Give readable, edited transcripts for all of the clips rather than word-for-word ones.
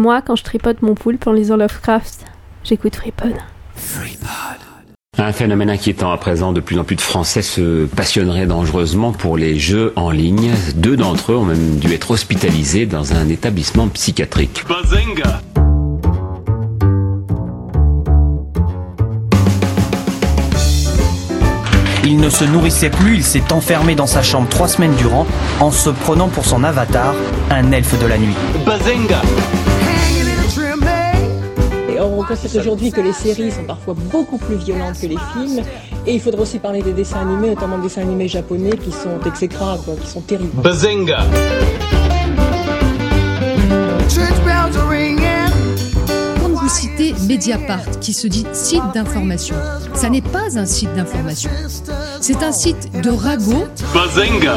moi, quand je tripote mon poulpe en lisant Lovecraft, j'écoute FreePod. Un phénomène inquiétant à présent, de plus en plus de Français se passionneraient dangereusement pour les jeux en ligne. 2 d'entre eux ont même dû être hospitalisés dans un établissement psychiatrique. Bazinga! Il ne se nourrissait plus, il s'est enfermé dans sa chambre 3 semaines durant en se prenant pour son avatar, un elfe de la nuit. Bazinga! Et on constate aujourd'hui que les séries sont parfois beaucoup plus violentes que les films. Et il faudra aussi parler des dessins animés, notamment des dessins animés japonais qui sont exécrables, qui sont terribles. Bazinga! Quand vous citez Mediapart, qui se dit site d'information, ça n'est pas un site d'information. C'est un site de ragot. Bazinga!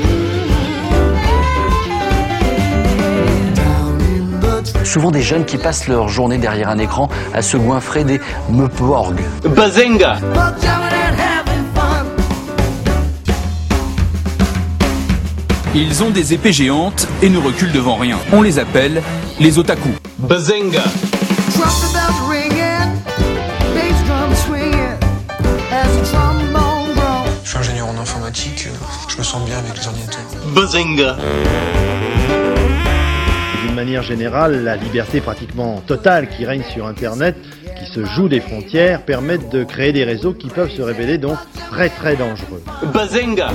Souvent des jeunes qui passent leur journée derrière un écran à se goinfrer des meuporgs. Bazinga! Ils ont des épées géantes et ne reculent devant rien. On les appelle les otaku. Bazinga! Je suis ingénieur en informatique, je me sens bien avec les ordinateurs. Bazinga! D'une manière générale, la liberté pratiquement totale qui règne sur Internet, qui se joue des frontières, permettent de créer des réseaux qui peuvent se révéler donc très très dangereux. Bazinga!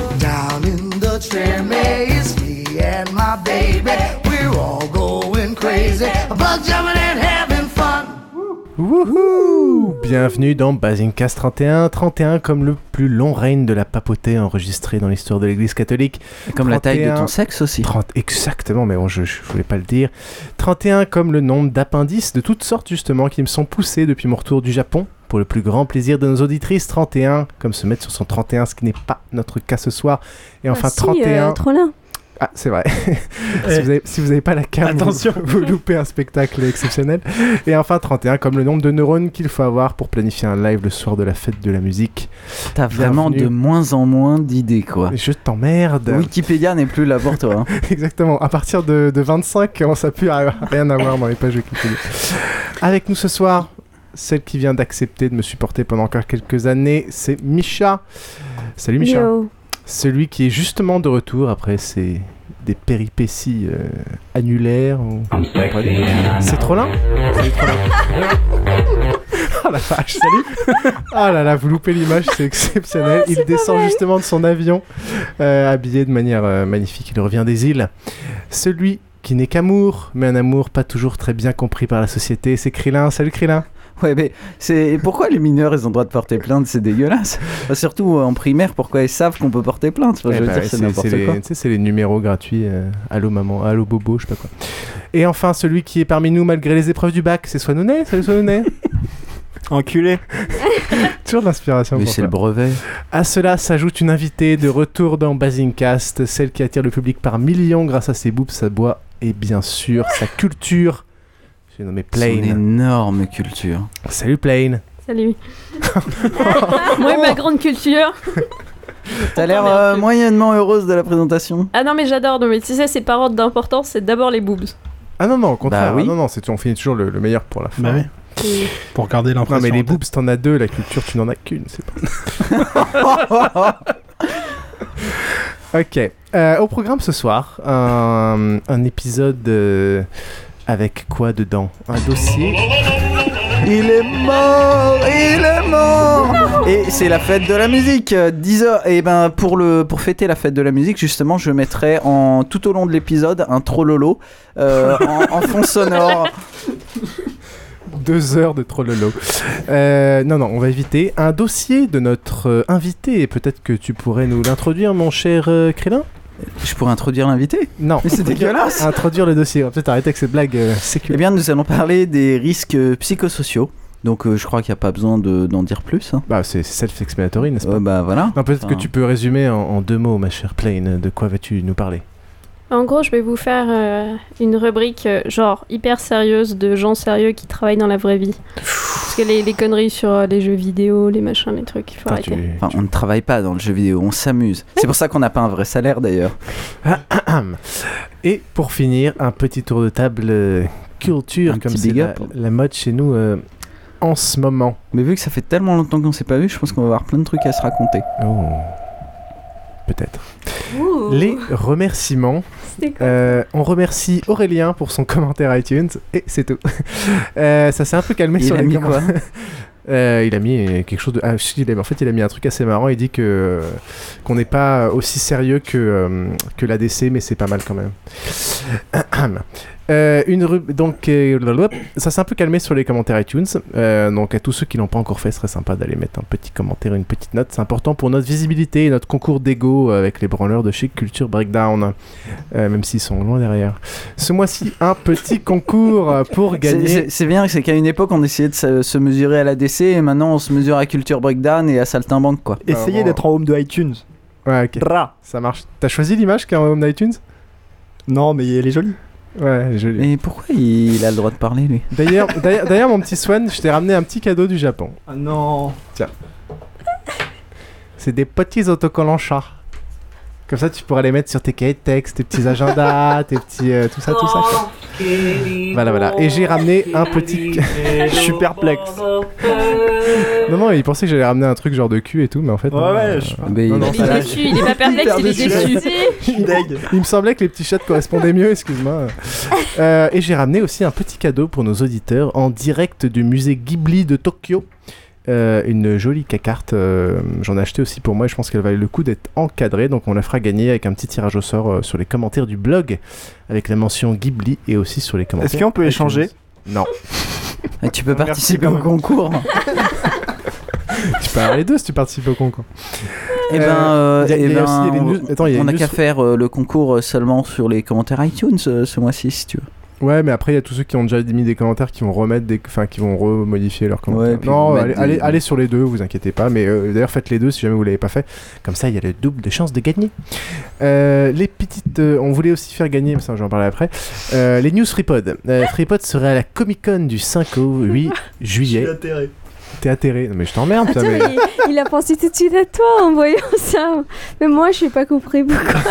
Wouhou! Bienvenue dans Basingcast 31. 31 comme le plus long règne de la papauté enregistré dans l'histoire de l'église catholique. Et comme 31, la taille de ton sexe aussi. 30, exactement, mais bon, je voulais pas le dire. 31 comme le nombre d'appendices de toutes sortes justement qui me sont poussés depuis mon retour du Japon. Pour le plus grand plaisir de nos auditrices, 31 comme se mettre sur son 31, ce qui n'est pas notre cas ce soir. Et enfin 31... Trollin. Ah, c'est vrai. si vous n'avez pas la cam, attention, vous loupez un spectacle exceptionnel. Et enfin 31, comme le nombre de neurones qu'il faut avoir pour planifier un live le soir de la fête de la musique. T'as vraiment de moins en moins d'idées, quoi. Je t'emmerde. Wikipédia n'est plus là pour toi. Hein. Exactement. À partir de 25, on n'a plus rien à voir dans les pages Wikipédia. Avec nous ce soir, celle qui vient d'accepter de me supporter pendant encore quelques années, c'est Misha. Salut Misha. Yo. Celui qui est justement de retour après des péripéties annulaires. C'est Trollin. Salut Trollin. Oh la vache, salut. Ah là là, vous loupez l'image, c'est exceptionnel. Il descend justement de son avion, habillé de manière magnifique. Il revient des îles. Celui qui n'est qu'amour, mais un amour pas toujours très bien compris par la société, c'est Krillin. Salut Krillin. Ouais, mais pourquoi les mineurs ils ont le droit de porter plainte, c'est dégueulasse. Enfin, surtout en primaire, pourquoi ils savent qu'on peut porter plainte. Enfin, je veux dire, c'est n'importe quoi. Tu sais, c'est les numéros gratuits. Allô maman, allô bobo, je sais pas quoi. Et enfin, celui qui est parmi nous malgré les épreuves du bac, c'est Swanounet. Salut Swanounet. Enculé. Toujours de l'inspiration. Mais c'est le brevet. À cela s'ajoute une invitée de retour dans Basingcast, celle qui attire le public par millions grâce à ses boobs, sa voix et bien sûr sa culture. J'ai nommé Plane. Son énorme culture. Salut Plane. Salut. Moi et ma grande culture. T'as l'air moyennement heureuse de la présentation. Ah non mais j'adore, non mais tu sais c'est par ordre d'importance, c'est d'abord les boobs. Ah non non, au contraire, oui. non, on finit toujours le meilleur pour la fin. Bah oui. Pour garder l'impression. Non mais les boobs t'en as 2, la culture tu n'en as qu'une, c'est pas... Ok, au programme ce soir, un épisode... avec quoi dedans? Un dossier. Il est mort. Et c'est la fête de la musique. 10h. Et ben pour fêter la fête de la musique, justement, je mettrai tout au long de l'épisode un trollolo en fond sonore. 2 heures de trollolo. Non, on va éviter un dossier de notre invité. Et peut-être que tu pourrais nous l'introduire, mon cher Krillin. Je pourrais introduire l'invité? Non. Mais c'est dégueulasse. Introduire le dossier. On va peut-être arrêter avec cette blague séculaire. Eh bien, nous allons parler des risques psychosociaux. Donc, je crois qu'il n'y a pas besoin d'en dire plus. Hein. Bah, c'est self-explanatory, n'est-ce pas? Bah, voilà. Non, peut-être que tu peux résumer en 2 mots, ma chère Plane. De quoi vas-tu nous parler? En gros, je vais vous faire une rubrique genre hyper sérieuse de gens sérieux qui travaillent dans la vraie vie. Parce que les conneries sur les jeux vidéo, les machins, les trucs, il faut arrêter. Enfin, on ne travaille pas dans le jeu vidéo, on s'amuse. C'est pour ça qu'on n'a pas un vrai salaire d'ailleurs. Et pour finir, un petit tour de table culture, comme c'est la mode chez nous en ce moment. Mais vu que ça fait tellement longtemps qu'on s'est pas vu, je pense qu'on va avoir plein de trucs à se raconter. Oh. Peut-être. Les remerciements. On remercie Aurélien pour son commentaire iTunes et c'est tout. Ça s'est un peu calmé sur les commentaires. Il a mis quelque chose de. En fait, il a mis un truc assez marrant. Il dit qu'on n'est pas aussi sérieux que l'ADC, mais c'est pas mal quand même. Donc, ça s'est un peu calmé sur les commentaires iTunes. Donc, à tous ceux qui l'ont pas encore fait, ce serait sympa d'aller mettre un petit commentaire, une petite note. C'est important pour notre visibilité et notre concours d'ego avec les branleurs de chez Culture Breakdown, même s'ils sont loin derrière. Ce mois-ci, un petit concours pour gagner. C'est bien, c'est qu'à une époque, on essayait de se mesurer à l'ADC et maintenant, on se mesure à Culture Breakdown et à Saltimbanque, quoi. Essayez d'être en home de iTunes. Ouais, ok. Ça marche. T'as choisi l'image qui est en home d'iTunes ? Non, mais elle est jolie. Ouais, elle est jolie. Mais pourquoi il a le droit de parler, lui ? D'ailleurs, mon petit Swan, je t'ai ramené un petit cadeau du Japon. Ah non. Tiens. C'est des petits autocollants chats. Comme ça, tu pourras les mettre sur tes cahiers de texte, tes petits agendas, tes petits... tout ça. Quoi. Voilà. Et j'ai ramené un petit... Je suis perplexe. Non, il pensait que j'allais ramener un truc genre de cul et tout, mais en fait... Il est déçu, il est pas perplexe, il est déçu. Il me semblait que les petits chats correspondaient mieux, excuse-moi. Et j'ai ramené aussi un petit cadeau pour nos auditeurs en direct du musée Ghibli de Tokyo. Une jolie carte, j'en ai acheté aussi pour moi et je pense qu'elle valait le coup d'être encadrée, donc on la fera gagner avec un petit tirage au sort sur les commentaires du blog avec la mention Ghibli et aussi sur les commentaires. Est-ce qu'on peut échanger ? Non. Et tu peux participer au concours. Tu peux avoir les deux si tu participes au concours. On n'a qu'à faire le concours seulement sur les commentaires iTunes ce mois-ci si tu veux. Ouais, mais après il y a tous ceux qui ont déjà mis des commentaires qui vont qui vont remodifier leurs commentaires. Non, allez sur les deux, vous inquiétez pas. Mais d'ailleurs faites les deux si jamais vous l'avez pas fait. Comme ça, il y a le double de chances de gagner. Les petites, on voulait aussi faire gagner, mais ça j'en parlerai après. Les news FreePod. FreePod serait à la Comic Con du 5 au 8 juillet. Je suis atterré. T'es atterré. Non mais je t'emmerde. Attends, mais il a pensé tout de suite à toi en voyant ça. Mais moi, je n'ai pas compris pourquoi.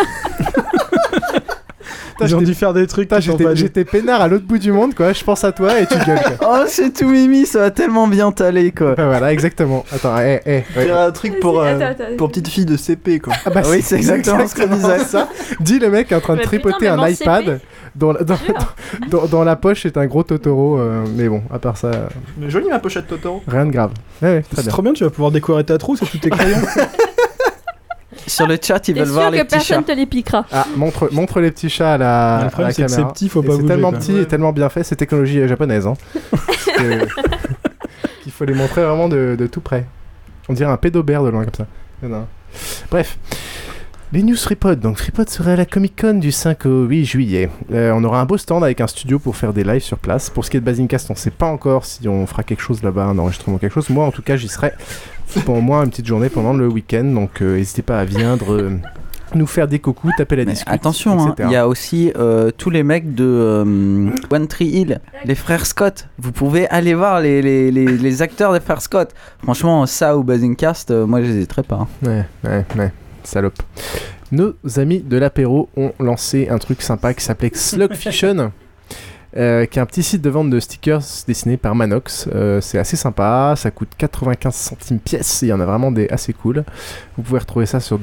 Ils ont dû faire des trucs. J'étais peinard à l'autre bout du monde, quoi. Je pense à toi et tu gueules. Oh, c'est tout mimi, ça va tellement bien t'aller, quoi. Voilà, exactement. Attends, C'est un truc pour petite fille de CP, quoi. Ah bah oui, c'est exactement ce qu'on disait. Ça. Dis le mec est en train de tripoter un iPad. Dans la poche, c'est un gros Totoro. Mais bon, à part ça. Mais jolie ma pochette Totoro. Rien de grave. Ouais, très c'est bien. trop bien, tu vas pouvoir décorer ta trousse et tous tes crayons. Sur le chat, ils veulent voir les petits chats. T'es sûr que personne te les piquera. Ah, montre les petits chats à la caméra. C'est petit, faut pas bouger. C'est tellement petit et tellement bien fait, c'est technologie japonaise. Hein. Il faut les montrer vraiment de tout près. On dirait un pédobère de loin comme ça. Non. Bref. Les news FreePod. Donc FreePod serait à la Comic Con du 5 au 8 juillet. On aura un beau stand avec un studio pour faire des lives sur place. Pour ce qui est de Basingcast, on ne sait pas encore si on fera quelque chose là-bas, un enregistrement quelque chose. Moi, en tout cas, j'y serai pour au moins une petite journée pendant le week-end. Donc n'hésitez pas à viendre, nous faire des coucous, taper la discute. Attention, il y a aussi tous les mecs de One Tree Hill, les frères Scott. Vous pouvez aller voir les acteurs des frères Scott. Franchement, ça ou Basingcast, moi, j'hésiterais pas. Ouais. Salope. Nos amis de l'apéro ont lancé un truc sympa qui s'appelait Slug Fiction, qui est un petit site de vente de stickers dessiné par Manox. C'est assez sympa, ça coûte 95 centimes pièce, il y en a vraiment des assez cool. Vous pouvez retrouver ça sur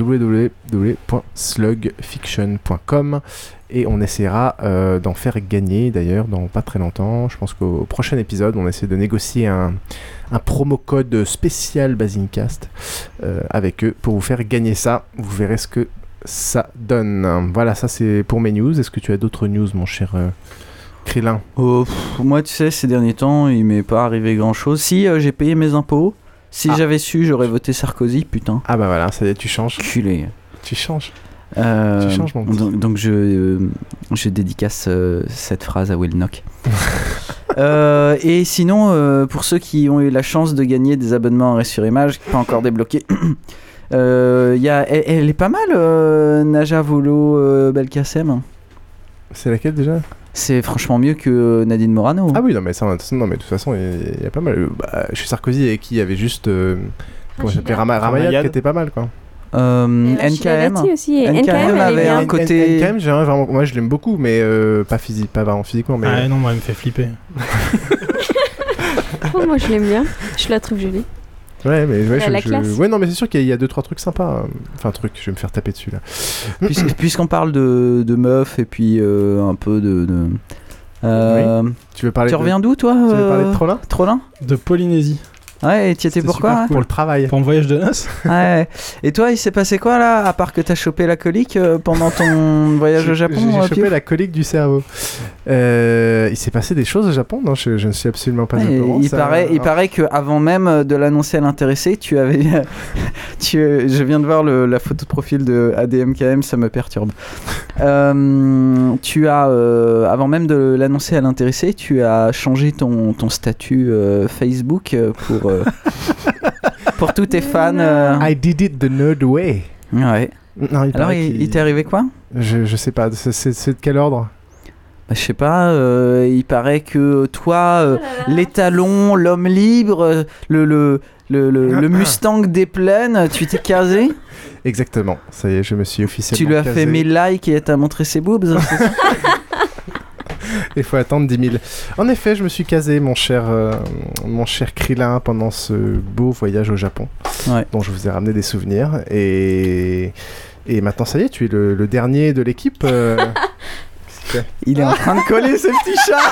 www.slugfiction.com et on essaiera d'en faire gagner d'ailleurs dans pas très longtemps. Je pense qu'au prochain épisode, on essaie de négocier un promo code spécial Basingcast avec eux pour vous faire gagner ça. Vous verrez ce que ça donne. Voilà, ça c'est pour mes news. Est-ce que tu as d'autres news, mon cher Krillin? Moi, tu sais, ces derniers temps, il m'est pas arrivé grand-chose. Si, j'ai payé mes impôts. Si j'avais su, j'aurais voté Sarkozy, putain. Ah bah voilà, ça y est, tu changes. Culé. Tu changes. Tu changes, mon petit. Donc je dédicace cette phrase à Will Knock. Et sinon, pour ceux qui ont eu la chance de gagner des abonnements à Ré sur Image, pas encore débloqués, elle est pas mal, Naja Volo Belkacem. C'est laquelle déjà? C'est franchement mieux que Nadine Morano. Ah oui, non mais de toute façon, il y a pas mal. Chez Sarkozy, et qui avait juste comment s'appelait Ramayad qui était pas mal, quoi. NKM aussi. NKM avait un côté. NKM, vraiment, moi je l'aime beaucoup, mais pas vraiment physiquement. Mais... Ah non, moi elle me fait flipper. Oh, moi je l'aime bien, je la trouve jolie. Ouais, mais ouais, non, mais c'est sûr qu'il y a 2-3 trucs sympas. Enfin, je vais me faire taper dessus là. Puisqu'on parle de meufs et puis un peu de. Oui. Tu veux parler Tu reviens d'où toi Tu veux parler de Trollin Trollin De Polynésie. Ouais, et tu étais pourquoi pour le travail. Pour le voyage de noces. Ouais. Et toi, il s'est passé quoi là, à part que t'as chopé la colique pendant ton voyage au Japon? J'ai chopé la colique du cerveau. Il s'est passé des choses au Japon? Non, je ne suis absolument pas au courant. Il paraît qu'avant même de l'annoncer à l'intéressé, tu avais... je viens de voir la photo de profil de ADMKM, ça me perturbe. Tu as, avant même de l'annoncer à l'intéressé, tu as changé ton statut Facebook pour tous tes fans. I did it the nerd way. Ouais. Non, alors, il t'est arrivé quoi? Je sais pas, c'est de quel ordre? Bah, je sais pas, il paraît que toi, l'étalon, l'homme libre, le Mustang des plaines, tu t'es casé? Exactement, ça y est, je me suis officiellement Tu lui as casé. fait 1000 likes et t'as montré ses boobs. Il faut attendre 10 000. En effet, je me suis casé, mon cher Krillin, pendant ce beau voyage au Japon, dont je vous ai ramené des souvenirs. Et maintenant, ça y est, tu es le dernier de l'équipe. Il est en train de coller ses petits chats.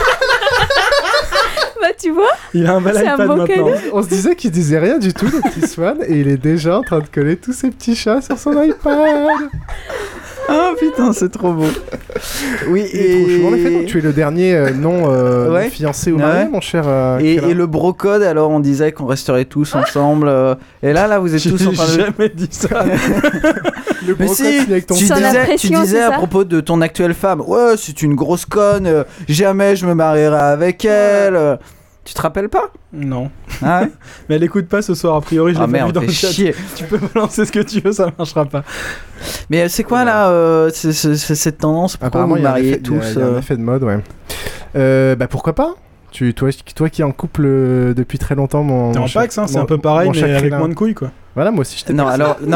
Bah tu vois, il a un bel iPad maintenant. On se disait qu'il disait rien du tout, le petit Swan, et il est déjà en train de coller tous ses petits chats sur son iPad. Oh putain, c'est trop beau. Oui, et en effet, donc, tu es le dernier non fiancé ou marié, mon cher. Et le brocode, alors on disait qu'on resterait tous ensemble. Et là, vous êtes tous en train de. J'ai jamais dit ça. Le mais si, avec ton tu disais à propos de ton actuelle femme, ouais, c'est une grosse conne. Jamais je me marierai avec elle. Tu te rappelles pas? Non. Ah ouais. Mais elle écoute pas ce soir, a priori, je l'ai pas vu dans le chat. Chier. Tu peux me lancer ce que tu veux, ça marchera pas. Mais c'est quoi là cette tendance? Pourquoi vous mariez tous? Il y a un effet de mode, ouais. Pourquoi pas? Toi qui es en couple depuis très longtemps, t'es en Pax, hein, c'est un peu pareil, mais avec moins de couilles, quoi. Voilà, moi aussi j'étais. Non, alors, non.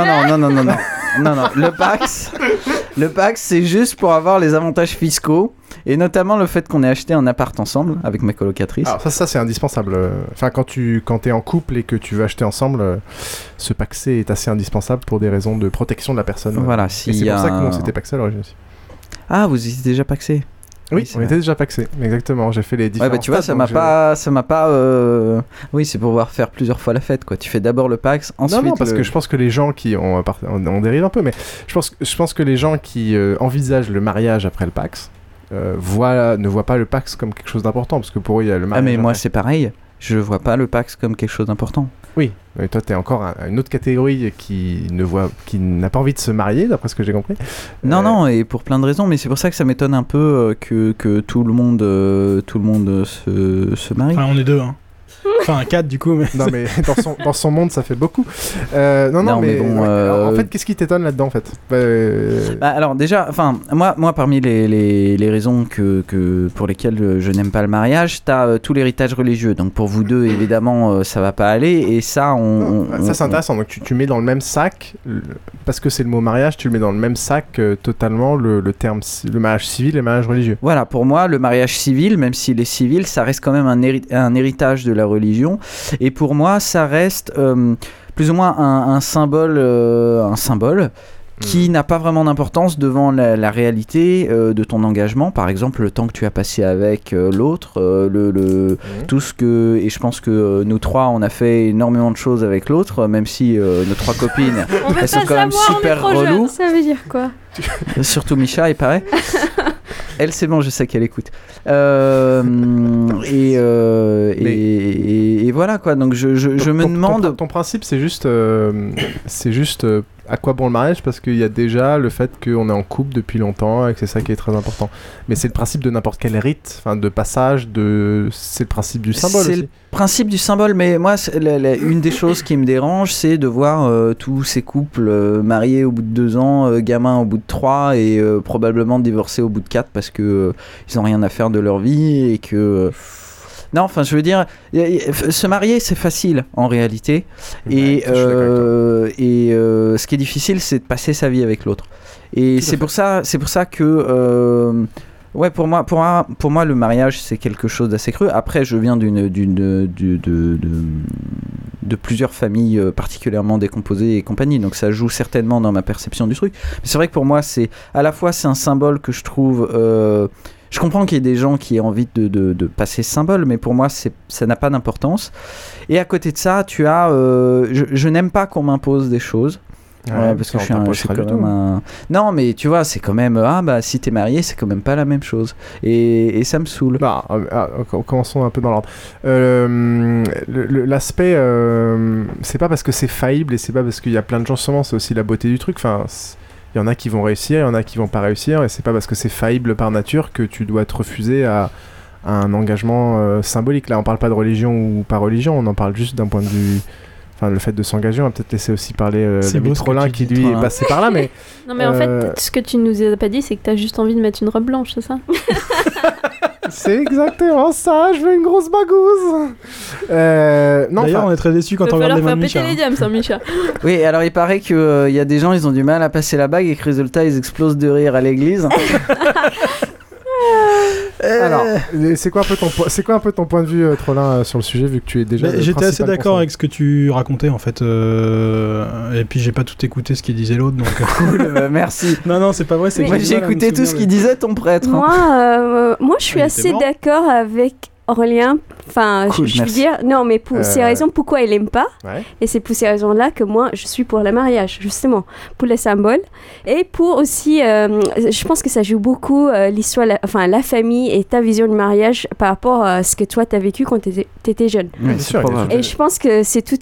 Le Pax, c'est juste pour avoir les avantages fiscaux, et notamment le fait qu'on ait acheté un appart ensemble avec ma colocatrice. Alors ça c'est indispensable. Enfin, quand t'es en couple et que tu veux acheter ensemble, ce paxé est assez indispensable pour des raisons de protection de la personne. Voilà, et c'est pour ça que nous on s'était paxé à l'origine aussi. Ah, vous étiez déjà paxé? Oui, on était déjà paxé, exactement. J'ai fait les différents. Ouais, bah tu vois, ça m'a pas. Oui, c'est pour pouvoir faire plusieurs fois la fête, quoi. Tu fais d'abord le Pax, ensuite. Non, parce que je pense que les gens qui on dérive un peu, mais je pense que les gens qui envisagent le mariage après le Pax ne voient pas le Pax comme quelque chose d'important, parce que pour eux il y a le mariage. Ah mais moi après. c'est pareil. Je vois pas le Pax comme quelque chose d'important. Oui, mais toi t'es encore une autre catégorie qui n'a pas envie de se marier, d'après ce que j'ai compris. Non, et pour plein de raisons, mais c'est pour ça que ça m'étonne un peu que tout le monde se marie. Enfin, on est deux, hein. Enfin, 4 du coup, mais. Non, mais dans son monde, ça fait beaucoup. Non, mais bon. En fait, qu'est-ce qui t'étonne là-dedans, en fait? Alors, déjà, enfin, moi, parmi les raisons pour lesquelles je n'aime pas le mariage, t'as tout l'héritage religieux. Donc, pour vous deux, évidemment, ça va pas aller. Et ça, ça, c'est intéressant. Donc, tu mets dans le même sac, parce que c'est le mot mariage, tu le mets dans le même sac totalement le terme, le mariage civil et le mariage religieux. Voilà, pour moi, le mariage civil, même s'il est civil, ça reste quand même un héritage de la religion. Et pour moi, ça reste plus ou moins un symbole qui n'a pas vraiment d'importance devant la réalité de ton engagement. Par exemple, le temps que tu as passé avec l'autre, tout ce que... Et je pense que nous trois, on a fait énormément de choses avec l'autre, même si nos trois copines, elles sont quand même super reloues. Ça veut dire quoi? Surtout Micha, il paraît. Elle, c'est bon, je sais qu'elle écoute. Et voilà, quoi. Donc, je me demande... Ton principe, c'est juste à quoi bon le mariage? Parce qu'il y a déjà le fait qu'on est en couple depuis longtemps et que c'est ça qui est très important. Mais c'est le principe de n'importe quel rite, de passage, c'est le principe du symbole aussi. C'est le principe du symbole, mais moi, une des choses qui me dérange, c'est de voir tous ces couples mariés au bout de 2 ans, gamins au bout de 3 et probablement divorcés au bout de 4 parce qu'ils n'ont rien à faire de leur vie et que... Non, enfin, je veux dire, se marier, c'est facile en réalité. Et ce qui est difficile, c'est de passer sa vie avec l'autre. Et c'est pour ça que. Ouais, pour moi, le mariage, c'est quelque chose d'assez creux. Après, je viens de plusieurs familles particulièrement décomposées et compagnie, donc ça joue certainement dans ma perception du truc. Mais c'est vrai que pour moi, c'est un symbole que je trouve. Je comprends qu'il y ait des gens qui aient envie de passer ce symbole, mais pour moi, ça n'a pas d'importance. Et à côté de ça, tu as. Je n'aime pas qu'on m'impose des choses. Ouais, parce que je suis quand même un... Non, mais tu vois, c'est quand même... si t'es marié, c'est quand même pas la même chose. Et ça me saoule. Commençons un peu dans l'ordre. L'aspect... c'est pas parce que c'est faillible et c'est pas parce qu'il y a plein de gens seulement, c'est aussi la beauté du truc. Enfin, il y en a qui vont réussir, il y en a qui vont pas réussir, et c'est pas parce que c'est faillible par nature que tu dois te refuser à un engagement symbolique. Là, on parle pas de religion ou pas religion, on en parle juste d'un point de vue... Enfin, le fait de s'engager, on va peut-être laisser aussi parler l'ami Trollin qui lui est passé par là, mais... Non, mais en fait, ce que tu nous as pas dit, c'est que t'as juste envie de mettre une robe blanche, c'est ça? C'est exactement ça, je veux une grosse bagouze. D'ailleurs, on est très déçus quand on regarde les mains de Micha. Il va falloir faire péter les diams, ça, Micha. Oui, alors il paraît qu'il y a des gens, ils ont du mal à passer la bague et que résultat, ils explosent de rire à l'église. Alors, c'est quoi un peu ton point de vue, Trollin, sur le sujet, vu que tu es déjà... J'étais assez d'accord avec ce que tu racontais, en fait. Et puis, j'ai pas tout écouté ce qu'il disait l'autre, donc... Cool, merci. Non, c'est pas vrai. Moi, j'ai écouté tout ce qu'il disait, ton prêtre. Moi, je suis assez d'accord avec Aurélien. Enfin, cool, je veux dire... Non, mais pour ces raisons, pourquoi il aime pas. Ouais. Et c'est pour ces raisons-là que moi, je suis pour le mariage, justement. Pour les symboles. Et pour aussi... je pense que ça joue beaucoup l'histoire... la famille et ta vision du mariage par rapport à ce que toi, t'as vécu quand t'étais jeune. Bien sûr. Et je pense que c'est tout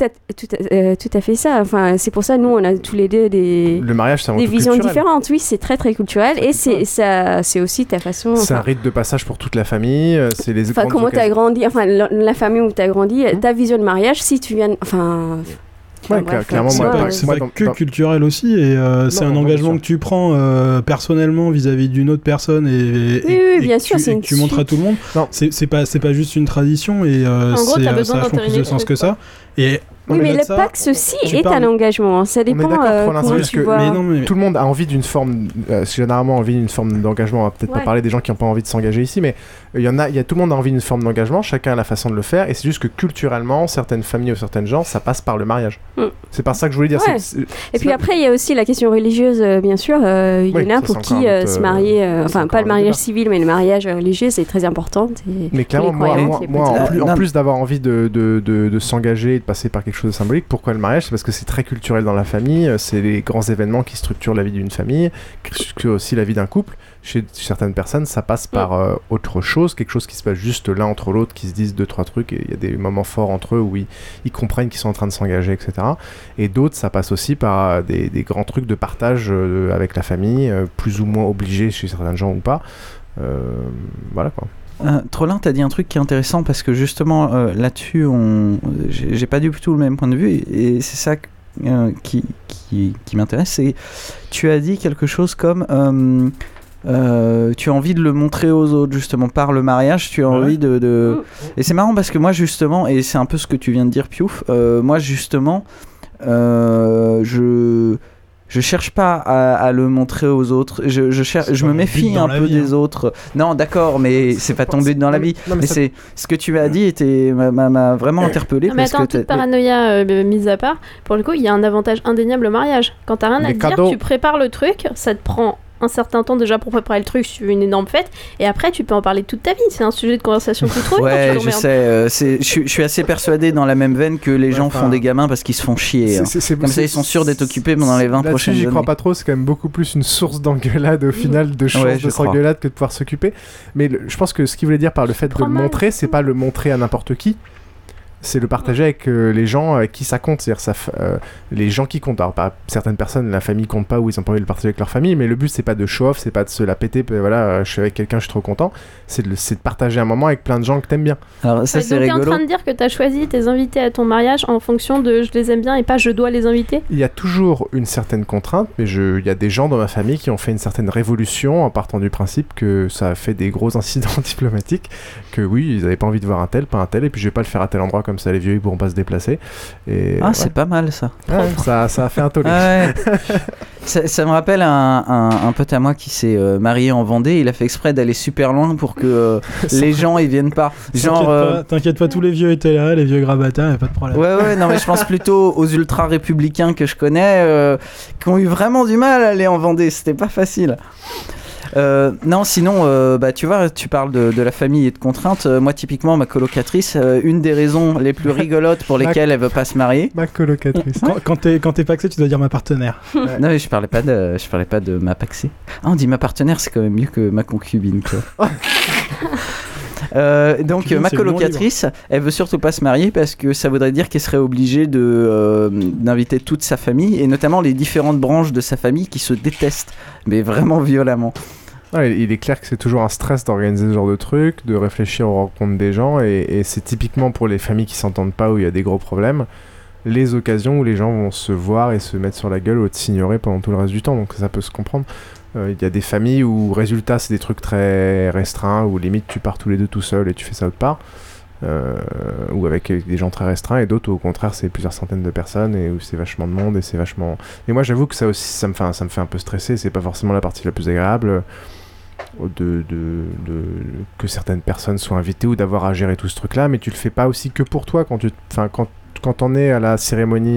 à fait ça. Enfin, c'est pour ça, nous, on a tous les deux des visions différentes. Oui, c'est très, très culturel. Et c'est aussi ta façon... C'est un rite de passage pour toute la famille. C'est les comment t'as grandi... Enfin, la famille où tu as grandi, ta vision de mariage, si tu viens... Enfin... Ouais, clairement, c'est pas que culturel aussi, et c'est un engagement que tu prends personnellement vis-à-vis d'une autre personne et bien sûr, que tu montres à tout le monde. C'est pas juste une tradition, et ça a plus de sens que ça. Et oui, mais le Pax aussi est un engagement. Ça dépend comment tu vois. Mais tout le monde a envie d'une forme, généralement envie d'une forme d'engagement. On va peut-être pas parler des gens qui n'ont pas envie de s'engager ici, mais tout le monde a envie d'une forme d'engagement. Chacun a la façon de le faire, et c'est juste que culturellement, certaines familles ou certaines gens, ça passe par le mariage. C'est par ça que je voulais dire. Ouais. Et puis après, il y a aussi la question religieuse, bien sûr. Il y en a pour qui se marier, pas le mariage civil, mais le mariage religieux, c'est très important. Mais clairement, moi, en plus d'avoir envie de s'engager et de passer par quelque chose de symbolique, pourquoi le mariage? C'est parce que c'est très culturel dans la famille, c'est les grands événements qui structurent la vie d'une famille, que aussi la vie d'un couple. Chez certaines personnes, ça passe par autre chose, quelque chose qui se passe juste l'un entre l'autre, qui se disent 2-3 trucs, et il y a des moments forts entre eux où ils comprennent qu'ils sont en train de s'engager, etc. Et d'autres, ça passe aussi par des grands trucs de partage avec la famille, plus ou moins obligés chez certains gens ou pas. Voilà quoi. Trollin, t'as dit un truc qui est intéressant parce que justement là-dessus, j'ai pas du tout le même point de vue et c'est ça qui m'intéresse. C'est tu as dit quelque chose comme tu as envie de le montrer aux autres justement par le mariage. Tu as envie de... Et c'est marrant parce que moi justement, et c'est un peu ce que tu viens de dire, Piouf. Moi justement, je cherche pas à le montrer aux autres. Je me méfie un peu des autres. Non, d'accord, mais c'est pas ton but dans la vie. Non, mais c'est ce que tu m'as dit m'a vraiment interpellé. Non, mais attends, toute paranoïa mise à part, pour le coup, il y a un avantage indéniable au mariage. Quand t'as rien à te dire, tu prépares le truc, ça te prend un certain temps déjà pour préparer le truc si tu veux une énorme fête, et après tu peux en parler toute ta vie. C'est un sujet de conversation tout trop. Ouais, je sais. Je suis assez persuadé dans la même veine que les gens font des gamins parce qu'ils se font chier. Comme ça, ils sont sûrs d'être occupés pendant les 20 prochaines années. J'y crois pas trop. C'est quand même beaucoup plus une source d'engueulade au final, de chances de s'engueulade que de pouvoir s'occuper. Mais je pense que ce qu'il voulait dire par le fait de le montrer, c'est pas le montrer à n'importe qui. c'est le partager avec les gens avec qui ça compte, c'est-à-dire les gens qui comptent. Alors, certaines personnes, la famille compte pas ou ils ont pas envie de le partager avec leur famille, mais le but c'est pas de show off, c'est pas de se la péter, voilà, je suis avec quelqu'un, je suis trop content, c'est de partager un moment avec plein de gens que t'aimes bien. Alors ça c'est rigolo. T'es en train de dire que t'as choisi tes invités à ton mariage en fonction de je les aime bien et pas je dois les inviter? Il y a toujours une certaine contrainte, mais il y a des gens dans ma famille qui ont fait une certaine révolution en partant du principe que ça a fait des gros incidents diplomatiques, que oui, ils avaient pas envie de voir un tel, pas un tel, et puis je vais pas le faire à tel endroit comme ça, les vieux ils pourront pas se déplacer. Et c'est pas mal ça. Ouais, ça a fait un tollé. Ça me rappelle un pote à moi qui s'est marié en Vendée. Il a fait exprès d'aller super loin pour que les gens ils viennent pas. Genre, t'inquiète pas, tous les vieux étaient là, les vieux grabataires, y a pas de problème. Ouais, non mais je pense plutôt aux ultra républicains que je connais qui ont eu vraiment du mal à aller en Vendée. C'était pas facile. Non, sinon, tu vois, tu parles de la famille et de contraintes. Moi, typiquement, ma colocatrice, une des raisons les plus rigolotes pour lesquelles elle veut pas se marier. Ma colocatrice. Quand t'es paxé, tu dois dire ma partenaire. Ouais. Non, mais je parlais pas de ma paxé. Ah, on dit ma partenaire, c'est quand même mieux que ma concubine, quoi. Donc ma colocatrice, elle veut surtout pas se marier parce que ça voudrait dire qu'elle serait obligée d'inviter toute sa famille et notamment les différentes branches de sa famille qui se détestent, mais vraiment violemment. Il est clair que c'est toujours un stress d'organiser ce genre de truc, de réfléchir aux rencontres des gens, et c'est typiquement pour les familles qui s'entendent pas, où il y a des gros problèmes, les occasions où les gens vont se voir et se mettre sur la gueule ou s'ignorer pendant tout le reste du temps, donc ça peut se comprendre. Il y a des familles où, résultat, c'est des trucs très restreints, où limite tu pars tous les deux tout seul et tu fais ça autre part, ou avec des gens très restreints, et d'autres où, au contraire, c'est plusieurs centaines de personnes et où c'est vachement de monde et c'est vachement... Et moi, j'avoue que ça aussi, ça me fait un peu stresser, c'est pas forcément la partie la plus agréable que certaines personnes soient invitées ou d'avoir à gérer tout ce truc-là, mais tu le fais pas aussi que pour toi quand t'en es à la cérémonie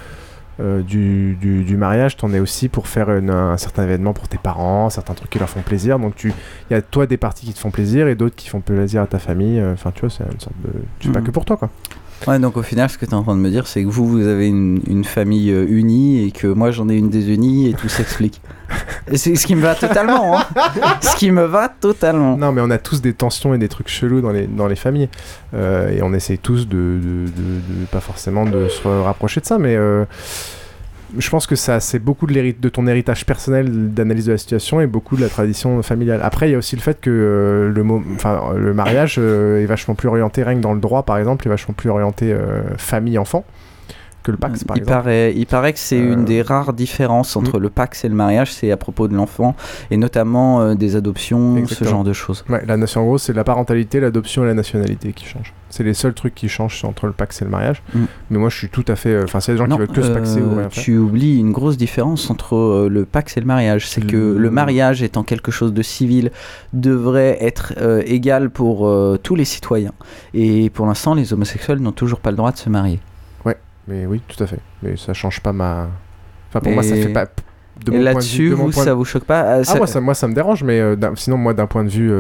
du mariage, t'en es aussi pour faire un certain événement pour tes parents, certains trucs qui leur font plaisir, donc il y a toi des parties qui te font plaisir et d'autres qui font plaisir à ta famille, tu vois, c'est une sorte de... Tu fais pas que pour toi, quoi. Ouais, donc au final, ce que tu es en train de me dire, c'est que vous avez une famille unie et que moi j'en ai une désunie et tout s'explique. Et c'est ce qui me va totalement, hein. Ce qui me va totalement. Non, mais on a tous des tensions et des trucs chelous dans les familles. Et on essaye tous de pas forcément de se rapprocher de ça, mais je pense que ça, c'est beaucoup de ton héritage personnel d'analyse de la situation et beaucoup de la tradition familiale. Après, il y a aussi le fait que le mariage est vachement plus orienté, rien que dans le droit par exemple, est vachement plus orienté famille-enfant que le Pacs, par exemple. Il paraît que c'est une des rares différences entre le Pacs et le mariage, c'est à propos de l'enfant, et notamment des adoptions, ce genre de choses. Ouais, la notion, en gros, c'est la parentalité, l'adoption et la nationalité qui changent. C'est les seuls trucs qui changent entre le Pacs et le mariage. Mais moi, je suis tout à fait... Enfin, c'est des gens qui veulent que se paxer ou rien faire. Tu oublies une grosse différence entre le Pacs et le mariage. C'est que le mariage, étant quelque chose de civil, devrait être égal pour tous les citoyens. Et pour l'instant, les homosexuels n'ont toujours pas le droit de se marier. Mais oui, tout à fait. Mais ça change pas ma... Enfin, pour moi, ça fait pas... Et là-dessus, ça vous choque pas? Moi, ça me dérange, mais sinon, moi, d'un point de vue...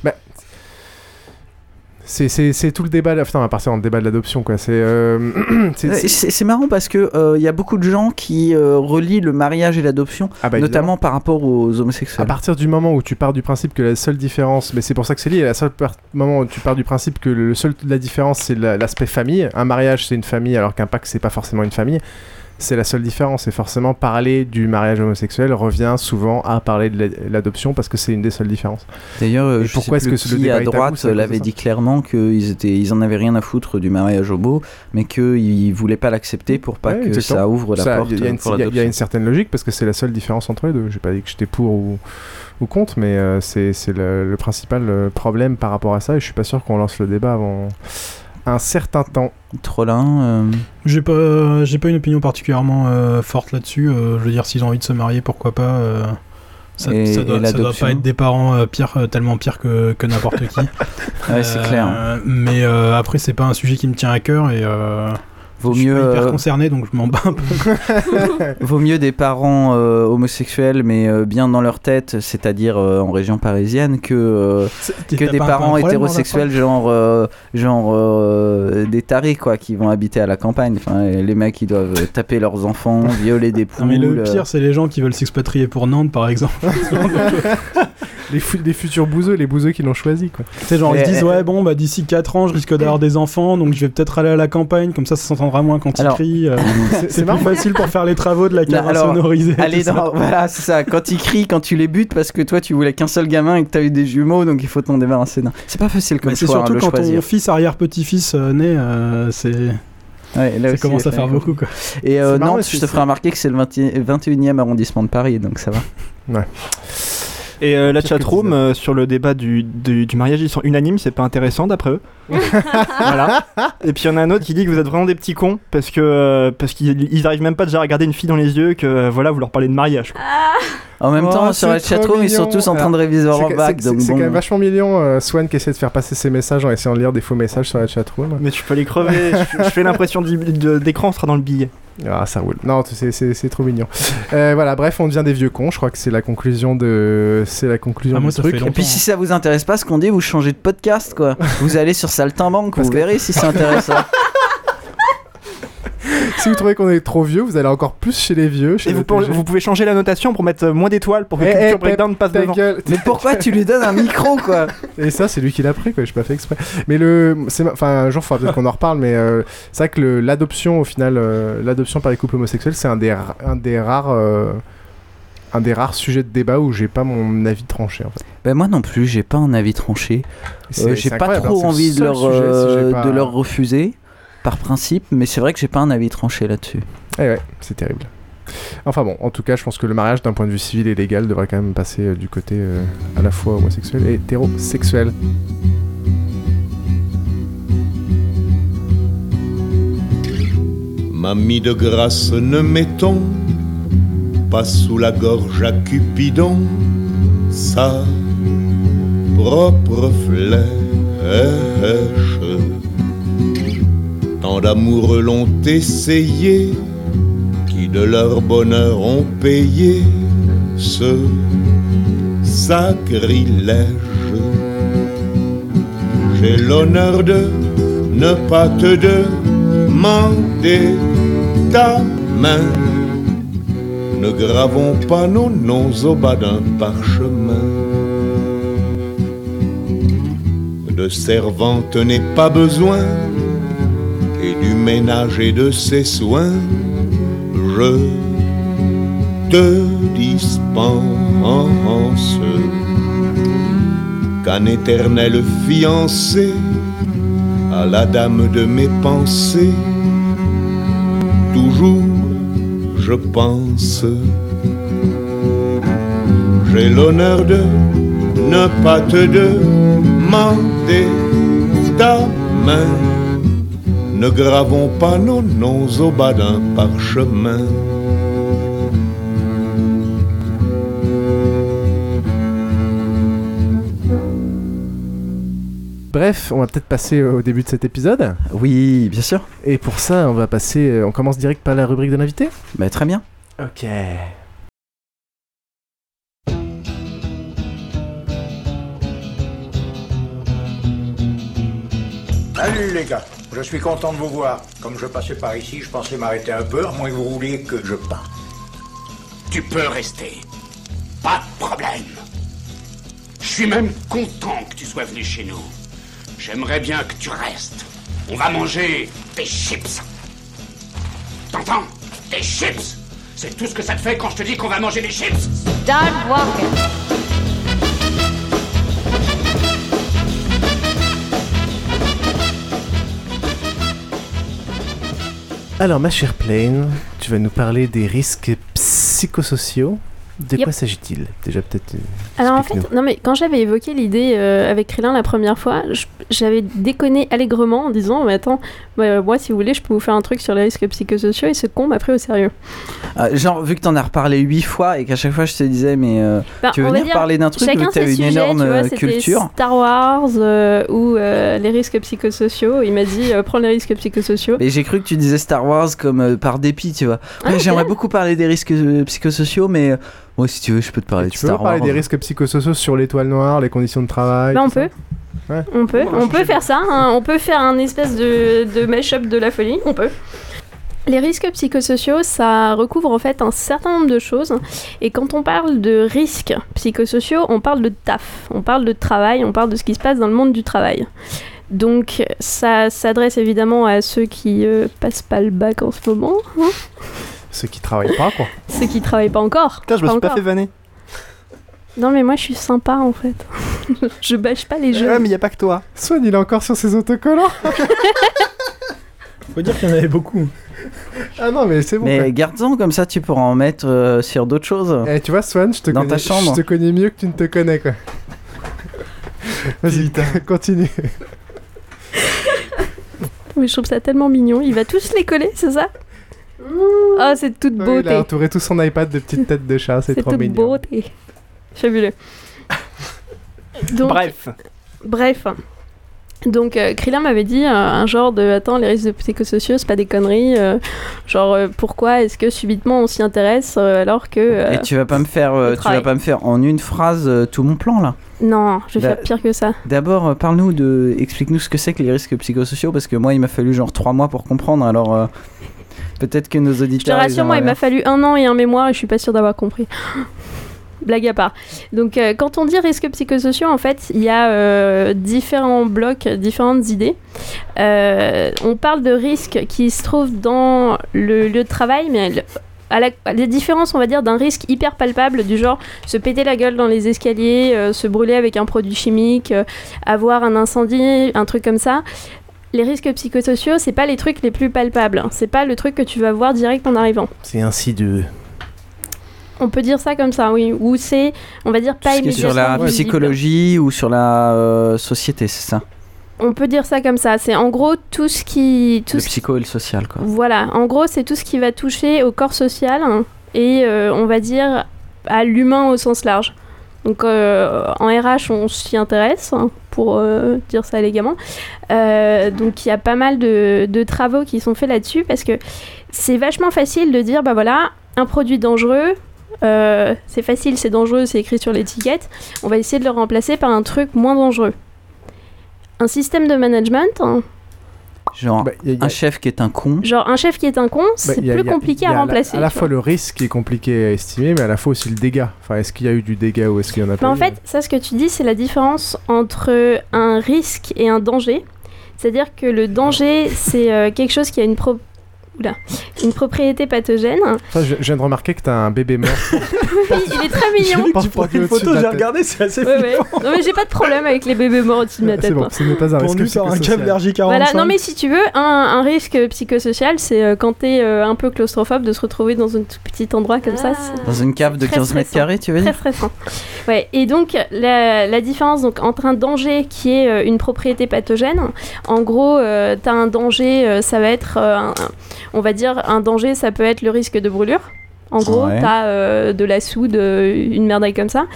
C'est tout le débat. Putain, on va partir dans le débat de l'adoption, quoi. C'est marrant parce que y a beaucoup de gens qui relient le mariage et l'adoption, notamment par rapport aux homosexuels. À partir du moment où tu pars du principe que la seule différence, mais c'est pour ça que c'est lié, moment où tu pars du principe que la différence c'est l'aspect famille. Un mariage c'est une famille alors qu'un pacte c'est pas forcément une famille. C'est la seule différence, et forcément parler du mariage homosexuel revient souvent à parler de l'adoption parce que c'est une des seules différences. D'ailleurs, pourquoi est-ce que le débat à droite l'avait dit clairement qu'ils en avaient rien à foutre du mariage homo, mais qu'ils voulaient pas l'accepter pour pas que ça ouvre la porte pour l'adoption. Il y a une certaine logique parce que c'est la seule différence entre les deux. J'ai pas dit que j'étais pour ou contre, mais c'est le principal problème par rapport à ça, et je suis pas sûr qu'on lance le débat avant un certain temps. Trollin J'ai pas une opinion particulièrement forte là-dessus. Je veux dire, s'ils ont envie de se marier, pourquoi pas. Ça doit pas être des parents tellement pires que n'importe qui. Ouais, c'est clair. Mais après, c'est pas un sujet qui me tient à cœur, et je suis hyper concerné, donc je m'en bats un peu. Vaut mieux des parents homosexuels mais bien dans leur tête, c'est-à-dire en région parisienne, que des parents hétérosexuels genre des tarés quoi, qui vont habiter à la campagne. Enfin, les mecs qui doivent taper leurs enfants, violer des poules. Non, mais le pire, c'est les gens qui veulent s'expatrier pour Nantes par exemple. les futurs bouseux, les bouseux qui l'ont choisi, quoi. Tu sais, genre, ils se disent, ouais, bon, bah, d'ici 4 ans, je risque d'avoir des enfants, donc je vais peut-être aller à la campagne, comme ça s'entendra moins quand ils crient. C'est plus facile pour faire les travaux de la cave sonorisée. Allez, voilà, c'est ça. Quand ils crient, quand tu les butes, parce que toi, tu voulais qu'un seul gamin et que t'as eu des jumeaux, donc il faut t'en débarrasser d'un. C'est pas facile comme choix. C'est surtout quand ton fils, arrière-petit-fils naît, c'est. Ouais, là ça commence à faire beaucoup, quoi. Et Nantes, je te ferai remarquer que c'est le 21e arrondissement de Paris, donc ça va. Ouais. Et la chatroom sur le débat du mariage, ils sont unanimes, c'est pas intéressant d'après eux. Voilà. Et puis il y en a un autre qui dit que vous êtes vraiment des petits cons parce qu'ils arrivent même pas déjà à regarder une fille dans les yeux que voilà, vous leur parlez de mariage. En même temps, sur la chatroom, ils sont tous en train de réviser leur bac. C'est quand même vachement mignon, Swan qui essaie de faire passer ses messages en essayant de lire des faux messages sur la chatroom. Mais tu peux les crever. Je fais l'impression d'écran, on sera dans le billet. Ah, ça roule. Non, c'est trop mignon. Voilà, bref, on devient des vieux cons. Je crois que c'est la conclusion du truc. Et puis si ça vous intéresse pas ce qu'on dit, vous changez de podcast, quoi. Vous allez sur Saltimbanque, vous verrez si c'est intéressant. Si vous trouvez qu'on est trop vieux, vous allez encore plus chez les vieux. Et vous pouvez changer la notation pour mettre moins d'étoiles pour que Culture Breakdown passe devant. Mais pourquoi tu lui donnes un micro, quoi? Et ça, c'est lui qui l'a pris, quoi. J'ai pas fait exprès. Mais un jour, faudra peut-être qu'on en reparle, mais c'est vrai que l'adoption, au final, l'adoption par les couples homosexuels, c'est un des rares sujets de débat où j'ai pas mon avis tranché, en fait. Ben moi non plus, j'ai pas un avis tranché. J'ai pas trop envie de leur refuser. Par principe, mais c'est vrai que j'ai pas un avis tranché là-dessus. Eh ouais, c'est terrible. Enfin bon, en tout cas, je pense que le mariage, d'un point de vue civil et légal, devrait quand même passer du côté à la fois homosexuel et hétérosexuel. Mamie de grâce, ne mettons pas sous la gorge à Cupidon sa propre flèche. Tant d'amoureux l'ont essayé, qui de leur bonheur ont payé ce sacrilège. J'ai l'honneur de ne pas te demander ta main. Ne gravons pas nos noms au bas d'un parchemin. De servante n'est pas besoin, et du ménage et de ses soins, je te dispense. Qu'un éternel fiancé à la dame de mes pensées, toujours je pense. J'ai l'honneur de ne pas te demander ta main. Ne gravons pas nos noms au bas d'un parchemin. Bref, on va peut-être passer au début de cet épisode. Oui, bien sûr. Et pour ça, on commence direct par la rubrique de l'invité. Bah très bien. Ok. Salut les gars, je suis content de vous voir. Comme je passais par ici, je pensais m'arrêter un peu, à moins que vous vouliez que je parte. Tu peux rester. Pas de problème. Je suis même content que tu sois venu chez nous. J'aimerais bien que tu restes. On va manger des chips. T'entends? Des chips. C'est tout ce que ça te fait quand je te dis qu'on va manger des chips. Start walking. Alors, ma chère Plaine, tu vas nous parler des risques psychosociaux. De quoi s'agit-il? Déjà, peut-être. Alors, en fait, non, mais quand j'avais évoqué l'idée avec Krillin la première fois, j'avais déconné allègrement en disant mais attends, moi, si vous voulez, je peux vous faire un truc sur les risques psychosociaux, et ce con m'a pris au sérieux. Genre, vu que t'en as reparlé 8 fois et qu'à chaque fois je te disais, mais tu veux venir parler d'un truc où t'as une énorme culture. Star Wars ou les risques psychosociaux. Il m'a dit prends les risques psychosociaux. Et j'ai cru que tu disais Star Wars comme par dépit, tu vois. Ouais, j'aimerais beaucoup parler des risques psychosociaux, mais moi, si tu veux, je peux te parler de Star Wars. Tu peux parler des risques psychosociaux sur l'étoile noire, les conditions de travail. On peut. Ouais. On peut faire ça. Hein. On peut faire un espèce de mash-up de la folie. On peut. Les risques psychosociaux, ça recouvre en fait un certain nombre de choses. Et quand on parle de risques psychosociaux, on parle de taf, on parle de travail, on parle de ce qui se passe dans le monde du travail. Donc ça s'adresse évidemment à ceux qui passent pas le bac en ce moment. Hein, ceux qui travaillent pas, quoi. Ceux qui travaillent pas encore. Putain, je me suis pas fait vanner. Non mais moi je suis sympa en fait. Je bâche pas les jeux. Ouais mais y a pas que toi. Swan il est encore sur ses autocollants. Faut dire qu'il y en avait beaucoup. Ah non mais c'est bon. Mais garde-en comme ça tu pourras en mettre sur d'autres choses. Eh tu vois Swan, je te connais mieux que tu ne te connais quoi. Vas-y, continue. Mais je trouve ça tellement mignon. Il va tous les coller, c'est ça? Oh, c'est toute beauté. Il a entouré tout son iPad de petites têtes de chat, c'est trop mignon. C'est toute beauté. Fabuleux. Donc, Bref. Donc, Krillin m'avait dit un genre de attends, les risques de psychosociaux, c'est pas des conneries. Pourquoi est-ce que subitement on s'y intéresse alors que. Et tu vas pas me faire en une phrase tout mon plan là. Non, je vais faire pire que ça. D'abord, explique-nous ce que c'est que les risques psychosociaux, parce que moi, il m'a fallu genre 3 mois pour comprendre, alors peut-être que nos auditeurs... Je te rassure, moi, il m'a fallu 1 an et un mémoire, et je suis pas sûre d'avoir compris. Blague à part. Donc, quand on dit risques psychosociaux, en fait, il y a différents blocs, différentes idées. On parle de risques qui se trouvent dans le lieu de travail, mais... les différences, on va dire, d'un risque hyper palpable, du genre se péter la gueule dans les escaliers, se brûler avec un produit chimique, avoir un incendie, un truc comme ça. Les risques psychosociaux, c'est pas les trucs les plus palpables. Hein. C'est pas le truc que tu vas voir direct en arrivant. C'est insidieux. On peut dire ça comme ça, oui. Ou c'est, on va dire, pas immédiatement sur la psychologie ou sur la société, c'est ça? On peut dire ça comme ça. C'est en gros tout ce qui... le psycho et le social, quoi. Voilà. En gros, c'est tout ce qui va toucher au corps social et on va dire à l'humain au sens large. Donc en RH, on s'y intéresse, pour dire ça élégamment. Donc il y a pas mal de travaux qui sont faits là-dessus parce que c'est vachement facile de dire, bah voilà, un produit dangereux... c'est facile, c'est dangereux, c'est écrit sur l'étiquette. On va essayer de le remplacer par un truc moins dangereux. Un système de management... Genre un chef qui est un con. Genre un chef qui est un con, c'est plus compliqué à remplacer. À la fois le risque qui est compliqué à estimer, mais à la fois aussi le dégât. Enfin, est-ce qu'il y a eu du dégât ou est-ce qu'il y en a pas eu? En fait, ça, ce que tu dis, c'est la différence entre un risque et un danger. C'est-à-dire que le danger, c'est quelque chose qui a une propriété pathogène. Enfin, je viens de remarquer que t'as un bébé mort. Oui, il est très mignon. Tu prends une photo, j'ai regardé, c'est assez flippant. Non mais j'ai pas de problème avec les bébés morts au-dessus de ma tête. C'est bon, ce n'est pas un risque psychosocial. Un câble RJ45. Voilà, non mais si tu veux, un risque psychosocial, c'est quand t'es un peu claustrophobe de se retrouver dans un tout petit endroit comme ça. Dans une cave de 15 mètres carrés, tu veux dire? Très stressant. Ouais, et donc la différence donc, entre un danger qui est une propriété pathogène, en gros, t'as un danger, ça va être, on va dire, un danger, ça peut être le risque de brûlure. En gros, t'as de la soude, une merdaille comme ça.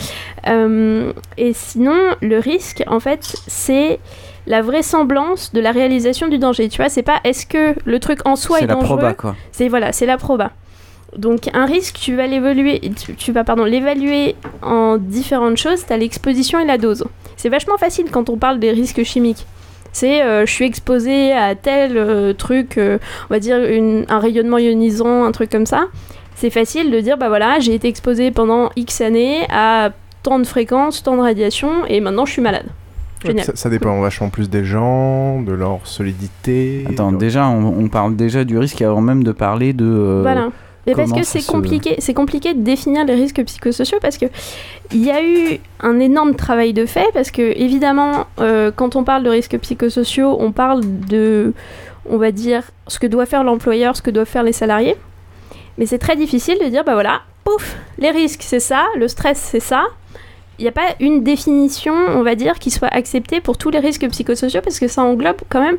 Et sinon, le risque, en fait, c'est la vraisemblance de la réalisation du danger. Tu vois, c'est pas est-ce que le truc en soi est dangereux. C'est la proba, quoi. C'est la proba. Donc, un risque, tu vas l'évaluer en différentes choses. T'as l'exposition et la dose. C'est vachement facile quand on parle des risques chimiques. C'est je suis exposé à tel truc, on va dire un rayonnement ionisant, un truc comme ça. C'est facile de dire, bah voilà, j'ai été exposé pendant X années à tant de fréquences, tant de radiation, et maintenant je suis malade. Génial. Ça dépend vachement plus des gens, de leur solidité. Attends, déjà, on parle déjà du risque avant même de parler de... Voilà. Mais parce que c'est compliqué de définir les risques psychosociaux parce que il y a eu un énorme travail de fait parce que évidemment quand on parle de risques psychosociaux, on parle de, on va dire, ce que doit faire l'employeur, ce que doivent faire les salariés. Mais c'est très difficile de dire bah voilà, pouf, les risques c'est ça, le stress c'est ça. Il n'y a pas une définition, on va dire, qui soit acceptée pour tous les risques psychosociaux parce que ça englobe quand même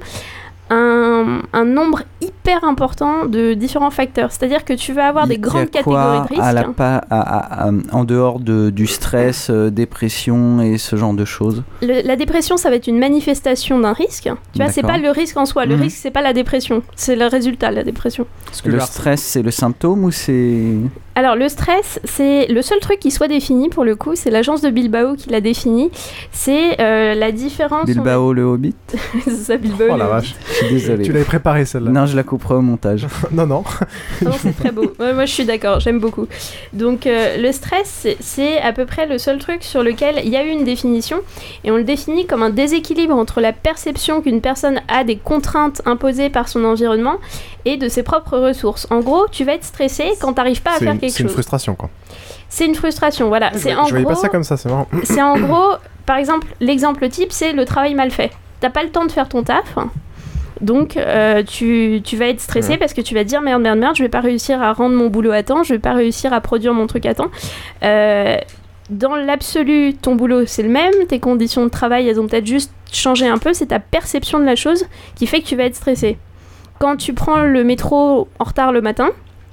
un nombre hyper important de différents facteurs. C'est-à-dire que tu vas avoir des grandes catégories de risques. En dehors du stress, dépression et ce genre de choses. La dépression, ça va être une manifestation d'un risque. Tu vois, c'est pas le risque en soi. Le risque, c'est pas la dépression. C'est le résultat, la dépression. Le stress, c'est le symptôme ou c'est... Alors, le stress, c'est le seul truc qui soit défini, pour le coup, c'est l'agence de Bilbao qui l'a défini. C'est la différence... Bilbao le Hobbit. C'est ça, Bilbao la vache. suis désolé. Tu l'avais préparé celle-là. Non, je la couperai au montage. Non. Non, c'est très beau. Moi, je suis d'accord, j'aime beaucoup. Donc, le stress, c'est à peu près le seul truc sur lequel il y a eu une définition. Et on le définit comme un déséquilibre entre la perception qu'une personne a des contraintes imposées par son environnement et de ses propres ressources. En gros, tu vas être stressé quand tu n'arrives pas à faire quelque chose. C'est une frustration, quoi. C'est une frustration, voilà. Je voyais pas ça comme ça, c'est marrant. C'est en gros, par exemple, l'exemple type, c'est le travail mal fait. T'as pas le temps de faire ton taf, donc tu vas être stressé parce que tu vas te dire merde, je vais pas réussir à rendre mon boulot à temps, je vais pas réussir à produire mon truc à temps. Dans l'absolu, ton boulot c'est le même, tes conditions de travail elles ont peut-être juste changé un peu, c'est ta perception de la chose qui fait que tu vas être stressé. Quand tu prends le métro en retard le matin,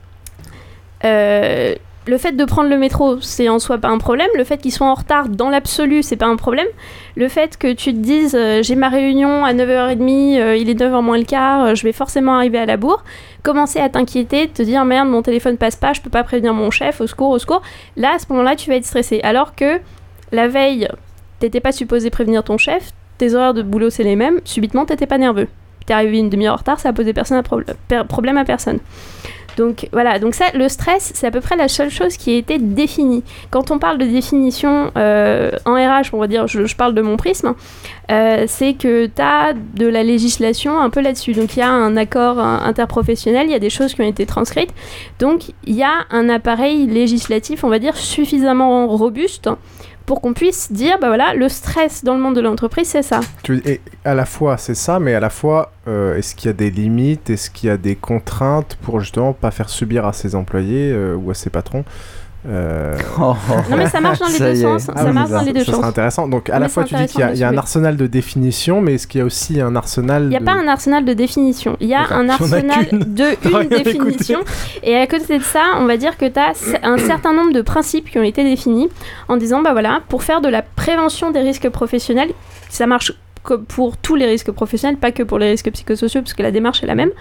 le fait de prendre le métro, c'est en soi pas un problème. Le fait qu'ils soient en retard dans l'absolu, c'est pas un problème. Le fait que tu te dises j'ai ma réunion à 9h30, il est 9h moins le quart, je vais forcément arriver à la bourre. Commencer à t'inquiéter, te dire merde, mon téléphone passe pas, je peux pas prévenir mon chef, au secours. Là, à ce moment-là, tu vas être stressé. Alors que la veille, t'étais pas supposé prévenir ton chef, tes horaires de boulot c'est les mêmes, subitement t'étais pas nerveux. T'es arrivé une demi-heure en retard, ça a posé problème à personne. Donc voilà, donc ça, le stress, c'est à peu près la seule chose qui a été définie. Quand on parle de définition en RH, on va dire, je parle de mon prisme, c'est que tu as de la législation un peu là-dessus. Donc il y a un accord interprofessionnel, il y a des choses qui ont été transcrites. Donc il y a un appareil législatif, on va dire, suffisamment robuste pour qu'on puisse dire, bah voilà, le stress dans le monde de l'entreprise, c'est ça. Et à la fois, c'est ça, mais à la fois, est-ce qu'il y a des limites, est-ce qu'il y a des contraintes pour justement pas faire subir à ses employés ou à ses patrons Non mais ça marche dans les deux sens. Ça serait intéressant. Donc à la fois tu dis qu'il y a un arsenal de définition, mais est-ce qu'il y a aussi un arsenal Il n'y a pas un arsenal de définition. Il y a un arsenal une définition. Et à côté de ça, on va dire que tu as un certain nombre de principes qui ont été définis en disant bah voilà, pour faire de la prévention des risques professionnels, ça marche pour tous les risques professionnels, pas que pour les risques psychosociaux, parce que la démarche est la même.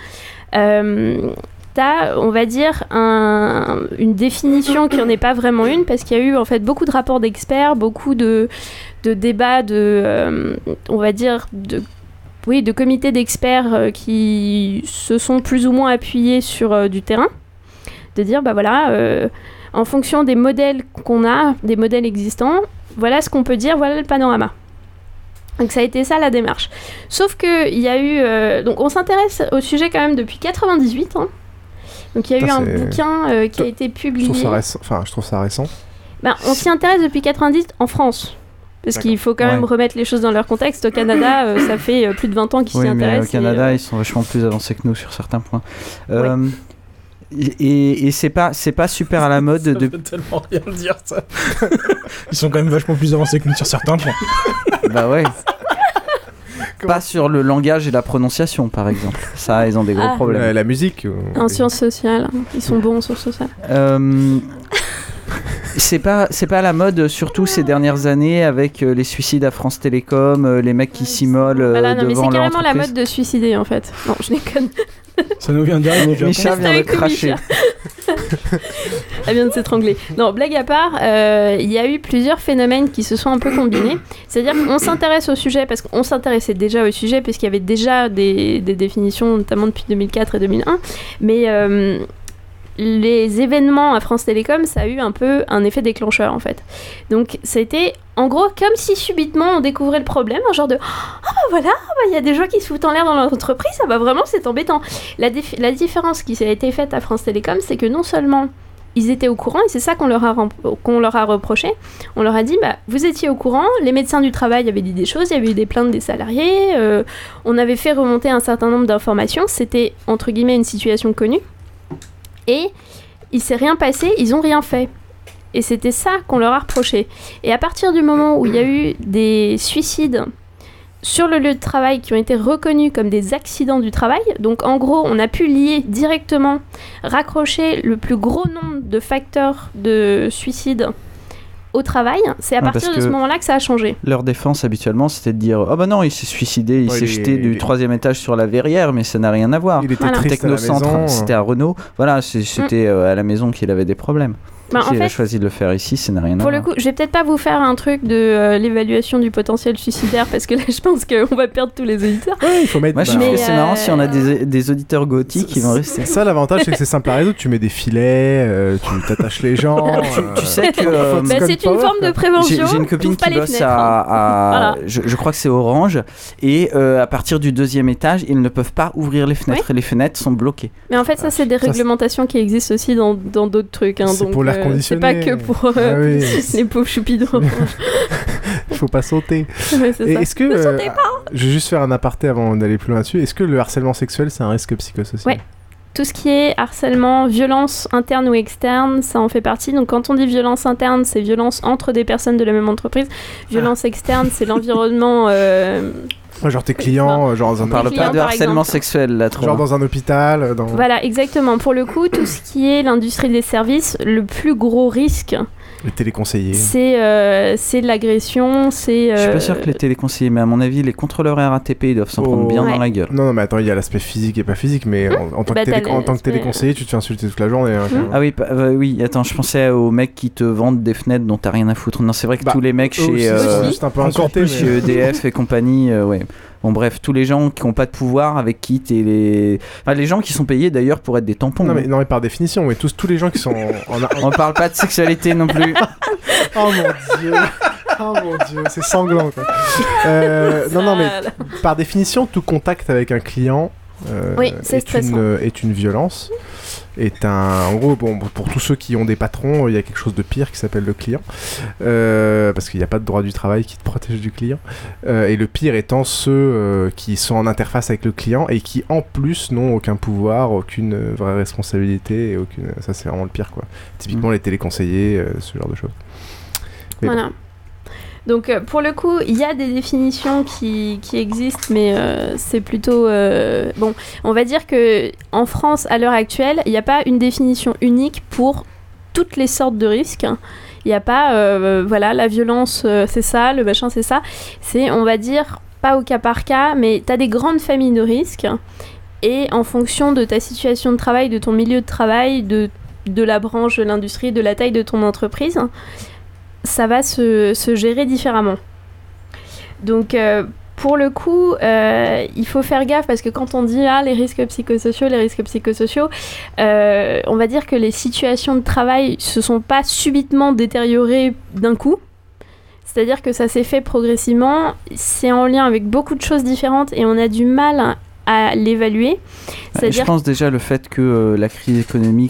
T'as, on va dire, une définition qui n'en est pas vraiment une, parce qu'il y a eu en fait beaucoup de rapports d'experts, beaucoup de débats, on va dire, de comités d'experts qui se sont plus ou moins appuyés sur du terrain, de dire, bah voilà, en fonction des modèles qu'on a, des modèles existants, voilà ce qu'on peut dire, voilà le panorama. Donc ça a été ça la démarche. Sauf qu'il y a eu... donc on s'intéresse au sujet quand même depuis 98, hein. Donc il y a eu un bouquin qui a été publié. Je trouve ça récent. Ben, on s'y intéresse depuis 90 en France. Parce qu'il faut quand même remettre les choses dans leur contexte. Au Canada, ça fait plus de 20 ans qu'ils s'y intéressent. Au Canada, ils sont vachement plus avancés que nous sur certains points. Et c'est pas super à la mode. Ça veut tellement rien dire ça. Ils sont quand même vachement plus avancés que nous sur certains points. Bah ouais. Pas sur le langage et la prononciation, par exemple. Ça, ils ont des gros problèmes. La musique. En sciences sociales, ils sont bons en sciences sociales. C'est pas à la mode, surtout ces dernières années, avec les suicides à France Télécom, les mecs qui s'immolent devant leur entreprise. Mais c'est carrément la mode de suicider, en fait. Non, je déconne. Ça nous vient d'arriver. Micha vient de cracher. Elle vient de s'étrangler. Non, blague à part, il y a eu plusieurs phénomènes qui se sont un peu combinés. C'est-à-dire qu'on s'intéresse au sujet parce qu'on s'intéressait déjà au sujet, puisqu'il y avait déjà des définitions, notamment depuis 2004 et 2001. Mais les événements à France Télécom, ça a eu un peu un effet déclencheur, en fait. Donc, c'était en gros comme si subitement on découvrait le problème, un genre de ah bah voilà, il y a des gens qui se foutent en l'air dans leur entreprise, ah bah vraiment c'est embêtant. La différence qui a été faite à France Télécom, c'est que non seulement ils étaient au courant, et c'est ça qu'on leur a reproché, on leur a dit bah vous étiez au courant, les médecins du travail avaient dit des choses, il y avait eu des plaintes des salariés, on avait fait remonter un certain nombre d'informations, c'était entre guillemets une situation connue, et il s'est rien passé, ils ont rien fait. Et c'était ça qu'on leur a reproché. Et à partir du moment où il y a eu des suicides sur le lieu de travail qui ont été reconnus comme des accidents du travail, donc en gros, on a pu lier directement, raccrocher le plus gros nombre de facteurs de suicide au travail, c'est à partir de ce moment-là que ça a changé. Leur défense habituellement c'était de dire ah bah non il s'est suicidé, il s'est jeté du 3e étage sur la verrière, mais ça n'a rien à voir. Il était triste Technocentre, à la maison. C'était à Renault, voilà, c'était à la maison qu'il avait des problèmes. Si elle a choisi de le faire ici, ça n'a rien à voir. Pour le coup, je vais peut-être pas vous faire un truc de l'évaluation du potentiel suicidaire parce que là, je pense qu'on va perdre tous les auditeurs. Ouais, il faut mettre. Moi, je trouve que c'est marrant si on a des auditeurs gothiques qui vont rester. Ça, l'avantage, c'est que c'est simple à résoudre. Tu mets des filets, tu t'attaches les gens. Tu sais que. C'est une forme de prévention. J'ai une copine qui bosse à je crois que c'est Orange, et à partir du 2e étage, ils ne peuvent pas ouvrir les fenêtres. Les fenêtres sont bloquées. Mais en fait, ça, c'est des réglementations qui existent aussi dans d'autres trucs. C'est pour l'air conditionné. C'est pas que pour les pauvres choupis d'orange. Il faut pas sauter. Ouais, c'est ça. Est-ce que ne sautez pas. Je vais juste faire un aparté avant d'aller plus loin là-dessus. Est-ce que le harcèlement sexuel, c'est un risque psychosocial? Ouais. Tout ce qui est harcèlement, violence interne ou externe, ça en fait partie. Donc quand on dit violence interne, c'est violence entre des personnes de la même entreprise. Violence externe, c'est l'environnement... genre tes clients, genre dans un... On parle pas de harcèlement sexuel là, trop. Genre dans un hôpital. Voilà, exactement. Pour le coup, tout ce qui est l'industrie des services, le plus gros risque... Les téléconseillers. C'est l'agression, c'est... Je suis pas sûr que les téléconseillers, mais à mon avis, les contrôleurs RATP, ils doivent s'en prendre bien dans la gueule. Non, mais attends, il y a l'aspect physique et pas physique, mais en tant que téléconseiller, tu te fais insulter toute la journée. Ah oui, oui, attends, je pensais aux mecs qui te vendent des fenêtres dont t'as rien à foutre. Non, c'est vrai que tous les mecs chez EDF et compagnie, ouais. Bon bref, tous les gens qui n'ont pas de pouvoir, avec qui t'es les gens qui sont payés d'ailleurs pour être des tampons. Non mais par définition, mais tous les gens qui sont On parle pas de sexualité non plus. Oh mon dieu, c'est sanglant quoi. Non mais par définition, tout contact avec un client est une violence. En gros, bon, pour tous ceux qui ont des patrons, il y a quelque chose de pire qui s'appelle le client, parce qu'il n'y a pas de droit du travail qui te protège du client, et le pire étant ceux qui sont en interface avec le client et qui en plus n'ont aucun pouvoir, aucune vraie responsabilité, ça c'est vraiment le pire quoi. Typiquement les téléconseillers, ce genre de choses. Mais voilà. Donc pour le coup, il y a des définitions qui existent, mais c'est plutôt... bon, on va dire qu'en France, à l'heure actuelle, il n'y a pas une définition unique pour toutes les sortes de risques. Il n'y a pas, voilà, la violence, c'est ça, le machin, c'est ça. C'est, on va dire, pas au cas par cas, mais tu as des grandes familles de risques. Et en fonction de ta situation de travail, de ton milieu de travail, de la branche, de l'industrie, de la taille de ton entreprise... ça va se gérer différemment. Donc, pour le coup, il faut faire gaffe parce que quand on dit les risques psychosociaux, on va dire que les situations de travail se sont pas subitement détériorées d'un coup. C'est-à-dire que ça s'est fait progressivement, c'est en lien avec beaucoup de choses différentes et on a du mal à l'évaluer. Je pense déjà le fait que la crise économique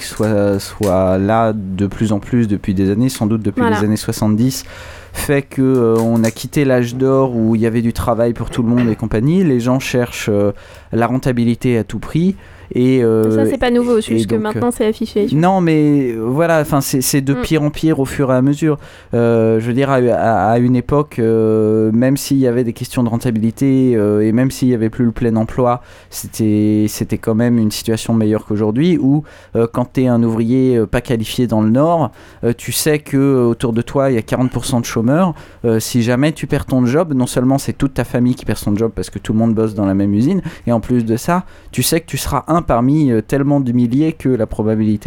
soit là de plus en plus depuis des années, sans doute depuis les années 70, fait qu'on a quitté l'âge d'or où il y avait du travail pour tout le monde et compagnie. Les gens cherchent la rentabilité à tout prix. Et ça c'est pas nouveau, puisque maintenant c'est affiché. Non mais voilà, enfin c'est de pire en pire au fur et à mesure. Je veux dire à une époque, même s'il y avait des questions de rentabilité et même s'il y avait plus le plein emploi, c'était quand même une situation meilleure qu'aujourd'hui. Où quand t'es un ouvrier pas qualifié dans le Nord, tu sais que autour de toi il y a 40% de chômeurs. Si jamais tu perds ton job, non seulement c'est toute ta famille qui perd son job parce que tout le monde bosse dans la même usine, et en plus de ça, tu sais que tu seras parmi tellement de milliers que la probabilité,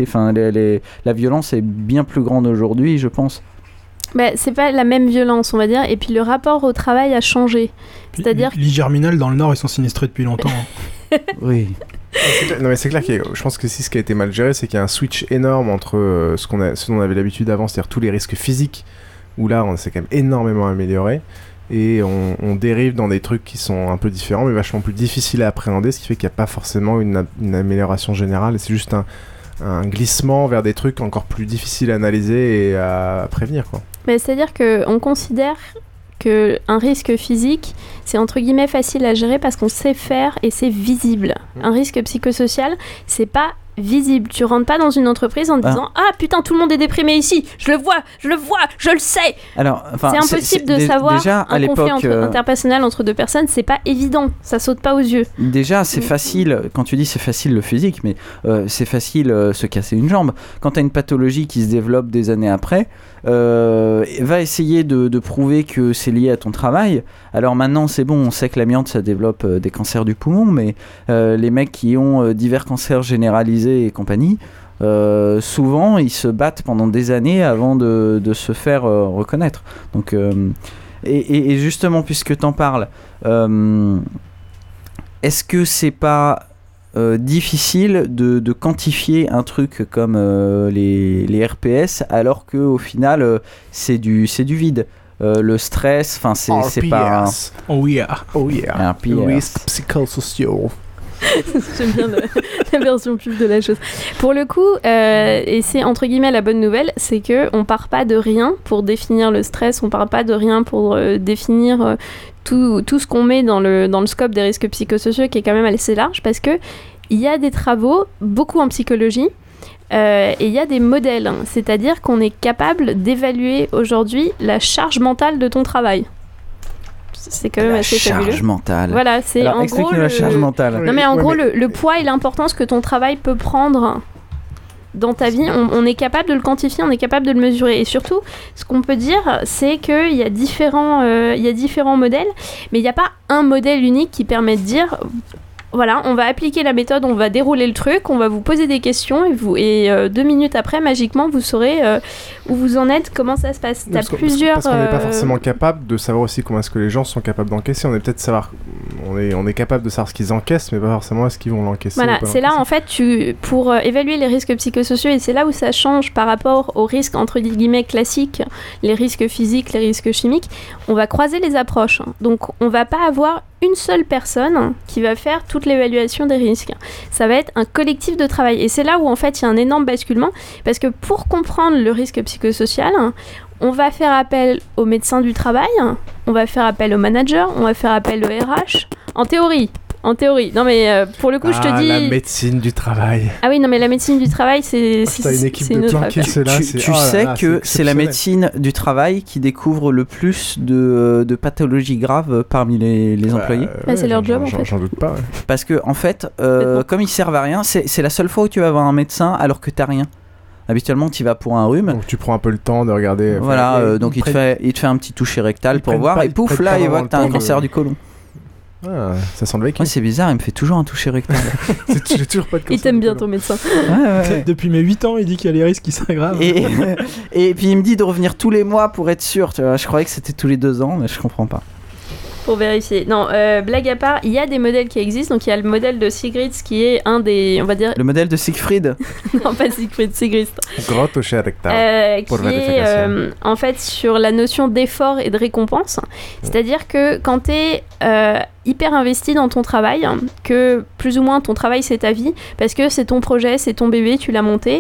la violence est bien plus grande aujourd'hui, je pense. Bah, c'est pas la même violence, on va dire, et puis le rapport au travail a changé. C'est-à-dire l'I-Germinal dans le Nord, ils sont sinistrés depuis longtemps. Oui. Non mais c'est clair que je pense que ce qui a été mal géré, c'est qu'il y a un switch énorme entre ce dont on avait l'habitude avant, c'est-à-dire tous les risques physiques, où là on s'est quand même énormément amélioré. Et on dérive dans des trucs qui sont un peu différents mais vachement plus difficiles à appréhender, ce qui fait qu'il n'y a pas forcément une amélioration générale et c'est juste un glissement vers des trucs encore plus difficiles à analyser et à prévenir quoi. Mais c'est-à-dire qu'on considère qu'un risque physique c'est entre guillemets facile à gérer parce qu'on sait faire et c'est visible. Un risque psychosocial c'est pas visible, tu rentres pas dans une entreprise en te disant putain tout le monde est déprimé ici, je le vois, je le sais. Alors, c'est impossible de savoir déjà, un conflit interpersonnel entre deux personnes, c'est pas évident, ça saute pas aux yeux. Déjà c'est facile, quand tu dis c'est facile le physique, mais c'est facile se casser une jambe. Quand t'as une pathologie qui se développe des années après, va essayer de prouver que c'est lié à ton travail. Alors maintenant c'est bon, on sait que l'amiante ça développe des cancers du poumon, mais les mecs qui ont divers cancers généralisés et compagnie, souvent ils se battent pendant des années avant de se faire reconnaître. Donc, et justement, puisque t'en parles, est-ce que c'est pas difficile de quantifier un truc comme les RPS alors qu'au final c'est du vide? Le stress, enfin c'est pas oh yeah RPS psychosocial. J'aime bien la version pub de la chose. Pour le coup, et c'est entre guillemets la bonne nouvelle, c'est que on part pas de rien pour définir le stress, on part pas de rien pour définir tout ce qu'on met dans le scope des risques psychosociaux, qui est quand même assez large, parce que il y a des travaux, beaucoup en psychologie, et il y a des modèles, c'est-à-dire qu'on est capable d'évaluer aujourd'hui la charge mentale de ton travail. C'est quand même assez fabuleux. La charge mentale. Voilà, c'est alors, en gros la charge mentale. Non mais en gros le poids et l'importance que ton travail peut prendre dans ta vie, on est capable de le quantifier, on est capable de le mesurer. Et surtout, ce qu'on peut dire, c'est qu'il y a différents modèles, mais il n'y a pas un modèle unique qui permet de dire... Voilà, on va appliquer la méthode, on va dérouler le truc, on va vous poser des questions et 2 minutes après, magiquement, vous saurez où vous en êtes, comment ça se passe. Parce qu'on n'est pas forcément capable de savoir aussi comment est-ce que les gens sont capables d'encaisser. On est capable de savoir ce qu'ils encaissent, mais pas forcément est-ce qu'ils vont l'encaisser. Voilà, c'est là en fait, pour évaluer les risques psychosociaux, et c'est là où ça change par rapport aux risques entre guillemets classiques, les risques physiques, les risques chimiques, on va croiser les approches. Donc on va pas avoir une seule personne qui va faire toute l'évaluation des risques. Ça va être un collectif de travail. Et c'est là où en fait il y a un énorme basculement, parce que pour comprendre le risque psychosocial, on va faire appel aux médecins du travail, on va faire appel aux managers, on va faire appel aux RH, en théorie. Non mais pour le coup je te dis... la médecine du travail. Ah oui, non mais la médecine du travail c'est une équipe de planqués, ceux-là. Tu sais que c'est la médecine du travail qui découvre le plus de pathologies graves parmi les employés. C'est leur job en fait. J'en doute pas. Ouais. Parce que en fait, comme ils servent à rien, c'est la seule fois où tu vas voir un médecin alors que t'as rien. Habituellement, tu vas pour un rhume. Donc tu prends un peu le temps de regarder. Voilà, donc il te fait un petit toucher rectal pour voir, et pouf, là il voit que t'as un cancer du côlon. Ah, ça sent le vécu. Ouais, c'est bizarre, il me fait toujours un toucher rectal. J'ai toujours pas de cancer. Il t'aime bien ton médecin. Ouais. Depuis mes 8 ans, il dit qu'il y a les risques qui s'aggravent. Et puis il me dit de revenir tous les mois pour être sûr. Tu vois, je croyais que c'était tous les 2 ans, mais je comprends pas. Pour vérifier. Non, blague à part, il y a des modèles qui existent. Donc il y a le modèle de Sigrid, qui est un des, on va dire... Le modèle de Siegfried. Non, pas Siegfried, Sigrid. Gros toucher rectal. Qui est en fait sur la notion d'effort et de récompense. C'est-à-dire que quand tu es hyper investi dans ton travail, que plus ou moins ton travail c'est ta vie, parce que c'est ton projet, c'est ton bébé, tu l'as monté,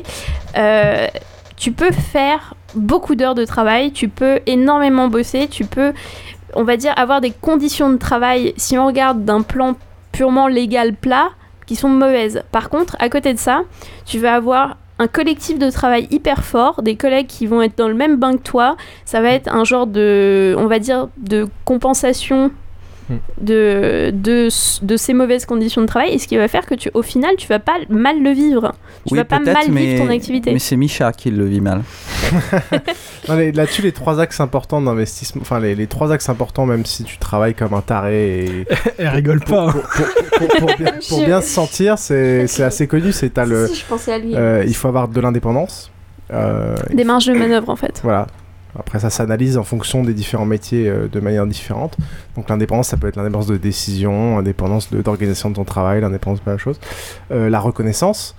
tu peux faire beaucoup d'heures de travail, tu peux énormément bosser, tu peux... on va dire avoir des conditions de travail, si on regarde d'un plan purement légal plat, qui sont mauvaises. Par contre, à côté de ça, tu vas avoir un collectif de travail hyper fort, des collègues qui vont être dans le même bain que toi, ça va être un genre de, on va dire, de compensation de ces mauvaises conditions de travail, et ce qui va faire que au final tu vas pas mal le vivre, tu vas pas mal vivre ton activité. Mais c'est Micha qui le vit mal. Non, là-dessus, les 3 axes importants d'investissement, enfin les 3 axes importants, même si tu travailles comme un taré, elle rigole pas. Pour bien se sentir, c'est assez connu, c'est t'as le. Si, je pensais à lui. Il faut avoir de l'indépendance. Des marges de manœuvre en fait. Voilà. Après, ça s'analyse en fonction des différents métiers de manière différente. Donc l'indépendance, ça peut être l'indépendance de décision, l'indépendance d'organisation de ton travail, l'indépendance de plein de choses. La reconnaissance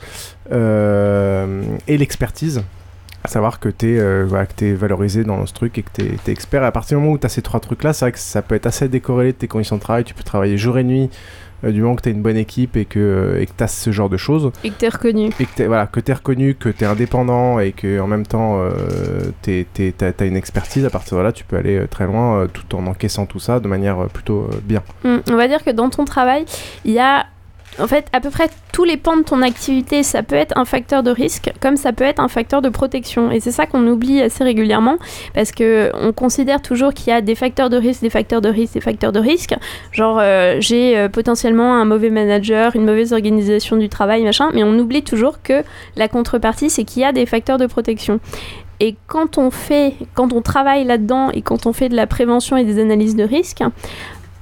et l'expertise. À savoir que tu es valorisé dans ce truc et que tu es expert. Et à partir du moment où tu as ces 3 trucs-là, c'est vrai que ça peut être assez décorrélé de tes conditions de travail. Tu peux travailler jour et nuit du moment que tu as une bonne équipe et que tu as ce genre de choses. Et que tu es reconnu. Et que tu es reconnu, que tu es indépendant et qu'en même temps tu as une expertise. À partir de là, tu peux aller très loin tout en encaissant tout ça de manière plutôt bien. On va dire que dans ton travail, il y a en fait à peu près tous les pans de ton activité, ça peut être un facteur de risque comme ça peut être un facteur de protection, et c'est ça qu'on oublie assez régulièrement, parce qu'on considère toujours qu'il y a des facteurs de risque, des facteurs de risque, des facteurs de risque, genre j'ai potentiellement un mauvais manager, une mauvaise organisation du travail, machin, mais on oublie toujours que la contrepartie c'est qu'il y a des facteurs de protection. Et quand on travaille là-dedans et quand on fait de la prévention et des analyses de risque,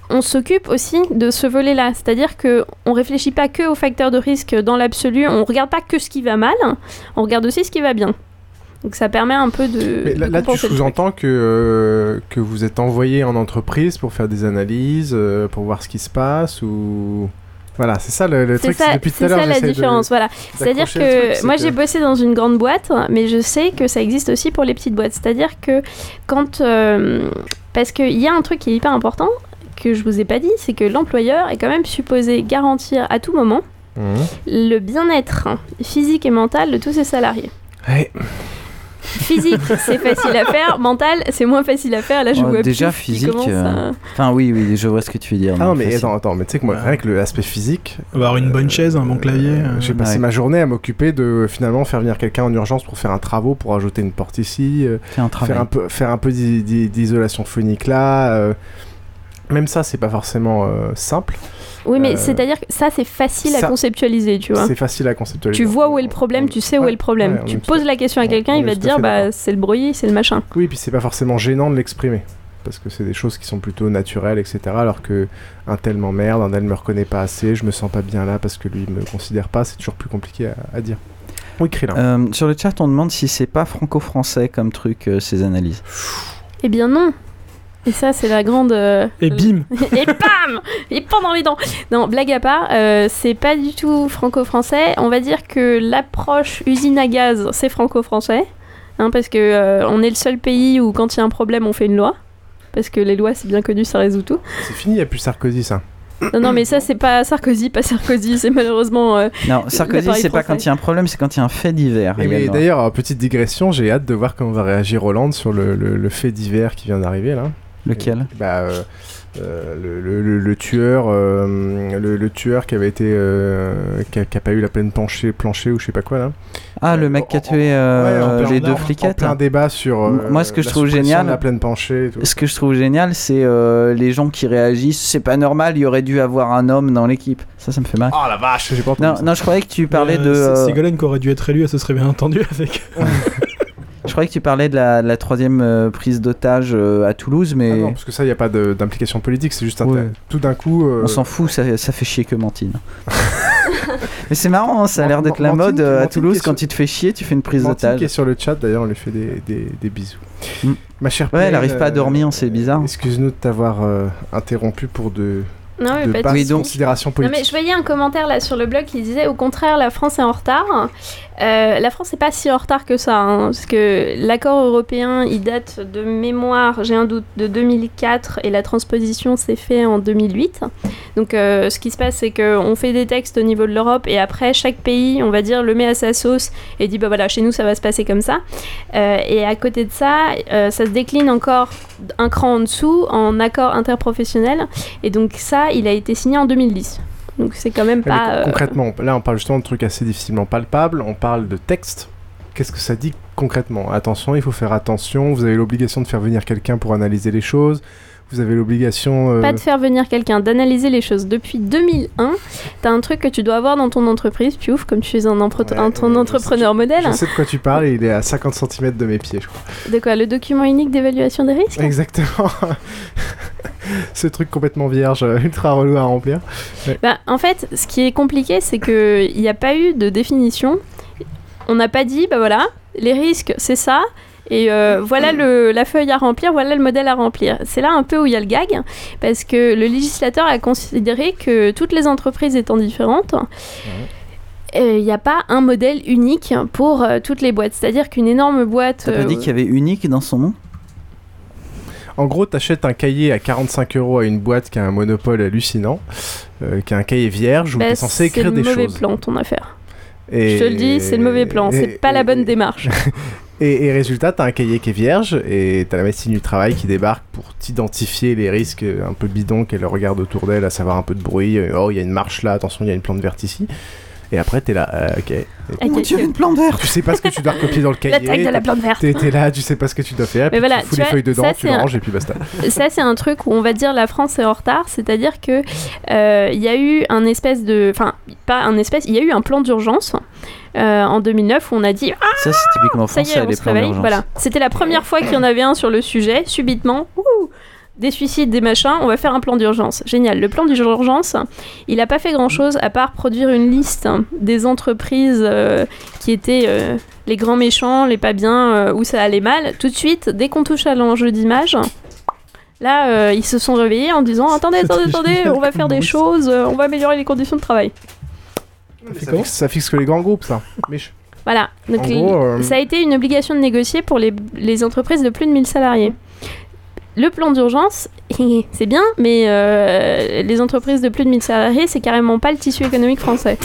on s'occupe aussi de ce volet-là. C'est-à-dire qu'on ne réfléchit pas que aux facteurs de risque dans l'absolu, on ne regarde pas que ce qui va mal, on regarde aussi ce qui va bien. Donc ça permet un peu de... Mais là tu sous-entends que vous êtes envoyé en entreprise pour faire des analyses, pour voir ce qui se passe, ou... Voilà, c'est ça le truc, ça, depuis tout à l'heure. C'est ça la différence, voilà. C'est-à-dire que moi j'ai bossé dans une grande boîte, mais je sais que ça existe aussi pour les petites boîtes. C'est-à-dire que quand... parce qu'il y a un truc qui est hyper important, que je vous ai pas dit, c'est que l'employeur est quand même supposé garantir à tout moment le bien-être physique et mental de tous ses salariés. Ouais. Physique, c'est facile à faire. Mental, c'est moins facile à faire. Là, je vois déjà physique. Enfin, oui, je vois ce que tu veux dire. Ah non, mais attends, mais tu sais que moi, rien que l'aspect physique. Avoir une bonne chaise, un bon clavier. J'ai passé ma journée à m'occuper de finalement faire venir quelqu'un en urgence pour faire un travaux, pour ajouter une porte ici, faire un peu d'isolation phonique là. Même ça, c'est pas forcément simple. Oui, mais c'est-à-dire que ça, c'est facile à conceptualiser, tu vois. C'est facile à conceptualiser. Tu vois où est le problème, tu sais où est le problème. Tu poses la question à quelqu'un, il va te dire, c'est le bruit, c'est le machin. Oui, puis c'est pas forcément gênant de l'exprimer. Parce que c'est des choses qui sont plutôt naturelles, etc. Alors que un tel m'emmerde, un tel me reconnaît pas assez, je me sens pas bien là parce que lui me considère pas, c'est toujours plus compliqué à dire. Oui, Krillin. Sur le chat, on demande si c'est pas franco-français comme truc, ces analyses. Eh bien non. Et ça, c'est la grande... Et bim Et bam Et pas dans les dents. Non, blague à part, c'est pas du tout franco-français. On va dire que l'approche usine à gaz, c'est franco-français. Hein, parce que on est le seul pays où, quand il y a un problème, on fait une loi. Parce que les lois, c'est bien connu, ça résout tout. C'est fini, il n'y a plus Sarkozy, ça. Non, mais ça, c'est pas Sarkozy, c'est malheureusement... non, Sarkozy, c'est pas quand il y a un problème, c'est quand il y a un fait divers. Mais d'ailleurs, petite digression, j'ai hâte de voir comment va réagir Hollande sur le fait divers qui vient d'arriver, là. Lequel ? Le tueur, le tueur qui avait été, qui a pas eu la peine plancher ou je sais pas quoi là. Ah, le mec qui a tué les deux fliquettes. Un débat sur. Moi, ce que je trouve génial, la pleine penchée. Ce que je trouve génial, c'est les gens qui réagissent. C'est pas normal, il y aurait dû avoir un homme dans l'équipe. Ça me fait mal. Oh la vache, j'ai pas entendu. Non, je croyais que tu parlais de. Ségolène qui aurait dû être élue, elle se serait bien entendue avec. Je croyais que tu parlais de la troisième prise d'otage à Toulouse, mais... Ah non, parce que ça, il n'y a pas d'implication politique, c'est juste tout d'un coup... On s'en fout, ça fait chier que Mantine. Mais c'est marrant, hein, ça a l'air d'être la mode à Toulouse, quand tu te fais chier, tu fais une prise d'otage. Mantine qui est sur le chat, d'ailleurs, on lui fait des bisous. Ma chère elle n'arrive pas à dormir, c'est bizarre. Excuse-nous de t'avoir interrompu pour non, mais pas de considération politique. Non, mais je voyais un commentaire là sur le blog qui disait au contraire la France est en retard. La France n'est pas si en retard que ça, hein, parce que l'accord européen il date de mémoire, j'ai un doute, de 2004 et la transposition s'est faite en 2008. Donc ce qui se passe c'est qu'on fait des textes au niveau de l'Europe et après chaque pays on va dire le met à sa sauce et dit bah voilà chez nous ça va se passer comme ça. Et à côté de ça, ça se décline encore un cran en dessous en accord interprofessionnel et donc ça il a été signé en 2010. Donc c'est quand même pas... Concrètement, là on parle justement de trucs assez difficilement palpables, on parle de texte. Qu'est-ce que ça dit concrètement ? Attention, il faut faire attention, vous avez l'obligation de faire venir quelqu'un pour analyser les choses, vous avez l'obligation... Pas de faire venir quelqu'un, d'analyser les choses. Depuis 2001, t'as un truc que tu dois avoir dans ton entreprise, tu ouf, comme tu es un entrepreneur modèle. Je sais de quoi tu parles et il est à 50 cm de mes pieds, je crois. De quoi ? Le document unique d'évaluation des risques ? Exactement. Ce truc complètement vierge, ultra relou à remplir. Ouais. Bah, en fait, ce qui est compliqué, c'est qu'il n'y a pas eu de définition. On n'a pas dit, bah voilà, les risques, c'est ça. Et voilà la feuille à remplir, voilà le modèle à remplir. C'est là un peu où il y a le gag, parce que le législateur a considéré que toutes les entreprises étant différentes, il n'y a pas un modèle unique pour toutes les boîtes. C'est-à-dire qu'une énorme boîte... T'as pas dit qu'il y avait unique dans son nom ? En gros, t'achètes un cahier à 45 € à une boîte qui a un monopole hallucinant, qui a un cahier vierge où t'es censé écrire des choses. C'est le mauvais plan, ton affaire. Je te le dis, c'est le mauvais plan, c'est pas la bonne démarche. Et résultat, t'as un cahier qui est vierge et t'as la médecine du travail qui débarque pour t'identifier les risques un peu bidons qu'elle regarde autour d'elle, à savoir un peu de bruit. Oh, il y a une marche là, attention, il y a une plante verte ici. Et après, t'es là, ok. Oh, tu as une plante verte. Tu sais pas ce que tu dois recopier dans le cahier. L'attaque de la plante verte. T'es là, tu sais pas ce que tu dois faire. Puis voilà, tu fous les feuilles dedans, tu le ranges et puis basta. Ça, c'est un truc où on va dire la France est en retard. C'est-à-dire que il y a eu un espèce de... Enfin, pas un espèce... Il y a eu un plan d'urgence en 2009 où on a dit... Ça, c'est typiquement français, les plans d'urgence. Voilà. C'était la première fois qu'il y en avait un sur le sujet. Subitement, des suicides, des machins, on va faire un plan d'urgence. Génial. Le plan d'urgence, il a pas fait grand-chose à part produire une liste des entreprises qui étaient les grands méchants, les pas bien, où ça allait mal. Tout de suite, dès qu'on touche à l'enjeu d'image, là, ils se sont réveillés en disant « Attendez, on va faire des choses, on va améliorer les conditions de travail. » Ça fixe que les grands groupes, ça. Voilà. Donc, ça a été une obligation de négocier pour les entreprises de plus de 1000 salariés. Le plan d'urgence, c'est bien, mais les entreprises de plus de 1000 salariés, c'est carrément pas le tissu économique français.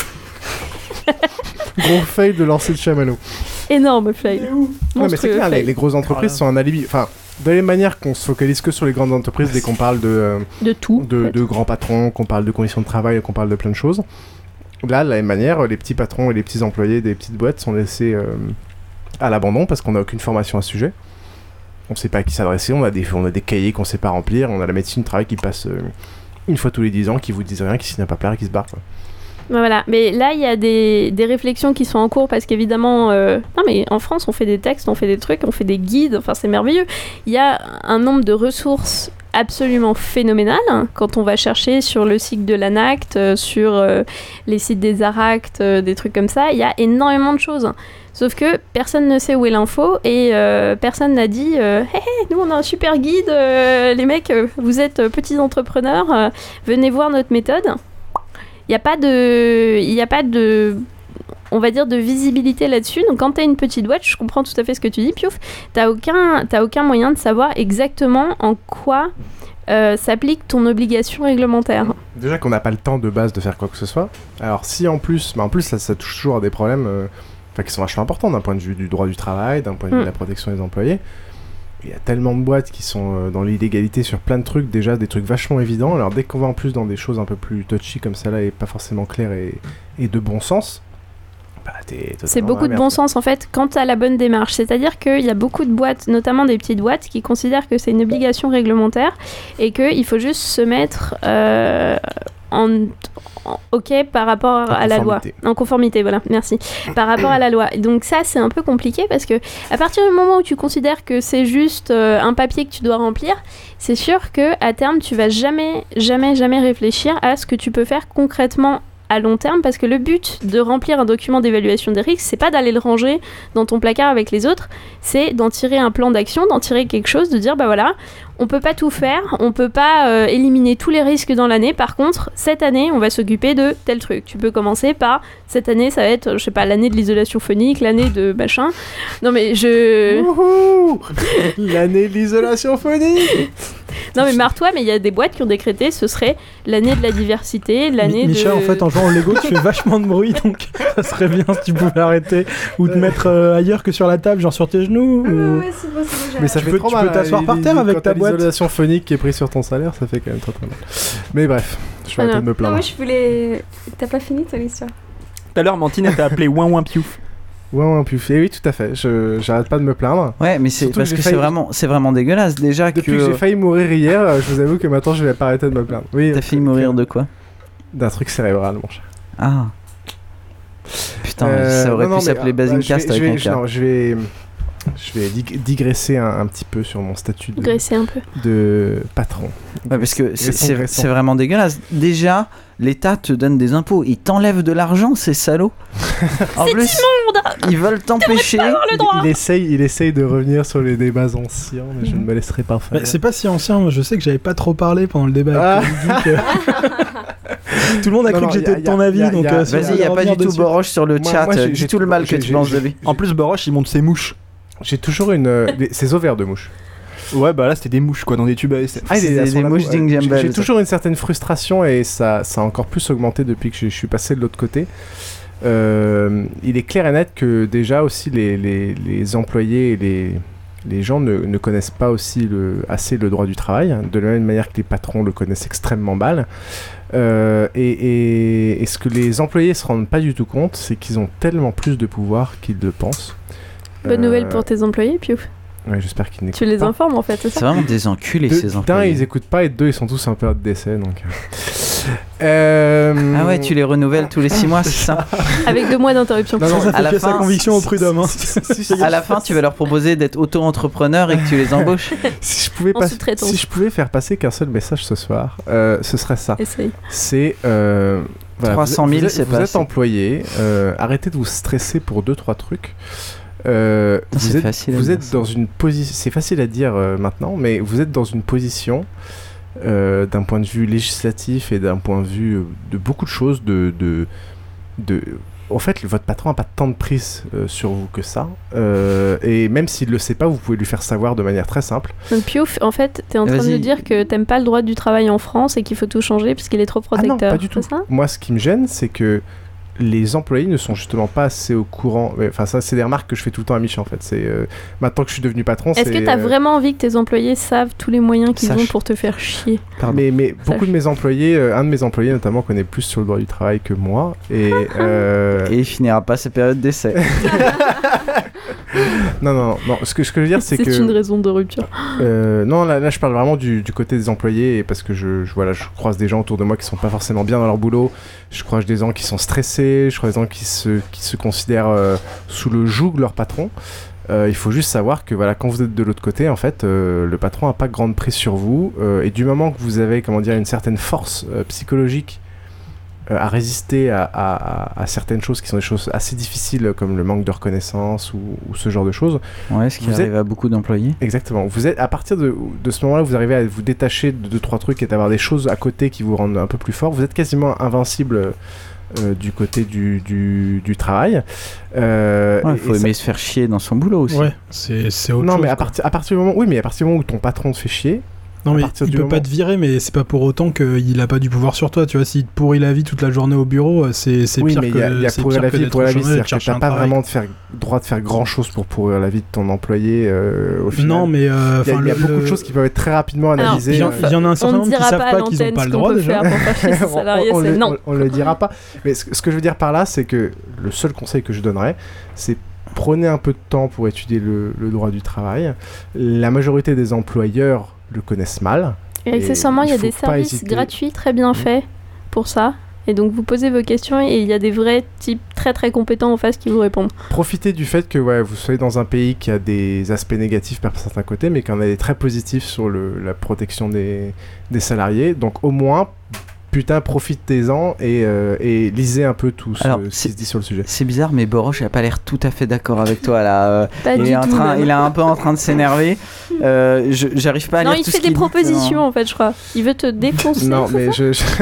Gros fail de lancer le chamallow. Énorme fail. Non, mais c'est clair, les grosses entreprises sont un alibi. Enfin, de la manière qu'on se focalise que sur les grandes entreprises dès qu'on parle de tout, de grands patrons, qu'on parle de conditions de travail, qu'on parle de plein de choses. Là, de la même manière, les petits patrons et les petits employés des petites boîtes sont laissés à l'abandon parce qu'on n'a aucune formation à ce sujet. On ne sait pas à qui s'adresser, on a des cahiers qu'on ne sait pas remplir, on a la médecine du travail qui passe une fois tous les 10 ans, qui vous disent rien, qui signe un papier et qui se barre. Quoi. Voilà, mais là il y a des réflexions qui sont en cours parce qu'évidemment, non mais en France on fait des textes, on fait des trucs, on fait des guides, enfin c'est merveilleux. Il y a un nombre de ressources absolument phénoménal quand on va chercher sur le site de l'ANACT, sur les sites des ARACT, des trucs comme ça, il y a énormément de choses. Sauf que personne ne sait où est l'info et personne n'a dit hey, nous on a un super guide, les mecs, vous êtes petits entrepreneurs, venez voir notre méthode. Il n'y a pas de, on va dire, de visibilité là-dessus. Donc quand tu as une petite boîte, je comprends tout à fait ce que tu dis, Piouf, tu n'as aucun moyen de savoir exactement en quoi s'applique ton obligation réglementaire. Déjà qu'on n'a pas le temps de base de faire quoi que ce soit. Alors si en plus ça touche toujours à des problèmes qui sont vachement importants d'un point de vue du droit du travail, d'un point de vue de la protection des employés. Il y a tellement de boîtes qui sont dans l'illégalité sur plein de trucs, déjà des trucs vachement évidents. Alors dès qu'on va en plus dans des choses un peu plus touchy comme ça là et pas forcément claires et de bon sens, c'est beaucoup de bon sens en fait quand tu as la bonne démarche. C'est-à-dire qu'il y a beaucoup de boîtes, notamment des petites boîtes, qui considèrent que c'est une obligation réglementaire et qu'il faut juste se mettre OK par rapport à la loi. En conformité, voilà, merci. Par rapport à la loi. Donc ça, c'est un peu compliqué parce que à partir du moment où tu considères que c'est juste un papier que tu dois remplir, c'est sûr que à terme, tu vas jamais réfléchir à ce que tu peux faire concrètement à long terme, parce que le but de remplir un document d'évaluation des risques, c'est pas d'aller le ranger dans ton placard avec les autres, c'est d'en tirer un plan d'action, d'en tirer quelque chose, de dire bah voilà, on peut pas tout faire, on peut pas éliminer tous les risques dans l'année, par contre, cette année, on va s'occuper de tel truc. Tu peux commencer par, cette année, ça va être, je sais pas, l'année de l'isolation phonique, l'année de machin. Non mais l'année de l'isolation phonique. Non mais marre-toi, mais il y a des boîtes qui ont décrété ce serait l'année de la diversité, l'année Michel, en fait, en jouant au Lego, tu fais vachement de bruit, donc ça serait bien si tu pouvais arrêter ou te mettre ailleurs que sur la table, genre sur tes genoux. Ouais, c'est bon, mais ça fait trop mal. Tu peux t'asseoir par terre avec ta boîte. L'isolation phonique qui est prise sur ton salaire, ça fait quand même très très mal. Mais bref, je vais arrêter de me plaindre. Non, moi je voulais. T'as pas fini ton histoire. Tout à l'heure, Mantine, elle t'a appelé Ouin Piouf. Ouais, Piouf. Et oui, tout à fait. J'arrête pas de me plaindre. Ouais, mais c'est parce que c'est vraiment dégueulasse déjà. Depuis que j'ai failli mourir hier, je vous avoue que maintenant je vais pas arrêter de me plaindre. Oui. T'as failli mourir de quoi? D'un truc cérébral, mon cher. Ah. Putain, ça aurait pu s'appeler Basincast avec un cas. Non, je vais digresser un petit peu sur mon statut de patron. Ouais, parce que c'est vraiment dégueulasse. Déjà, l'État te donne des impôts. Ils t'enlèvent de l'argent, ces salauds. En c'est plus, immonde. Ils veulent t'empêcher. Il essaye de revenir sur les débats anciens, mais je ne me laisserai pas faire. C'est pas si ancien, je sais que j'avais pas trop parlé pendant le débat avec Geek. Tout le monde a cru que j'étais de ton avis, donc vas-y, il n'y a pas du tout Boroche sur le chat. Dis tout le mal que tu penses de lui. En plus, Boroche, il monte ses mouches. J'ai toujours ces ovaires de mouches. Ouais, bah là c'était des mouches quoi, dans des tubes à essai. Des mouches Dingjambel. J'ai toujours une certaine frustration et ça a encore plus augmenté depuis que je suis passé de l'autre côté. Il est clair et net que déjà aussi les employés et les gens ne connaissent pas aussi assez le droit du travail, de la même manière que les patrons le connaissent extrêmement mal. Et ce que les employés se rendent pas du tout compte, c'est qu'ils ont tellement plus de pouvoir qu'ils le pensent. Bonne nouvelle pour tes employés, Piouf. Ouais, j'espère qu'ils n'écoutent pas. Tu les pas. informes en fait, c'est ça? C'est vraiment des enculés ces employés. D'un, ils écoutent pas, et deux, ils sont tous en période d'essai, donc... Ah ouais, tu les renouvelles tous les 6 mois, c'est ça? Avec 2 mois d'interruption. Non, ça fait sa conviction au prud'homme. Hein. À la fin, tu vas leur proposer d'être auto-entrepreneur et que tu les embauches. Si je pouvais faire passer qu'un seul message ce soir, ce serait ça. Essaye. C'est 300 000, vous êtes employé, arrêtez de vous stresser pour 2-3 trucs. Vous êtes dans une position, c'est facile à dire maintenant, mais vous êtes dans une position d'un point de vue législatif et d'un point de vue de beaucoup de choses, en fait, votre patron n'a pas tant de prise sur vous que ça. Et même s'il ne le sait pas, vous pouvez lui faire savoir de manière très simple. Donc Piouf, en fait, tu es en train de nous dire que tu n'aimes pas le droit du travail en France et qu'il faut tout changer parce qu'il est trop protecteur. Ah non, pas du tout. Ça Moi, ce qui me gêne, c'est que les employés ne sont justement pas assez au courant. Enfin, ça, c'est des remarques que je fais tout le temps à Michel, en fait. C'est maintenant que je suis devenu patron. Est-ce que tu as vraiment envie que tes employés savent tous les moyens qu'ils ont pour te faire chier? Mais beaucoup de mes employés, un de mes employés notamment, connaît plus sur le droit du travail que moi. Et il finira pas ses périodes d'essai. Non. Ce que je veux dire, c'est que... C'est une raison de rupture. Non, là, je parle vraiment du côté des employés, et parce que je croise des gens autour de moi qui sont pas forcément bien dans leur boulot. Je croise des gens qui sont stressés, je croise des gens qui se considèrent sous le joug de leur patron. Il faut juste savoir que quand vous êtes de l'autre côté, en fait, le patron n'a pas grande prise sur vous, et du moment que vous avez, une certaine force psychologique à résister à certaines choses qui sont des choses assez difficiles, comme le manque de reconnaissance ou ce genre de choses. Ouais, ce qui arrive à beaucoup d'employés. Exactement. Vous êtes, à partir de ce moment-là, vous arrivez à vous détacher de 2-3 trucs et d'avoir des choses à côté qui vous rendent un peu plus fort. Vous êtes quasiment invincible du côté du travail. Il faut aimer se faire chier dans son boulot aussi. Ouais, c'est autre chose. Non, mais à partir du moment où ton patron te fait chier, non mais il peut pas te virer, mais c'est pas pour autant qu'il a pas du pouvoir sur toi, tu vois. S'il te pourrit la vie toute la journée au bureau, c'est pire que... Oui, mais il y a pourrir la vie, c'est-à-dire que t'as pas vraiment droit de faire grand chose pour pourrir la vie de ton employé au final. Non, mais... il y a beaucoup de choses qui peuvent être très rapidement analysées. Il y en a un certain nombre qui savent pas qu'ils ont pas le droit déjà. On le dira pas. Mais ce que je veux dire par là, c'est que le seul conseil que je donnerais, c'est prenez un peu de temps pour étudier le droit du travail. La majorité des employeurs le connaissent mal. Et accessoirement, il y a des services gratuits très bien faits pour ça. Et donc vous posez vos questions et il y a des vrais types très très compétents en face qui vous répondent. Profitez du fait que vous soyez dans un pays qui a des aspects négatifs par certains côtés, mais qui en a des très positifs sur la protection des salariés. Donc au moins... Putain, profitez-en et lisez un peu tout ce qui se dit sur le sujet. C'est bizarre, mais Boroche n'a pas l'air tout à fait d'accord avec toi là. Il est un peu en train de s'énerver. J'arrive pas à lire tout ce qu'il dit. Non, il fait des propositions en fait, je crois. Il veut te défoncer. Non, mais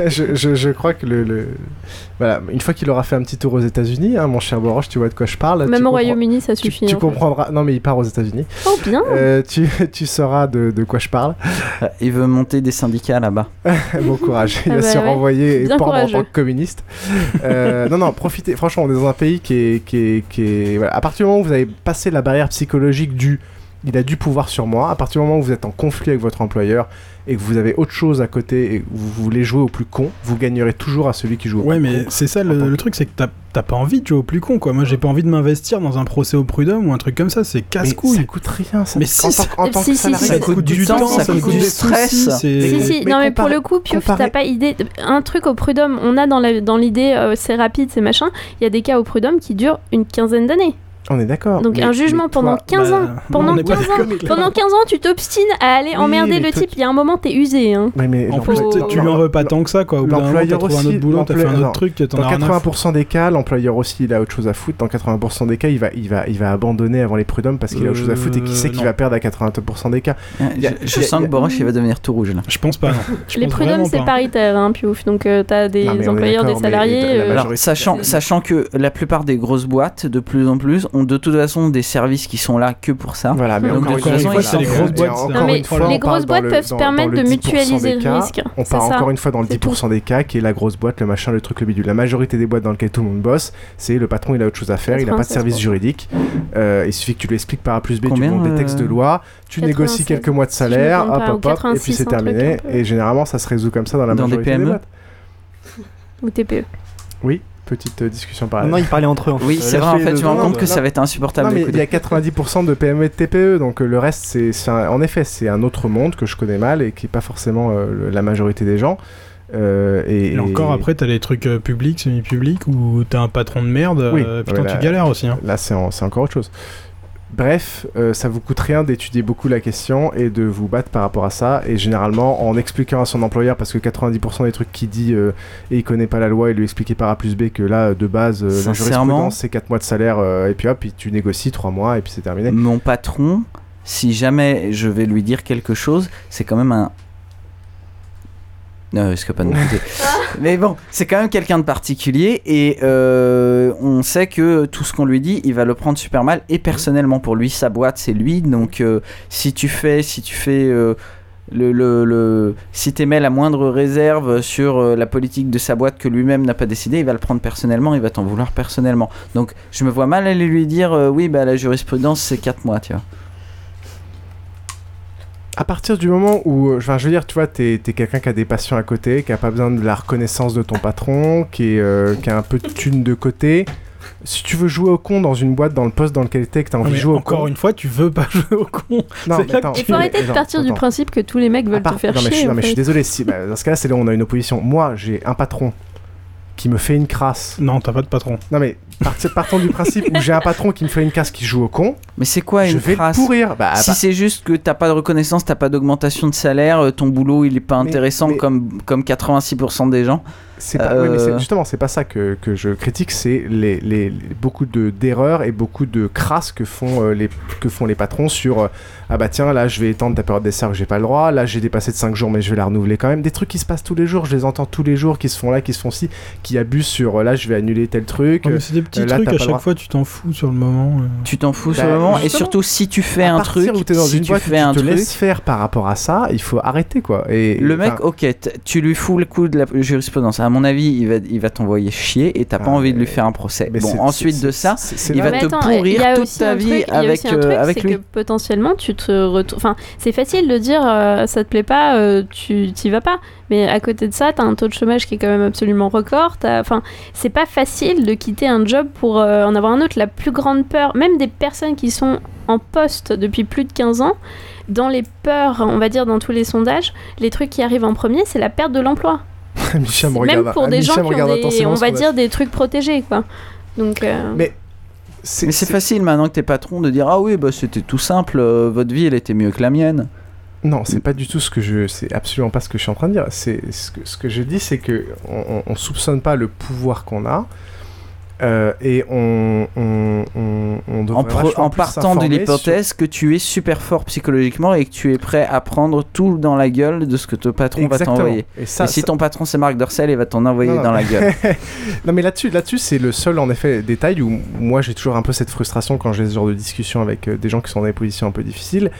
je crois que voilà, une fois qu'il aura fait un petit tour aux États-Unis, mon cher Boroche, tu vois de quoi je parle. Même au Royaume-Uni, ça suffit. Tu comprendras. Non, mais il part aux États-Unis. Oh bien. Tu sauras de quoi je parle. Il veut monter des syndicats là-bas. Bon courage. Il va se renvoyer et pendre en tant que communiste. Non, profitez. Franchement, on est dans un pays qui est voilà. À partir du moment où vous avez passé la barrière psychologique il a du pouvoir sur moi, à partir du moment où vous êtes en conflit avec votre employeur et que vous avez autre chose à côté et que vous voulez jouer au plus con, vous gagnerez toujours à celui qui joue au plus con. Ouais, mais c'est ça le truc, c'est que t'as pas envie de jouer au plus con, quoi. Moi, j'ai pas envie de m'investir dans un procès au prud'homme ou un truc comme ça, c'est casse-couille. Ça coûte rien, ça. Mais si, en tant que salarié, ça coûte du temps, ça coûte du stress. Si, non, mais pour le coup, Piouf, t'as pas idée. Un truc au prud'homme, on a dans l'idée, c'est rapide, c'est machin. Il y a des cas au prud'homme qui durent une quinzaine d'années. On est d'accord. Donc un jugement pendant 15 ans. Pendant 15 ans, tu t'obstines à aller emmerder le type. Il y a un moment, t'es usé. Hein. Mais en plus, tu lui en veux pas tant que ça, quoi. Au bout d'un moment, t'as trouvé un autre boulot, t'as fait un autre truc. Dans 80% des cas, l'employeur aussi, il a autre chose à foutre. Dans 80% des cas, il va abandonner avant les prud'hommes parce qu'il a autre chose à foutre et qu'il sait qu'il va perdre à 80% des cas. Je sens que Boroche, il va devenir tout rouge là. Je pense pas. Les prud'hommes, c'est paritaire, hein, Piouf. Donc t'as des employeurs, des salariés. Sachant que la plupart des grosses boîtes, de plus en plus, ont de toute façon des services qui sont là que pour ça. Voilà, mais donc encore une fois, c'est les grosses boîtes. Les grosses boîtes peuvent se permettre de mutualiser le risque. On part encore une fois dans le 10% des cas, qui est la grosse boîte, le machin, le truc, le bidule. La majorité des boîtes dans lesquelles tout le monde bosse, c'est le patron, il a autre chose à faire, il n'a pas de service juridique. Il suffit que tu lui expliques par A plus B, tu montes des textes de loi, tu négocies quelques mois de salaire, hop, et puis c'est terminé. Et généralement, ça se résout comme ça dans la majorité des boîtes. Ou TPE. Oui. Petite discussion par là. Non, ils parlaient entre eux. Oui, c'est vrai, en fait, tu te rends compte que ça va être insupportable. Non, mais il y a 90% de PME et de TPE, donc le reste, en effet, c'est un autre monde que je connais mal et qui n'est pas forcément la majorité des gens. Et encore après, t'as les trucs publics, semi-publics, où t'as un patron de merde, putain, tu galères aussi. Hein. Là, c'est encore autre chose. Bref, ça vous coûte rien d'étudier beaucoup la question et de vous battre par rapport à ça. Et généralement, en expliquant à son employeur, parce que 90% des trucs qu'il dit et il connaît pas la loi, et lui expliquer par A plus B que là, de base, la jurisprudence, c'est 4 mois de salaire, et puis hop, puis tu négocies 3 mois, et puis c'est terminé. Mon patron, si jamais je vais lui dire quelque chose, c'est quand même un... Non, je ne pas de mon côté. Mais bon, c'est quand même quelqu'un de particulier et on sait que tout ce qu'on lui dit, il va le prendre super mal. Et personnellement, pour lui, sa boîte, c'est lui. Donc, si tu t'émets la moindre réserve sur la politique de sa boîte que lui-même n'a pas décidé, il va le prendre personnellement, il va t'en vouloir personnellement. Donc, je me vois mal aller lui dire oui, bah la jurisprudence, c'est 4 mois, tu vois. À partir du moment où, enfin, je veux dire, tu vois, t'es quelqu'un qui a des passions à côté, qui a pas besoin de la reconnaissance de ton patron, qui a un peu de thune de côté. Si tu veux jouer au con dans une boîte, dans le poste dans lequel t'es, que t'as envie de jouer au con... Encore une fois, tu veux pas jouer au con. Non, mais attends, il faut arrêter de partir du principe que tous les mecs veulent te faire chier. Non, mais je suis désolé. Dans ce cas-là, c'est là où on a une opposition. Moi, j'ai un patron qui me fait une crasse. Non, t'as pas de patron. Non, mais partons du principe où j'ai un patron qui me fait une crasse qui joue au con. Mais c'est quoi une crasse ? Je vais le pourrir. Si c'est juste que t'as pas de reconnaissance, t'as pas d'augmentation de salaire, ton boulot il est pas intéressant comme 86% des gens. C'est pas, oui, mais justement, c'est pas ça que je critique, c'est beaucoup d'erreurs et beaucoup de crasses que font les patrons sur ah bah tiens, là je vais étendre ta période d'essai que j'ai pas le droit, là j'ai dépassé de 5 jours mais je vais la renouveler quand même. Des trucs qui se passent tous les jours, je les entends tous les jours, qui se font là, qui se font ci, qui abusent sur là je vais annuler tel truc. Non, mais c'est des petits trucs, à chaque fois tu t'en fous sur le moment. Tu t'en fous sur le moment, et surtout si tu fais un truc, où t'es dans une boîte, tu te laisses faire par rapport à ça, il faut arrêter quoi. Le mec, ok, tu lui fous le coup de la jurisprudence, à mon avis il va t'envoyer chier et t'as pas envie de lui faire un procès. Bon, ensuite de ça, il va te pourrir toute ta vie avec lui. Que potentiellement tu te enfin, c'est facile de dire ça te plaît pas, tu t'y vas pas. Mais à côté de ça, t'as un taux de chômage qui est quand même absolument record. Enfin, c'est pas facile de quitter un job pour en avoir un autre. La plus grande peur, même des personnes qui sont en poste depuis plus de 15 ans, dans les peurs, on va dire dans tous les sondages, les trucs qui arrivent en premier, c'est la perte de l'emploi. Même pour des gens qui ont on va dire des trucs protégés quoi. Donc mais c'est facile maintenant que t'es patron de dire ah oui bah c'était tout simple, votre vie elle était mieux que la mienne. Non, c'est pas du tout c'est absolument pas ce que je suis en train de dire. C'est ce que je dis, c'est que on soupçonne pas le pouvoir qu'on a. Et on devrait en partant de l'hypothèse que tu es super fort psychologiquement et que tu es prêt à prendre tout dans la gueule de ce que ton patron va t'envoyer. Et si ton patron c'est Marc Dorcel, il va t'en envoyer dans la gueule. Non mais là-dessus c'est le seul en effet détail où moi j'ai toujours un peu cette frustration quand j'ai ce genre de discussion avec des gens qui sont dans des positions un peu difficiles.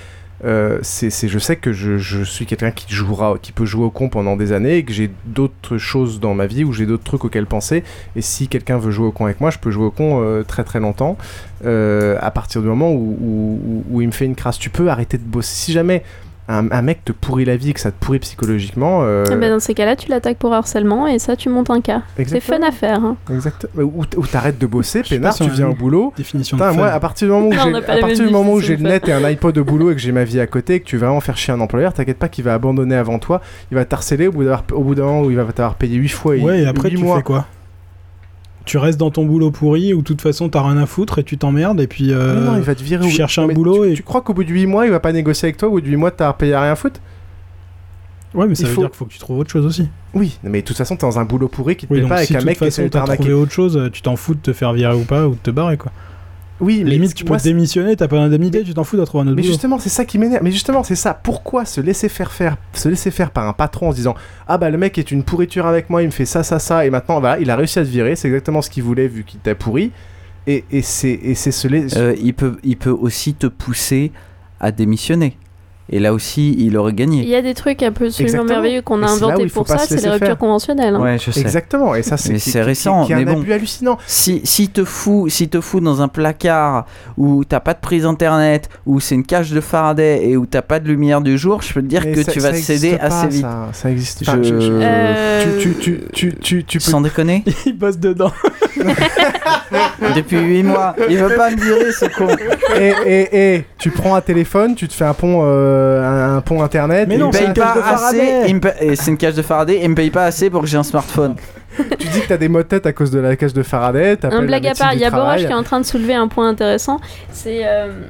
Je sais que je suis quelqu'un qui peut jouer au con pendant des années et que j'ai d'autres choses dans ma vie où j'ai d'autres trucs auxquels penser, et si quelqu'un veut jouer au con avec moi, je peux jouer au con très très longtemps à partir du moment où il me fait une crasse. Tu peux arrêter de bosser si jamais un mec te pourrit la vie et que ça te pourrit psychologiquement. Dans ces cas-là, tu l'attaques pour harcèlement et ça, tu montes un cas. C'est fun à faire. Hein. Exactement. Ou t'arrêtes de bosser, peinard, tu viens au boulot. Définition de moi, à partir du moment où j'ai le net et un iPod au boulot et que j'ai ma vie à côté et que tu vas vraiment faire chier un employeur, t'inquiète pas qu'il va abandonner avant toi. Il va t'harceler au bout d'un moment où il va t'avoir payé 8 fois. Ouais, et après, tu fais quoi ? Tu restes dans ton boulot pourri où de toute façon t'as rien à foutre et tu t'emmerdes et puis non, il va te virer tu cherches un boulot tu crois qu'au bout de 8 mois il va pas négocier avec toi, au bout de 8 mois t'as payé à rien foutre? Ouais, mais ça veut dire qu'il faut que tu trouves autre chose aussi. Oui, mais de toute façon t'es dans un boulot pourri qui te plaît pas avec un mec qui essaie de t'arnaquer. Si de toute façon t'as trouvé autre chose, tu t'en fous de te faire virer ou pas ou de te barrer quoi. Oui, mais limite tu peux démissionner, t'as pas d'indemnité, tu t'en fous de trouver un autre boulot. Mais justement, c'est ça qui m'énerve. Mais justement, c'est ça. Pourquoi se laisser faire par un patron en se disant ah bah le mec est une pourriture avec moi, il me fait ça et maintenant voilà, il a réussi à te virer, c'est exactement ce qu'il voulait vu qu'il t'a pourri. Et c'est il peut aussi te pousser à démissionner. Et là aussi, il aurait gagné. Il y a des trucs un peu absolument merveilleux qu'on a inventés pour ça, c'est les ruptures conventionnelles. Hein. Ouais, je sais. Exactement, et ça c'est récent, mais un abus hallucinant. Si te fous dans un placard où t'as pas de prise internet, où c'est une cage de Faraday et où t'as pas de lumière du jour, je peux te dire que tu vas te céder assez vite. Ça existe pas. Tu peux... Sans déconner. Il bosse dedans. Depuis 8 mois. Il veut pas me virer, ce con. Et tu prends un téléphone, tu te fais un pont internet. Mais non, il me paye pas assez. Et c'est une cage de Faraday et il me paye pas assez pour que j'ai un smartphone. Tu dis que t'as des maux de tête à cause de la cage de Faraday. Un blague à part, il y a Borage qui est en train de soulever un point intéressant. C'est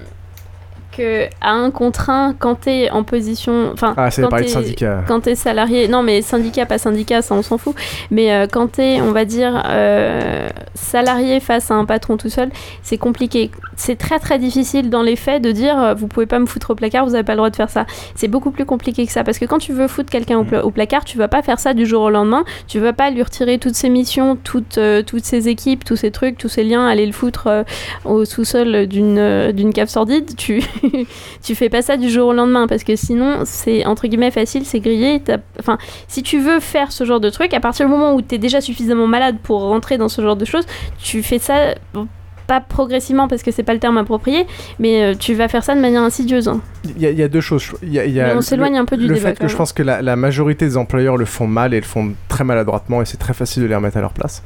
que à 1 contre 1, quand t'es en position, quand t'es salarié, non mais syndicat pas syndicat, ça on s'en fout, mais quand t'es, on va dire, salarié face à un patron tout seul, c'est compliqué. C'est très très difficile dans les faits de dire vous pouvez pas me foutre au placard, vous avez pas le droit de faire ça. C'est beaucoup plus compliqué que ça, parce que quand tu veux foutre quelqu'un au placard, tu vas pas faire ça du jour au lendemain, tu vas pas lui retirer toutes ses missions, toutes ses équipes, tous ses trucs, tous ses liens, aller le foutre au sous-sol d'une cave sordide. Tu fais pas ça du jour au lendemain, parce que sinon c'est entre guillemets facile, c'est grillé. Enfin, si tu veux faire ce genre de truc, à partir du moment où t'es déjà suffisamment malade pour rentrer dans ce genre de choses, tu fais ça pas progressivement parce que c'est pas le terme approprié, mais tu vas faire ça de manière insidieuse. Il y a deux choses. On s'éloigne un peu du débat. Le fait que je pense que la majorité des employeurs le font mal et le font très maladroitement, et c'est très facile de les remettre à leur place.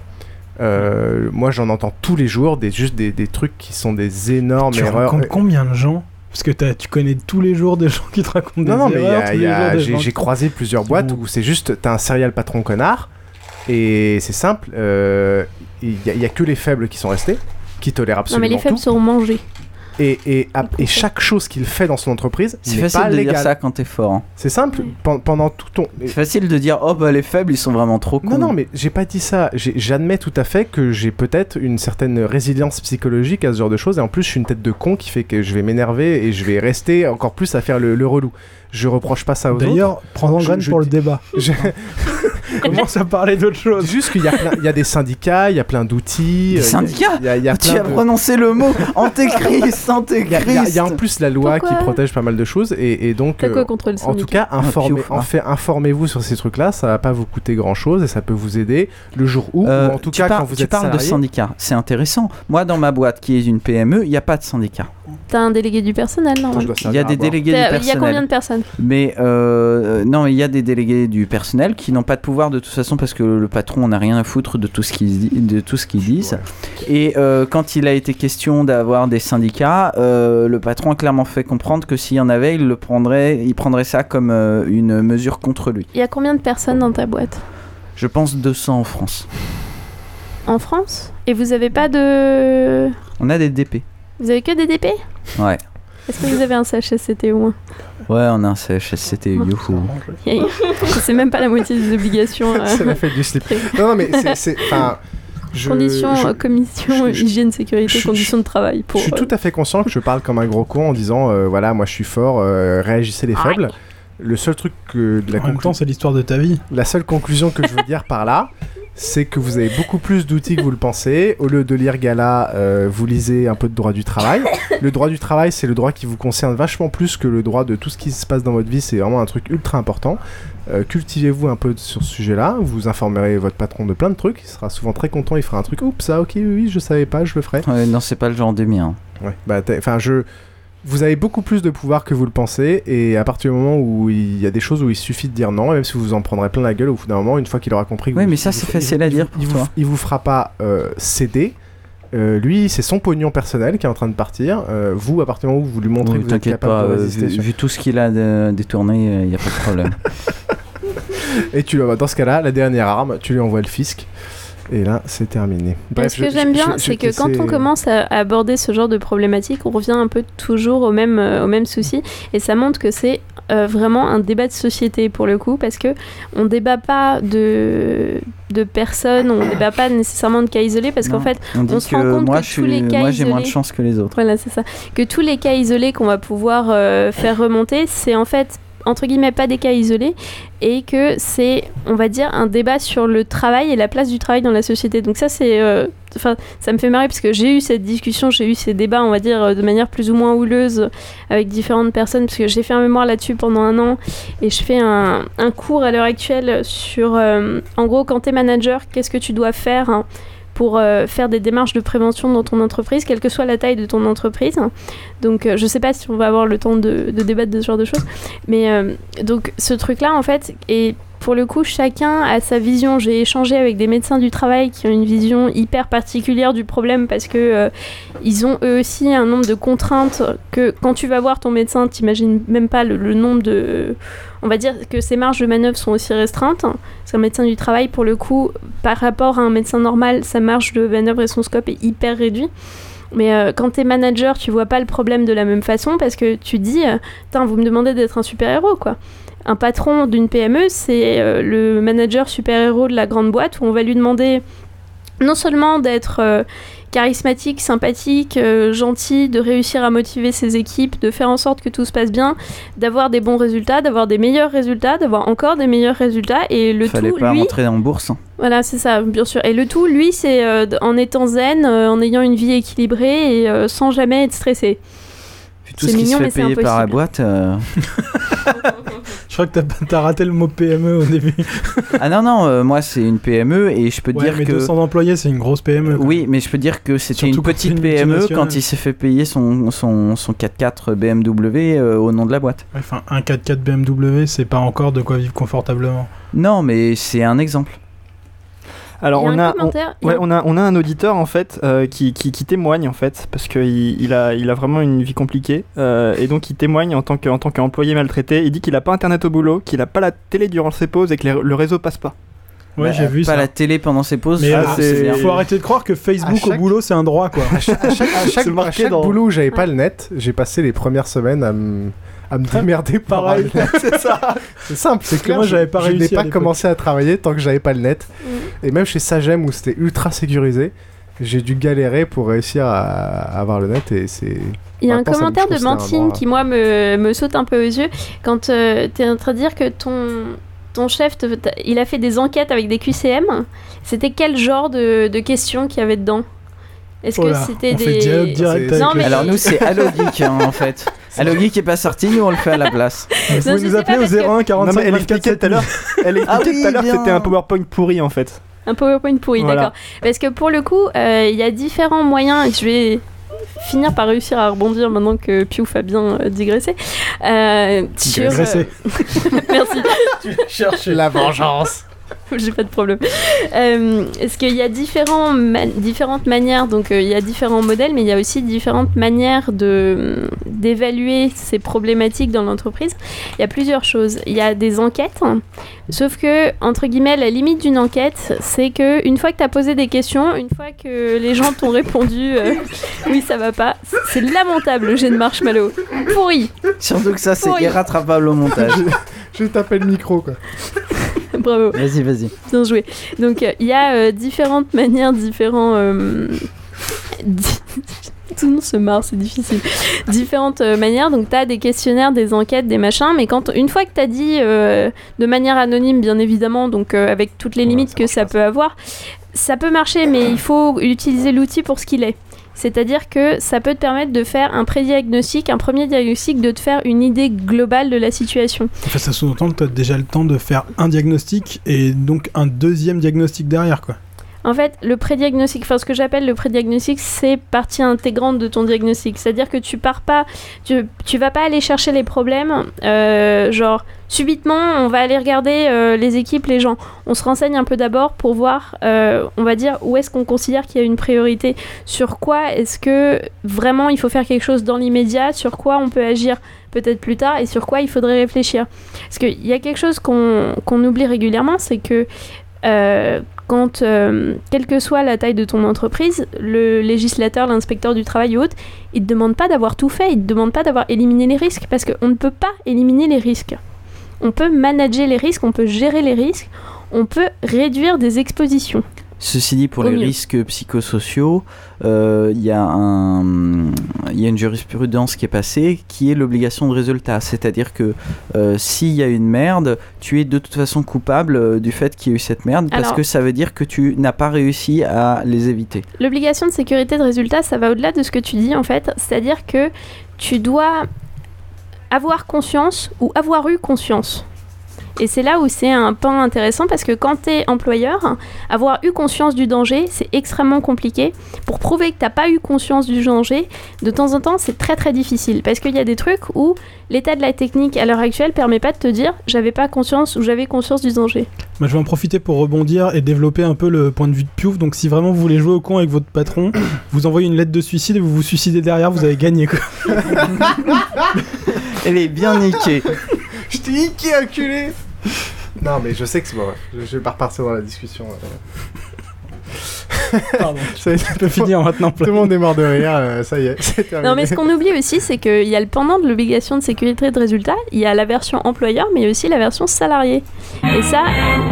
Moi j'en entends tous les jours des trucs qui sont des énormes erreurs. Tu rencontres combien de gens? Parce que tu connais tous les jours des gens qui te racontent des erreurs. Non, mais j'ai croisé plusieurs boîtes où c'est juste, t'as un serial patron connard, et c'est simple, il y a que les faibles qui sont restés, qui tolèrent absolument tout. Non mais les faibles seront mangés. Et chaque chose qu'il fait dans son entreprise, c'est facile de dire ça quand t'es fort. Hein. C'est simple, pendant tout ton... C'est facile de dire, oh bah les faibles ils sont vraiment trop cons. Non, mais j'ai pas dit ça. J'admets tout à fait que j'ai peut-être une certaine résilience psychologique à ce genre de choses, et en plus je suis une tête de con qui fait que je vais m'énerver et je vais rester encore plus à faire le relou. Je reproche pas ça aux autres. D'ailleurs, prends-en graine pour le débat. Commence à parler d'autre chose. Juste qu'il y a des syndicats, il y a plein d'outils. Des syndicats Tu as prononcé le mot antéchrist. Il y a en plus la loi qui protège pas mal de choses, et donc t'as quoi contre le syndicat? En tout cas, informez-vous sur ces trucs-là, ça va pas vous coûter grand-chose et ça peut vous aider le jour où, ou en tout cas quand vous êtes salarié. Tu parles de syndicats, c'est intéressant. Moi, dans ma boîte qui est une PME, il n'y a pas de syndicat. T'as un délégué du personnel, non? Il y a des délégués du personnel. Il y a combien de personnes? Mais non, il y a des délégués du personnel qui n'ont pas de pouvoir de toute façon, parce que le patron n'a rien à foutre de tout ce qu'ils disent. Et quand il a été question d'avoir des syndicats, le patron a clairement fait comprendre que s'il y en avait, il prendrait ça comme une mesure contre lui. Il y a combien de personnes dans ta boîte? Je pense 200 en France. En France? Et vous avez pas de... On a des DP. Vous avez que des DP? Ouais. Est-ce que vous avez un CHSCT au moins? Ouais, on a un CHSCT, youhou. C'est même pas la moitié des obligations. Ça m'a fait du slip. Non, mais c'est... Commission, hygiène, sécurité, conditions de travail. Je suis tout à fait conscient que je parle comme un gros con en disant, voilà, moi je suis fort, réagissez les faibles. Le seul truc que... En même temps, c'est l'histoire de ta vie. La seule conclusion que je veux dire par là, c'est que vous avez beaucoup plus d'outils que vous le pensez. Au lieu de lire Gala, vous lisez un peu de droit du travail. Le droit du travail, c'est le droit qui vous concerne vachement plus que le droit de tout ce qui se passe dans votre vie. C'est vraiment un truc ultra important. Cultivez-vous un peu sur ce sujet-là. Vous informerez votre patron de plein de trucs. Il sera souvent très content. Il fera un truc. Oups, ça, ok, oui, je savais pas, je le ferai. Non, c'est pas le genre des miens. Ouais, vous avez beaucoup plus de pouvoir que vous le pensez, et à partir du moment où il y a des choses où il suffit de dire non, même si vous en prendrez plein la gueule, au bout d'un moment, une fois qu'il aura compris que mais ça c'est facile à dire pour toi. Il vous fera pas céder. Lui, c'est son pognon personnel qui est en train de partir. Vous, à partir du moment où vous lui montrez que vous êtes capable de résister... Vu tout ce qu'il a détourné, il n'y a pas de problème. Et dans ce cas-là, la dernière arme, tu lui envoies le fisc. Et là, c'est terminé. Bref, ce que j'aime bien, c'est que quand on commence à aborder ce genre de problématique, on revient un peu toujours au même souci. Et ça montre que c'est vraiment un débat de société pour le coup, parce que on débat pas de personnes, on débat pas nécessairement de cas isolés, parce qu'en fait, on se rend compte que tous les cas isolés... Moi, j'ai moins de chance que les autres. Voilà, c'est ça. Que tous les cas isolés qu'on va pouvoir faire remonter, c'est en fait... entre guillemets pas des cas isolés, et que c'est, on va dire, un débat sur le travail et la place du travail dans la société. Donc ça c'est ça me fait marrer parce que j'ai eu cette discussion, j'ai eu ces débats, on va dire, de manière plus ou moins houleuse avec différentes personnes, parce que j'ai fait un mémoire là-dessus pendant 1 an, et je fais un cours à l'heure actuelle sur en gros, quand t'es manager, qu'est-ce que tu dois faire pour faire des démarches de prévention dans ton entreprise, quelle que soit la taille de ton entreprise. Donc je sais pas si on va avoir le temps de débattre de ce genre de choses, mais donc ce truc-là en fait est pour le coup, chacun a sa vision. J'ai échangé avec des médecins du travail qui ont une vision hyper particulière du problème parce que ils ont eux aussi un nombre de contraintes que quand tu vas voir ton médecin, t'imagines même pas le nombre de... On va dire que ses marges de manœuvre sont aussi restreintes. Parce qu'un médecin du travail, pour le coup, par rapport à un médecin normal, sa marge de manœuvre et son scope est hyper réduit. Mais quand t'es manager, tu vois pas le problème de la même façon parce que tu dis vous me demandez d'être un super-héros, quoi. Un patron d'une PME, c'est le manager super-héros de la grande boîte où on va lui demander non seulement d'être charismatique, sympathique, gentil, de réussir à motiver ses équipes, de faire en sorte que tout se passe bien, d'avoir des bons résultats, d'avoir des meilleurs résultats, d'avoir encore des meilleurs résultats. Et le Fallait tout, pas lui... rentrer en bourse. Hein. Voilà, c'est ça, bien sûr. Et le tout, lui, c'est en étant zen, en ayant une vie équilibrée et sans jamais être stressé. Tout ce qui se fait payer par la boîte. Je crois que t'as raté le mot PME au début. Ah non, moi c'est une PME et je peux dire mais que... 200 employés, c'est une grosse PME. Oui, mais je peux dire que c'était une petite PME quand il s'est fait payer son 4x4 BMW au nom de la boîte. Enfin, un 4x4 BMW, c'est pas encore de quoi vivre confortablement. Non, mais c'est un exemple. Alors on a un auditeur en fait qui témoigne en fait parce que il a vraiment une vie compliquée et donc il témoigne en tant qu'employé maltraité. Il dit qu'il a pas internet au boulot, qu'il a pas la télé durant ses pauses et que le réseau passe pas. Ouais, j'ai vu pas ça. la télé pendant ses pauses. Mais faut arrêter de croire que Facebook au boulot c'est un droit quoi. À chaque boulot où j'avais pas le net, j'ai passé les premières semaines à me démerder pareil. C'est ça. C'est simple, c'est clair. Moi j'avais pas réussi. Je n'ai pas commencé à travailler tant que j'avais pas le net. Et même chez Sagem où c'était ultra sécurisé, j'ai dû galérer pour réussir à avoir le net et c'est... Il y a un commentaire de Mantine qui moi me saute un peu aux yeux quand tu es en train de dire que ton chef, il a fait des enquêtes avec des QCM. C'était quel genre de questions qu'il y avait dedans ? Est-ce que c'était des... Non, mais... Alors nous c'est Allo Geek en fait. Allo Geek est pas sorti, nous on le fait à la place. Vous pouvez nous appeler au 01 45 elle expliquait tout à l'heure. C'était un PowerPoint pourri en fait. Un PowerPoint pourri, voilà. D'accord. Parce que pour le coup, il y a différents moyens et je vais finir par réussir à rebondir maintenant que Piouf a bien digressé. Digressé. Merci. Tu cherches la vengeance. J'ai pas de problème. Est-ce qu'il y a différentes manières, donc il y a différents modèles, mais il y a aussi différentes manières d'évaluer ces problématiques dans l'entreprise. Il y a plusieurs choses. Il y a des enquêtes, sauf que, entre guillemets, la limite d'une enquête, c'est que une fois que tu as posé des questions, une fois que les gens t'ont répondu oui, ça va pas, c'est lamentable le jet de marshmallow. Pourri. Surtout que ça, c'est irrattrapable au montage. Je tape le micro, quoi. Bravo. Vas-y. Bien joué. Donc, il y a différentes manières, tout le monde se marre, c'est difficile. Différentes manières, donc tu as des questionnaires, des enquêtes, des machins, mais une fois que tu as dit de manière anonyme, bien évidemment, donc avec toutes les limites que ça peut avoir, ça peut marcher, mais il faut utiliser l'outil pour ce qu'il est. C'est-à-dire que ça peut te permettre de faire un pré-diagnostic, un premier diagnostic, de te faire une idée globale de la situation. Enfin, ça sous-entend que tu as déjà le temps de faire un diagnostic et donc un deuxième diagnostic derrière, quoi. En fait, le pré-diagnostic, ce que j'appelle le pré-diagnostic, c'est partie intégrante de ton diagnostic. C'est-à-dire que tu pars pas, tu vas pas aller chercher les problèmes, genre subitement, on va aller regarder les équipes, les gens. On se renseigne un peu d'abord pour voir, on va dire, où est-ce qu'on considère qu'il y a une priorité, sur quoi est-ce que vraiment il faut faire quelque chose dans l'immédiat, sur quoi on peut agir peut-être plus tard et sur quoi il faudrait réfléchir. Parce qu'il y a quelque chose qu'on oublie régulièrement, c'est que quand, quelle que soit la taille de ton entreprise, le législateur, l'inspecteur du travail ou autre, il ne te demande pas d'avoir tout fait, il ne te demande pas d'avoir éliminé les risques, parce qu'on ne peut pas éliminer les risques. On peut manager les risques, on peut gérer les risques, on peut réduire des expositions. Ceci dit, pour les risques psychosociaux, il y a une jurisprudence qui est passée qui est l'obligation de résultat. C'est-à-dire que s'il y a une merde, tu es de toute façon coupable du fait qu'il y ait eu cette merde parce que ça veut dire que tu n'as pas réussi à les éviter. L'obligation de sécurité de résultat, ça va au-delà de ce que tu dis en fait. C'est-à-dire que tu dois avoir conscience ou avoir eu conscience Et c'est là où c'est un pan intéressant parce que quand tu es employeur, avoir eu conscience du danger, c'est extrêmement compliqué. Pour prouver que tu n'as pas eu conscience du danger, de temps en temps, c'est très très difficile. Parce qu'il y a des trucs où l'état de la technique à l'heure actuelle permet pas de te dire j'avais pas conscience ou j'avais conscience du danger. Moi, je vais en profiter pour rebondir et développer un peu le point de vue de Piouf. Donc si vraiment vous voulez jouer au con avec votre patron, vous envoyez une lettre de suicide et vous vous suicidez derrière, vous avez gagné quoi. Elle est bien niquée. Je t'ai niqué, enculé. Non mais je sais que c'est pas vrai. Je vais pas repartir dans la discussion. Pardon, ça peut finir maintenant. Tout le monde est mort de rire, ça y est, c'est terminé. Non mais ce qu'on oublie aussi, c'est qu'il y a le pendant de l'obligation de sécurité de résultat, il y a la version employeur, mais il y a aussi la version salarié. Et ça...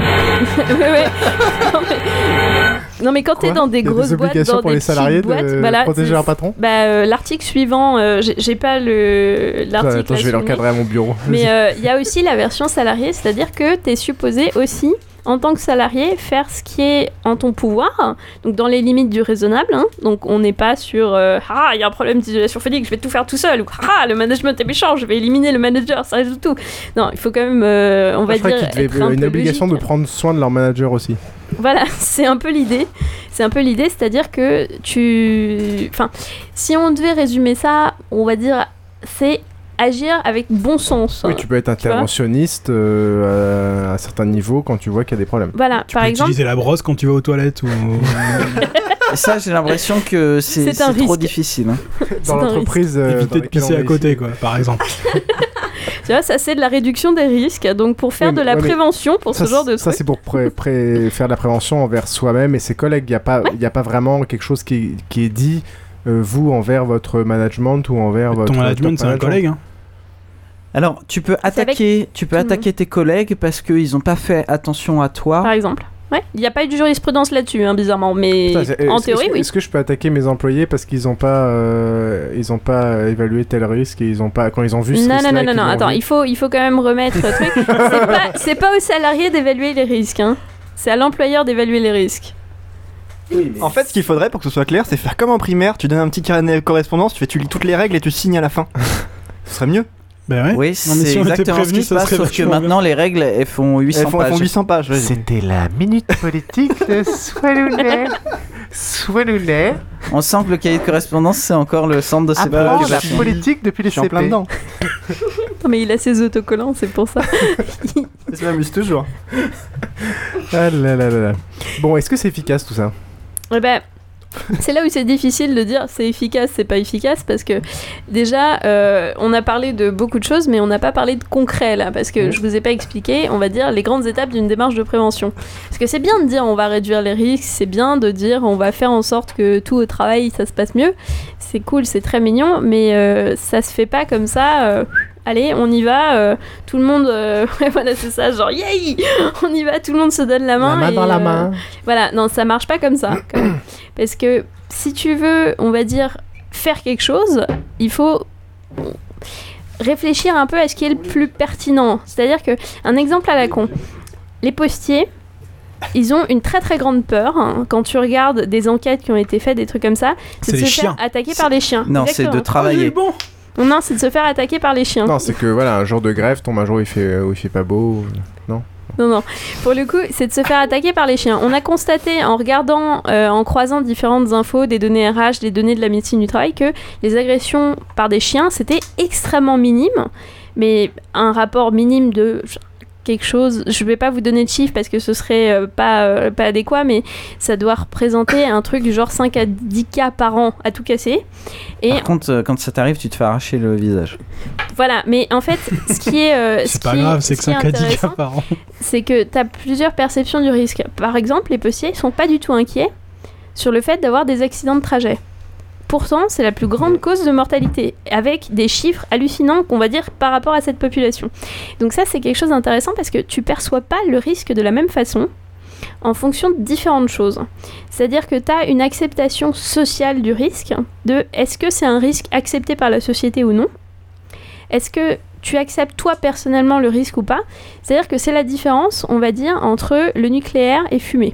Non mais quand t'es dans des grosses boîtes, dans pour des les salariés boîtes, de protéger leur patron. L'article suivant, j'ai pas l'article. Attends, je vais l'encadrer à mon bureau. Mais il y a aussi la version salariée, c'est-à-dire que t'es supposé aussi, en tant que salarié, faire ce qui est en ton pouvoir, donc dans les limites du raisonnable. Hein. Donc on n'est pas sur il y a un problème d'isolation phonique, je vais tout faire tout seul, ou le management est méchant, je vais éliminer le manager, ça résout tout. Non, il faut quand même, on va dire, être un une peu obligation logique. de prendre soin de leur manager aussi. Voilà, c'est un peu l'idée. C'est-à-dire que si on devait résumer ça, on va dire, c'est agir avec bon sens. Oui, tu peux être interventionniste à certains niveaux quand tu vois qu'il y a des problèmes. Voilà, par exemple. Utiliser la brosse quand tu vas aux toilettes ou. Ça, j'ai l'impression que c'est trop difficile. Hein. Dans l'entreprise. Éviter de pisser à côté, quoi, par exemple. Tu vois, ça c'est de la réduction des risques. Donc pour faire de la prévention pour ce genre de trucs. Ça c'est pour faire de la prévention envers soi-même et ses collègues. Il n'y a pas vraiment quelque chose qui est dit, vous, envers votre management ou envers votre. Ton management, c'est un collègue. Hein. Alors, tu peux attaquer tes collègues parce qu'ils n'ont pas fait attention à toi. Par exemple. Ouais, il n'y a pas eu de jurisprudence là-dessus, hein, bizarrement, mais en théorie, oui. Est-ce que je peux attaquer mes employés parce qu'ils n'ont pas évalué tel risque et quand ils ont vu ce risque-là? Non, attends, il faut quand même remettre le truc. C'est pas aux salariés d'évaluer les risques, hein. C'est à l'employeur d'évaluer les risques. Oui, mais... En fait, ce qu'il faudrait pour que ce soit clair, c'est faire comme en primaire, tu donnes un petit carnet de correspondance, tu lis toutes les règles et tu signes à la fin. Ce serait mieux. Ben ouais. Oui, c'est exactement ce qui se passe, sauf que maintenant les règles elles font 800 pages. Elles font 800 pages. C'était la minute politique de Swalloulay. On sent que le cahier de correspondance c'est encore le centre de ses préoccupations. Politique depuis les CP. En plein dedans. Non mais il a ses autocollants, c'est pour ça. Ça m'amuse toujours. Ah là là là. Bon, est-ce que c'est efficace tout ça? C'est là où c'est difficile de dire c'est efficace, c'est pas efficace, parce que déjà, on a parlé de beaucoup de choses, mais on n'a pas parlé de concret là, parce que je vous ai pas expliqué, on va dire, les grandes étapes d'une démarche de prévention. Parce que c'est bien de dire on va réduire les risques, c'est bien de dire on va faire en sorte que tout au travail ça se passe mieux, c'est cool, c'est très mignon, mais ça se fait pas comme ça. Allez, on y va, tout le monde, voilà, c'est ça, genre, yay, on y va, tout le monde se donne la main. La main dans la main. Voilà, non, ça marche pas comme ça, quand même. Parce que si tu veux, on va dire, faire quelque chose, il faut réfléchir un peu à ce qui est le plus pertinent. C'est-à-dire que, un exemple à la con, les postiers, ils ont une très très grande peur, hein, quand tu regardes des enquêtes qui ont été faites, des trucs comme ça, c'est de se faire attaquer par des chiens. Non, exactement. C'est de travailler. Non, c'est de se faire attaquer par les chiens. Non, c'est que voilà, un jour de grève tombe un jour où il fait pas beau. Non. Non. Pour le coup, c'est de se faire attaquer par les chiens. On a constaté en regardant, en croisant différentes infos, des données RH, des données de la médecine du travail, que les agressions par des chiens, c'était extrêmement minime. Mais un rapport minime de quelque chose, je vais pas vous donner de chiffres parce que ce serait pas adéquat, mais ça doit représenter un truc du genre 5 à 10 cas par an à tout casser. Et par contre, quand ça t'arrive, tu te fais arracher le visage. Voilà, mais en fait, ce qui est... c'est pas grave, c'est que 5 à 10 cas par an. C'est que t'as plusieurs perceptions du risque. Par exemple, les postiers, ils sont pas du tout inquiets sur le fait d'avoir des accidents de trajet. Pourtant, c'est la plus grande cause de mortalité, avec des chiffres hallucinants qu'on va dire par rapport à cette population. Donc ça, c'est quelque chose d'intéressant parce que tu perçois pas le risque de la même façon en fonction de différentes choses. C'est-à-dire que tu as une acceptation sociale du risque, de est-ce que c'est un risque accepté par la société ou non ? Est-ce que tu acceptes toi personnellement le risque ou pas ? C'est-à-dire que c'est la différence, on va dire, entre le nucléaire et fumer.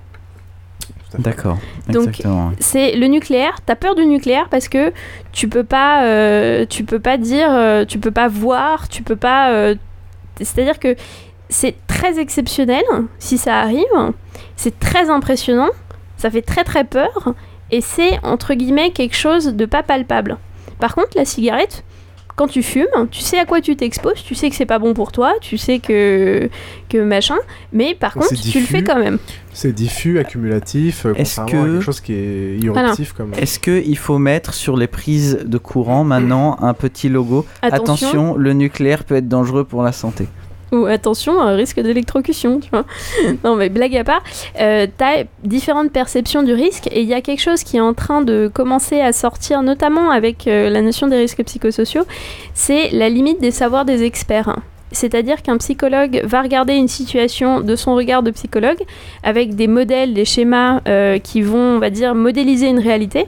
D'accord. Donc exactement. C'est le nucléaire. T'as peur du nucléaire parce que tu peux pas dire, tu peux pas voir, tu peux pas. C'est-à-dire que c'est très exceptionnel si ça arrive, c'est très impressionnant, ça fait très très peur, et c'est entre guillemets quelque chose de pas palpable. Par contre, la cigarette, quand tu fumes, tu sais à quoi tu t'exposes, tu sais que c'est pas bon pour toi, tu sais que machin, mais par contre, tu le fais quand même. C'est diffus, accumulatif, contrairement à quelque chose qui est irruptif. Voilà. Est-ce qu'il faut mettre sur les prises de courant maintenant un petit logo « Attention, le nucléaire peut être dangereux pour la santé ». Ou attention, un risque d'électrocution, tu vois. Non, mais blague à part, t'as différentes perceptions du risque, et il y a quelque chose qui est en train de commencer à sortir, notamment avec la notion des risques psychosociaux, c'est la limite des savoirs des experts. C'est-à-dire qu'un psychologue va regarder une situation de son regard de psychologue, avec des modèles, des schémas qui vont, on va dire, modéliser une réalité.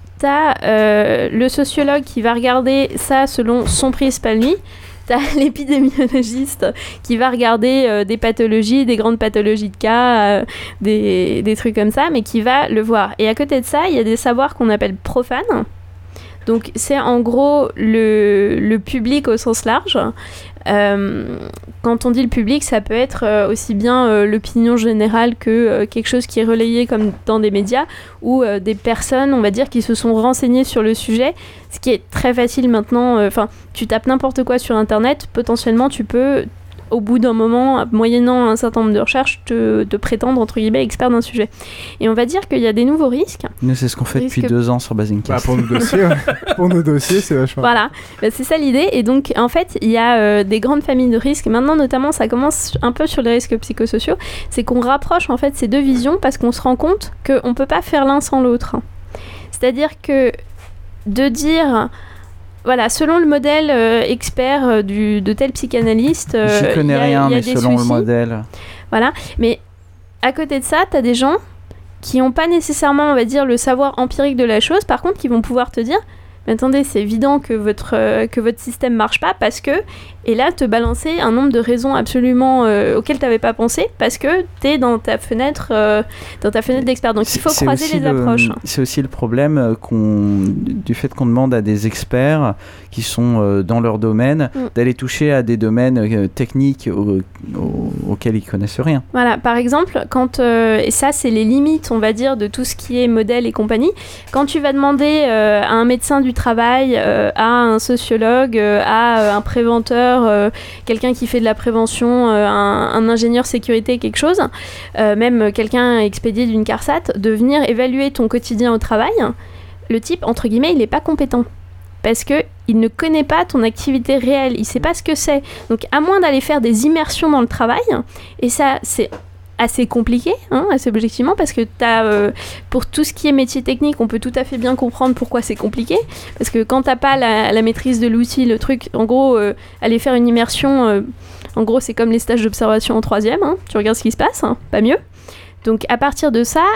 T'as le sociologue qui va regarder ça selon son prisme à lui. T'as l'épidémiologiste qui va regarder des pathologies, des grandes pathologies de cas, des trucs comme ça, mais qui va le voir. Et à côté de ça, il y a des savoirs qu'on appelle profanes. Donc c'est en gros le public au sens large. Quand on dit le public, ça peut être aussi bien l'opinion générale que quelque chose qui est relayé comme dans des médias, ou des personnes, on va dire, qui se sont renseignées sur le sujet, ce qui est très facile maintenant. Tu tapes n'importe quoi sur Internet, potentiellement tu peux, au bout d'un moment, moyennant un certain nombre de recherches, te prétendre, entre guillemets, expert d'un sujet. Et on va dire qu'il y a des nouveaux risques. Nous, c'est ce qu'on fait depuis 2 ans sur Basingcast. Pour nos dossiers, pour nos dossiers, c'est vachement... Voilà, c'est ça l'idée. Et donc, en fait, il y a des grandes familles de risques. Maintenant, notamment, ça commence un peu sur les risques psychosociaux. C'est qu'on rapproche, en fait, ces deux visions parce qu'on se rend compte qu'on ne peut pas faire l'un sans l'autre. C'est-à-dire que de dire... Voilà, selon le modèle expert de tel psychanalyste, je connais rien, mais selon le modèle. Voilà, mais à côté de ça, t'as des gens qui n'ont pas nécessairement, on va dire, le savoir empirique de la chose, par contre, qui vont pouvoir te dire, mais attendez, c'est évident que votre système marche pas parce que, et là, te balancer un nombre de raisons absolument auxquelles t'avais pas pensé parce que t'es dans ta fenêtre d'expert. Donc il faut croiser les approches. C'est aussi le problème du fait qu'on demande à des experts qui sont dans leur domaine d'aller toucher à des domaines techniques auxquels ils connaissent rien. Voilà, par exemple, et ça c'est les limites, on va dire, de tout ce qui est modèle et compagnie, quand tu vas demander à un médecin du travail, à un sociologue, à un préventeur, quelqu'un qui fait de la prévention, un ingénieur sécurité, quelque chose, même quelqu'un expédié d'une CARSAT, de venir évaluer ton quotidien au travail, le type, entre guillemets, il n'est pas compétent. Parce qu'il ne connaît pas ton activité réelle, il ne sait pas ce que c'est. Donc à moins d'aller faire des immersions dans le travail, et ça c'est assez compliqué, assez objectivement, parce que pour tout ce qui est métier technique, on peut tout à fait bien comprendre pourquoi c'est compliqué, parce que quand t'as pas la maîtrise de l'outil, le truc, en gros, aller faire une immersion, en gros, c'est comme les stages d'observation en 3e, tu regardes ce qui se passe, pas mieux. Donc à partir de ça,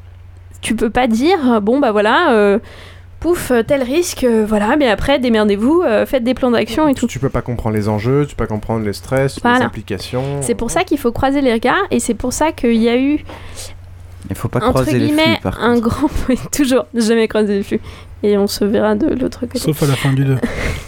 tu peux pas dire, bon bah voilà... pouf, tel risque, voilà, mais après, démerdez-vous, faites des plans d'action et tout. Tu peux pas comprendre les enjeux, tu peux pas comprendre les stress, les implications. C'est pour ça qu'il faut croiser les regards, et c'est pour ça qu'il y a eu... Il faut pas croiser les flux, par contre. Un grand... Toujours, jamais croiser les flux. Et on se verra de l'autre côté. Sauf à la fin du 2.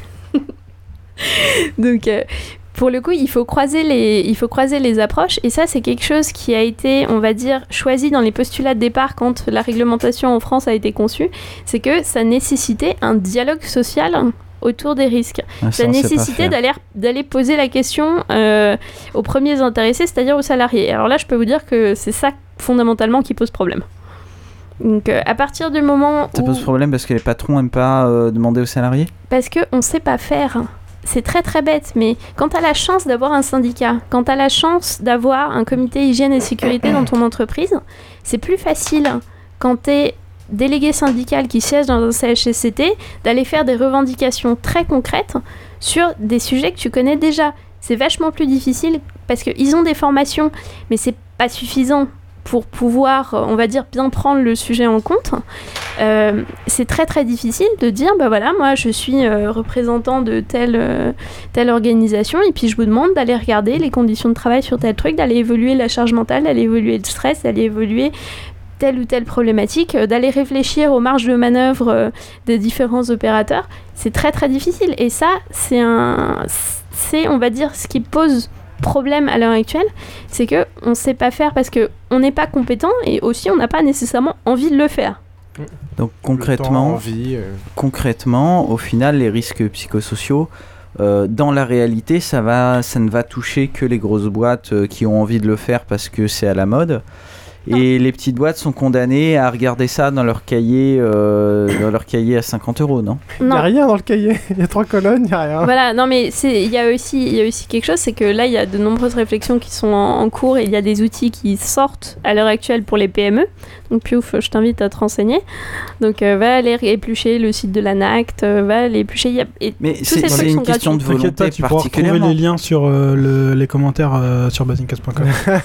Donc... pour le coup, il faut croiser les approches, et ça, c'est quelque chose qui a été, on va dire, choisi dans les postulats de départ quand la réglementation en France a été conçue, c'est que ça nécessitait un dialogue social autour des risques. Ça nécessitait d'aller poser la question aux premiers intéressés, c'est-à-dire aux salariés. Alors là, je peux vous dire que c'est ça, fondamentalement, qui pose problème. Donc, à partir du moment où... Ça pose problème parce que les patrons n'aiment pas demander aux salariés ? Parce qu'on ne sait pas faire. C'est très très bête, mais quand tu as la chance d'avoir un syndicat, quand tu as la chance d'avoir un comité hygiène et sécurité dans ton entreprise, c'est plus facile quand tu es délégué syndical qui siège dans un CHSCT d'aller faire des revendications très concrètes sur des sujets que tu connais déjà. C'est vachement plus difficile parce qu'ils ont des formations, mais c'est pas suffisant pour pouvoir, on va dire, bien prendre le sujet en compte. C'est très très difficile de dire, bah voilà, moi je suis représentant de telle organisation, et puis je vous demande d'aller regarder les conditions de travail sur tel truc, d'aller évaluer la charge mentale, d'aller évaluer le stress, d'aller évaluer telle ou telle problématique, d'aller réfléchir aux marges de manœuvre des différents opérateurs. C'est très très difficile, et ça c'est on va dire, ce qui pose problème à l'heure actuelle, c'est que on sait pas faire parce que on n'est pas compétent et aussi on n'a pas nécessairement envie de le faire. Donc concrètement, au final, les risques psychosociaux, dans la réalité, ça ne va toucher que les grosses boîtes qui ont envie de le faire parce que c'est à la mode. Et les petites boîtes sont condamnées à regarder ça dans leur cahier à 50 €, non ? Il n'y a rien dans le cahier, il y a 3 colonnes, il n'y a rien. Voilà, non mais il y a aussi quelque chose, c'est que là il y a de nombreuses réflexions qui sont en cours et il y a des outils qui sortent à l'heure actuelle pour les PME. Donc Piouf, je t'invite à te renseigner. Donc va aller éplucher le site de l'ANACT, va aller éplucher. Mais c'est une question de volonté pas, tu pourras retrouver les liens sur les commentaires sur basincast.com.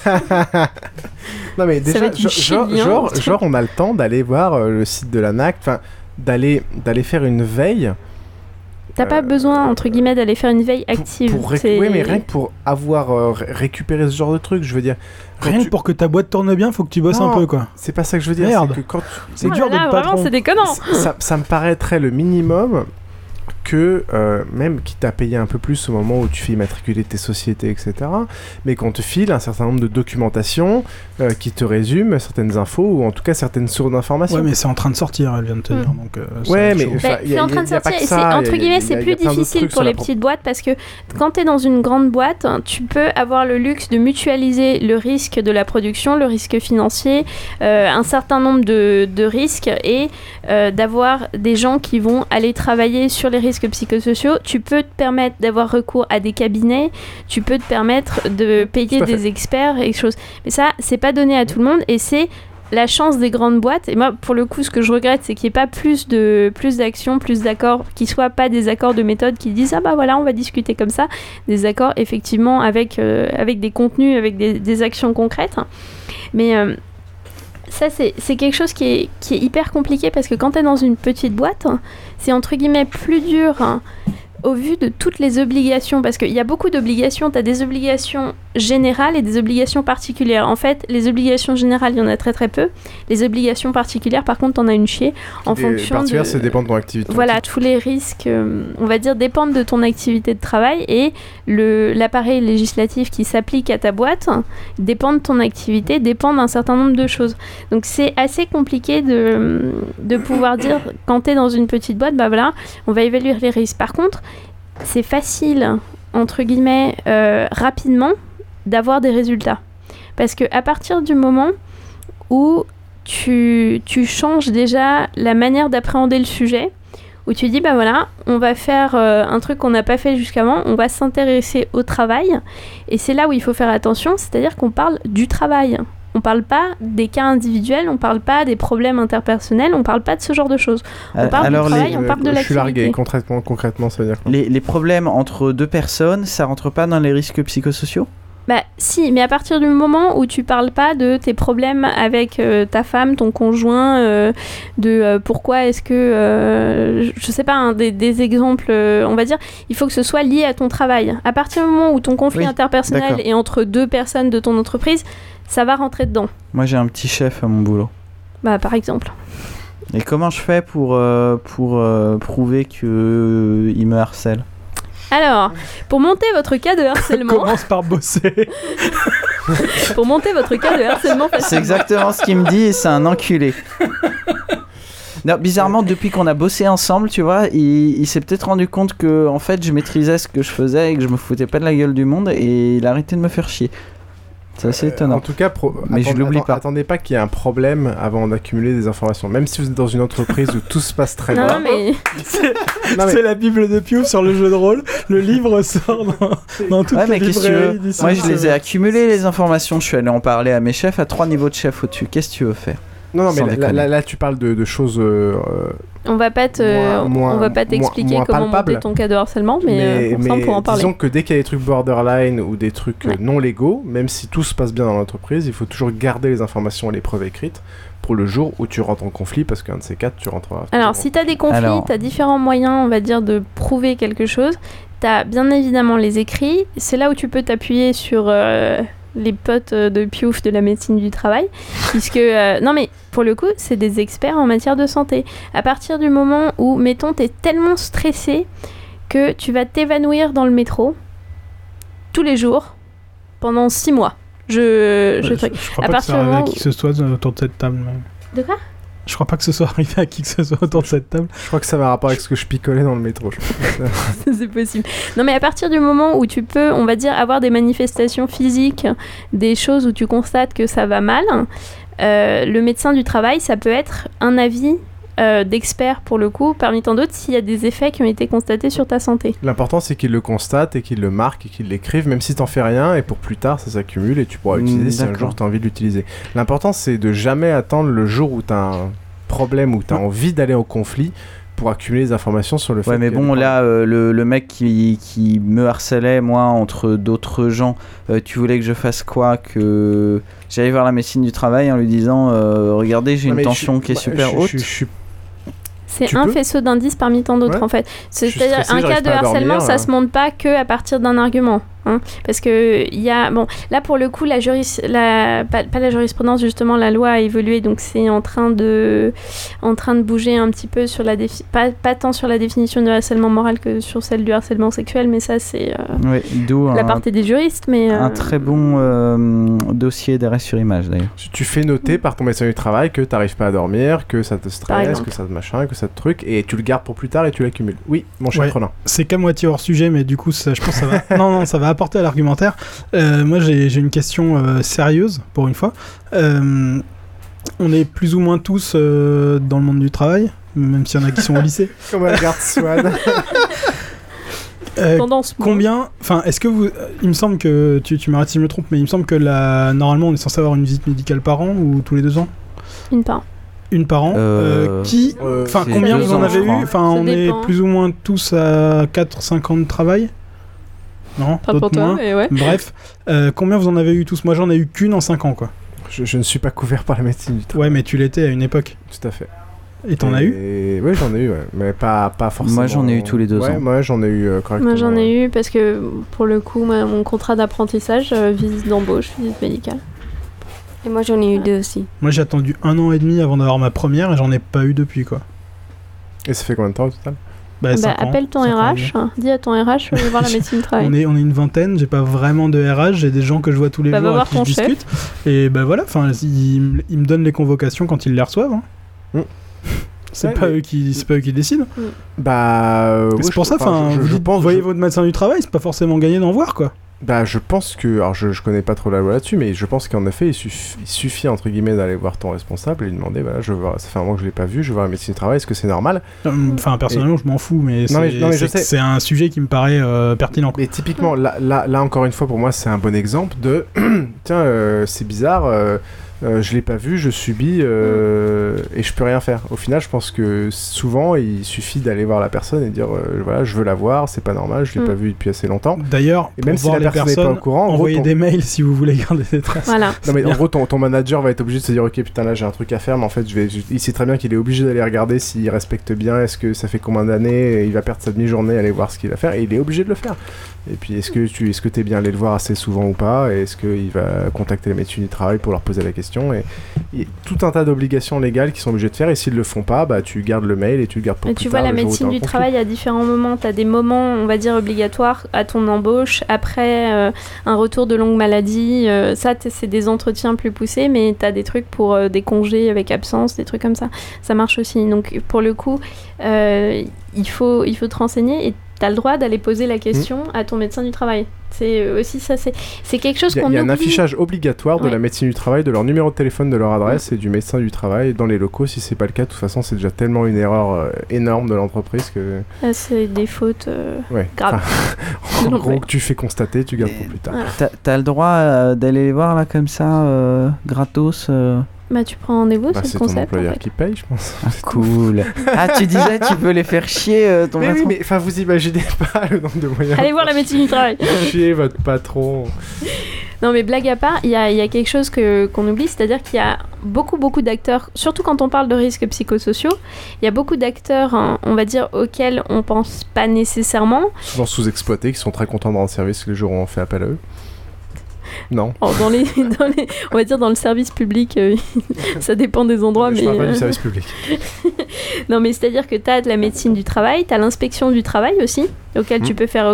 Non mais déjà, genre on a le temps d'aller voir le site de l'ANACT, enfin d'aller faire une veille. T'as pas besoin, entre guillemets, d'aller faire une veille active. Oui, mais rien que pour avoir récupéré ce genre de truc, je veux dire. Rien que pour que ta boîte tourne bien, faut que tu bosses un peu, quoi. C'est pas ça que je veux dire. Merde. C'est dur d'être patron. Vraiment, c'est déconnant. Ça me paraîtrait le minimum que, même quitte à payer un peu plus au moment où tu fais immatriculer tes sociétés, etc., mais qu'on te file un certain nombre de documentations qui te résument certaines infos, ou en tout cas certaines sources d'informations. Ouais, mais c'est en train de sortir, elle vient de te dire. Donc, ouais, mais c'est en train de sortir, et entre guillemets, c'est plus difficile pour les petites boîtes, parce que quand tu es dans une grande boîte, tu peux avoir le luxe de mutualiser le risque de la production, le risque financier, un certain nombre de risques, et d'avoir des gens qui vont aller travailler sur les risques psychosociaux. Tu peux te permettre d'avoir recours à des cabinets, tu peux te permettre de payer des experts et choses. Mais ça, c'est pas donné à tout le monde, et c'est la chance des grandes boîtes. Et moi, pour le coup, ce que je regrette, c'est qu'il n'y ait pas plus d'actions, plus d'accords, qui soient pas des accords de méthode qui disent « Ah bah voilà, on va discuter comme ça », des accords effectivement avec des contenus, avec des actions concrètes. Mais ça, c'est quelque chose qui est hyper compliqué, parce que quand tu es dans une petite boîte, c'est entre guillemets plus dur au vu de toutes les obligations, parce qu'il y a beaucoup d'obligations. Tu as des obligations générales et des obligations particulières. En fait, les obligations générales, il y en a très très peu. Les obligations particulières, par contre, t'en as une chier. En fonction particulières, ça dépend de ton activité. Voilà, tous les risques, on va dire, dépendent de ton activité de travail, et l'appareil législatif qui s'applique à ta boîte dépend de ton activité, dépend d'un certain nombre de choses. Donc c'est assez compliqué de pouvoir dire, quand tu es dans une petite boîte, bah voilà, on va évaluer les risques. Par contre, c'est facile, entre guillemets, rapidement, d'avoir des résultats. Parce qu'à partir du moment où tu changes déjà la manière d'appréhender le sujet, où tu dis, bah voilà, on va faire un truc qu'on n'a pas fait jusqu'avant, on va s'intéresser au travail, et c'est là où il faut faire attention, c'est-à-dire qu'on parle du travail. On parle pas des cas individuels, on parle pas des problèmes interpersonnels, on parle pas de ce genre de choses. On parle du travail, on parle de l'activité. Je suis largué, concrètement, ça veut dire quoi ? Les problèmes entre deux personnes, ça rentre pas dans les risques psychosociaux ? Bah si, mais à partir du moment où tu parles pas de tes problèmes avec ta femme, ton conjoint, pourquoi est-ce que, je sais pas, des exemples, on va dire, il faut que ce soit lié à ton travail. À partir du moment où ton conflit interpersonnel est entre deux personnes de ton entreprise, ça va rentrer dedans. Moi j'ai un petit chef à mon boulot. Bah par exemple. Et comment je fais pour prouver qu'il me harcèle ? Alors, pour monter votre cas de harcèlement... Commence par bosser. Pour monter votre cas de harcèlement facilement. C'est exactement ce qu'il me dit, et c'est un enculé. Non, bizarrement, depuis qu'on a bossé ensemble, tu vois, il s'est peut-être rendu compte que, en fait, je maîtrisais ce que je faisais et que je me foutais pas de la gueule du monde, et il a arrêté de me faire chier. C'est assez étonnant. En tout cas, mais je l'oublie pas. Attendez pas qu'il y ait un problème avant d'accumuler des informations. Même si vous êtes dans une entreprise où tout se passe très bien. Mais... C'est la Bible de Piouf sur le jeu de rôle. Le livre sort dans toutes les librairies. Moi, je les ai accumulées, les informations. Je suis allé en parler à mes chefs à 3 niveaux de chef au-dessus. Qu'est-ce que tu veux faire ? Non, mais là, tu parles de choses. On va pas t'expliquer comment monter ton cas de harcèlement, mais on peut en parler. Disons que dès qu'il y a des trucs borderline ou des trucs non légaux, même si tout se passe bien dans l'entreprise, il faut toujours garder les informations et les preuves écrites pour le jour où tu rentres en conflit, parce qu'un de ces quatre, tu rentreras. Alors, si tu as des conflits, tu as différents moyens, on va dire, de prouver quelque chose. Tu as bien évidemment les écrits. C'est là où tu peux t'appuyer sur... les potes de Piouf de la médecine du travail, puisque non mais pour le coup c'est des experts en matière de santé. À partir du moment où, mettons, t'es tellement stressé que tu vas t'évanouir dans le métro tous les jours, pendant 6 mois. Je crois pas que ça arrive à qui que ce soit autour de cette table. De quoi ? Je crois pas que ce soit arrivé à qui que ce soit autour de cette table. Je crois que ça va rapport avec ce que je picolais dans le métro. C'est possible. Non, mais à partir du moment où tu peux, on va dire, avoir des manifestations physiques, des choses où tu constates que ça va mal, le médecin du travail, ça peut être un avis d'experts pour le coup, parmi tant d'autres, s'il y a des effets qui ont été constatés sur ta santé. L'important, c'est qu'ils le constatent et qu'ils le marquent et qu'ils l'écrivent, même si t'en fais rien, et pour plus tard, ça s'accumule et tu pourras l'utiliser si un jour t'as envie de l'utiliser. L'important, c'est de jamais attendre le jour où t'as un problème, où t'as envie d'aller au conflit pour accumuler les informations sur le fait. Ouais, mais bon, là, le mec qui me harcelait, moi, entre d'autres gens, tu voulais que je fasse quoi ? Que j'allais voir la médecine du travail en lui disant regardez, j'ai une tension qui est super haute. C'est un faisceau d'indices parmi tant d'autres, en fait. C'est-à-dire, un cas de harcèlement, ça se monte pas que à partir d'un argument. Hein, parce que il y a bon là pour le coup pas la jurisprudence, justement, la loi a évolué, donc c'est en train de bouger un petit peu sur pas tant sur la définition du harcèlement moral que sur celle du harcèlement sexuel, mais ça c'est la partie des juristes, mais un très bon dossier d'arrêt sur image d'ailleurs. Tu fais noter par ton médecin du travail que t'arrives pas à dormir, que ça te stresse, que ça te machin, que ça te truc, et tu le gardes pour plus tard et tu l'accumules. Oui, mon cher Roland. C'est qu'à moitié hors sujet, mais du coup ça, je pense que ça va non ça va apporter à l'argumentaire. Moi j'ai une question sérieuse pour une fois. On est plus ou moins tous dans le monde du travail, même s'il y en a qui sont au lycée. Comme la garde Swan. Combien, enfin, est-ce que vous, il me semble que tu m'arrêtes si je me trompe, mais il me semble que normalement on est censé avoir une visite médicale par an ou tous les 2 ans. Une par an. Combien vous en avez eu ? Enfin, on est plus ou moins tous à 4-5 ans de travail. Non, pas pour toi, mais ouais. Bref, combien vous en avez eu tous ? Moi, j'en ai eu qu'une en 5 ans, quoi. Je ne suis pas couvert par la médecine du travail. Ouais, mais tu l'étais à une époque. Tout à fait. Et t'en as eu ? Oui, j'en ai eu, mais pas forcément. Moi, j'en ai eu tous les 2 ans. Moi, j'en ai eu correctement. Moi, j'en ai eu parce que, pour le coup, mon contrat d'apprentissage, visite d'embauche, visite médicale. Et moi, j'en ai eu 2 aussi. Moi, j'ai attendu 1 an et demi avant d'avoir ma première et j'en ai pas eu depuis, quoi. Et ça fait combien de temps au total ? Appelle ton RH, dis à ton RH, je vais voir la médecine du travail. On est une vingtaine, j'ai pas vraiment de RH, j'ai des gens que je vois tous les jours avec qui je discute. Et voilà, ils me donnent les convocations quand ils les reçoivent. Hein. C'est pas eux qui décident. C'est pour ça, vous voyez votre médecin du travail, c'est pas forcément gagné d'en voir, quoi. Je pense que, alors je connais pas trop la loi là-dessus, mais je pense qu'en effet il suffit entre guillemets d'aller voir ton responsable et lui demander, voilà, ça fait un moment que je l'ai pas vu, je veux voir la médecine du travail, est-ce que c'est normal ? Enfin personnellement je m'en fous, mais c'est un sujet qui me paraît pertinent. Mais typiquement là encore une fois pour moi c'est un bon exemple de tiens c'est bizarre. Je l'ai pas vu, je subis et je peux rien faire. Au final, je pense que souvent, il suffit d'aller voir la personne et dire voilà, je veux la voir, c'est pas normal, je l'ai pas vu depuis assez longtemps. D'ailleurs, et même si la personne n'est pas au courant, envoyez des mails si vous voulez garder des traces. Voilà. Non mais en gros, ton manager va être obligé de se dire ok putain là j'ai un truc à faire, mais en fait il sait très bien qu'il est obligé d'aller regarder s'il respecte bien, est-ce que ça fait combien d'années, il va perdre sa demi-journée à aller voir ce qu'il va faire et il est obligé de le faire. Et puis est-ce que t'es bien allé le voir assez souvent ou pas, et est-ce qu'il va contacter la médecine du travail pour leur poser la question. Et il y a tout un tas d'obligations légales qui sont obligés de faire, et s'ils le font pas, tu gardes le mail et tu le gardes pour plus tard. Et tu vois, la médecine du travail à différents moments. Tu as des moments, on va dire, obligatoires à ton embauche, après un retour de longue maladie. Ça, c'est des entretiens plus poussés, mais tu as des trucs pour des congés avec absence, des trucs comme ça. Ça marche aussi. Donc, pour le coup, il faut te renseigner et tu as le droit d'aller poser la question à ton médecin du travail. C'est aussi ça, c'est quelque chose qu'on oublie. Il y a un affichage obligatoire de la médecine du travail, de leur numéro de téléphone, de leur adresse et du médecin du travail dans les locaux. Si c'est pas le cas, de toute façon, c'est déjà tellement une erreur énorme de l'entreprise que... c'est des fautes graves. En gros, que tu fais constater, tu gardes pour plus tard. Voilà. T'as le droit d'aller les voir là comme ça, gratos tu prends rendez-vous, c'est le concept. C'est ton employeur qui paye, je pense. Ah, cool. Tu disais, tu peux les faire chier, ton patron. Oui, mais vous imaginez pas le nombre de moyens. Allez voir la médecine du travail. Chier votre patron. Non, mais blague à part, il y a quelque chose qu'on oublie, c'est-à-dire qu'il y a beaucoup d'acteurs, surtout quand on parle de risques psychosociaux, il y a beaucoup d'acteurs, on va dire, auxquels on pense pas nécessairement. Souvent sous-exploités, qui sont très contents de rendre service les jours où on fait appel à eux. Non. On va dire dans le service public, ça dépend des endroits. Je parle pas du service public. Non, mais c'est-à-dire que tu as de la médecine du travail, tu as l'inspection du travail aussi, auquel tu peux faire recours.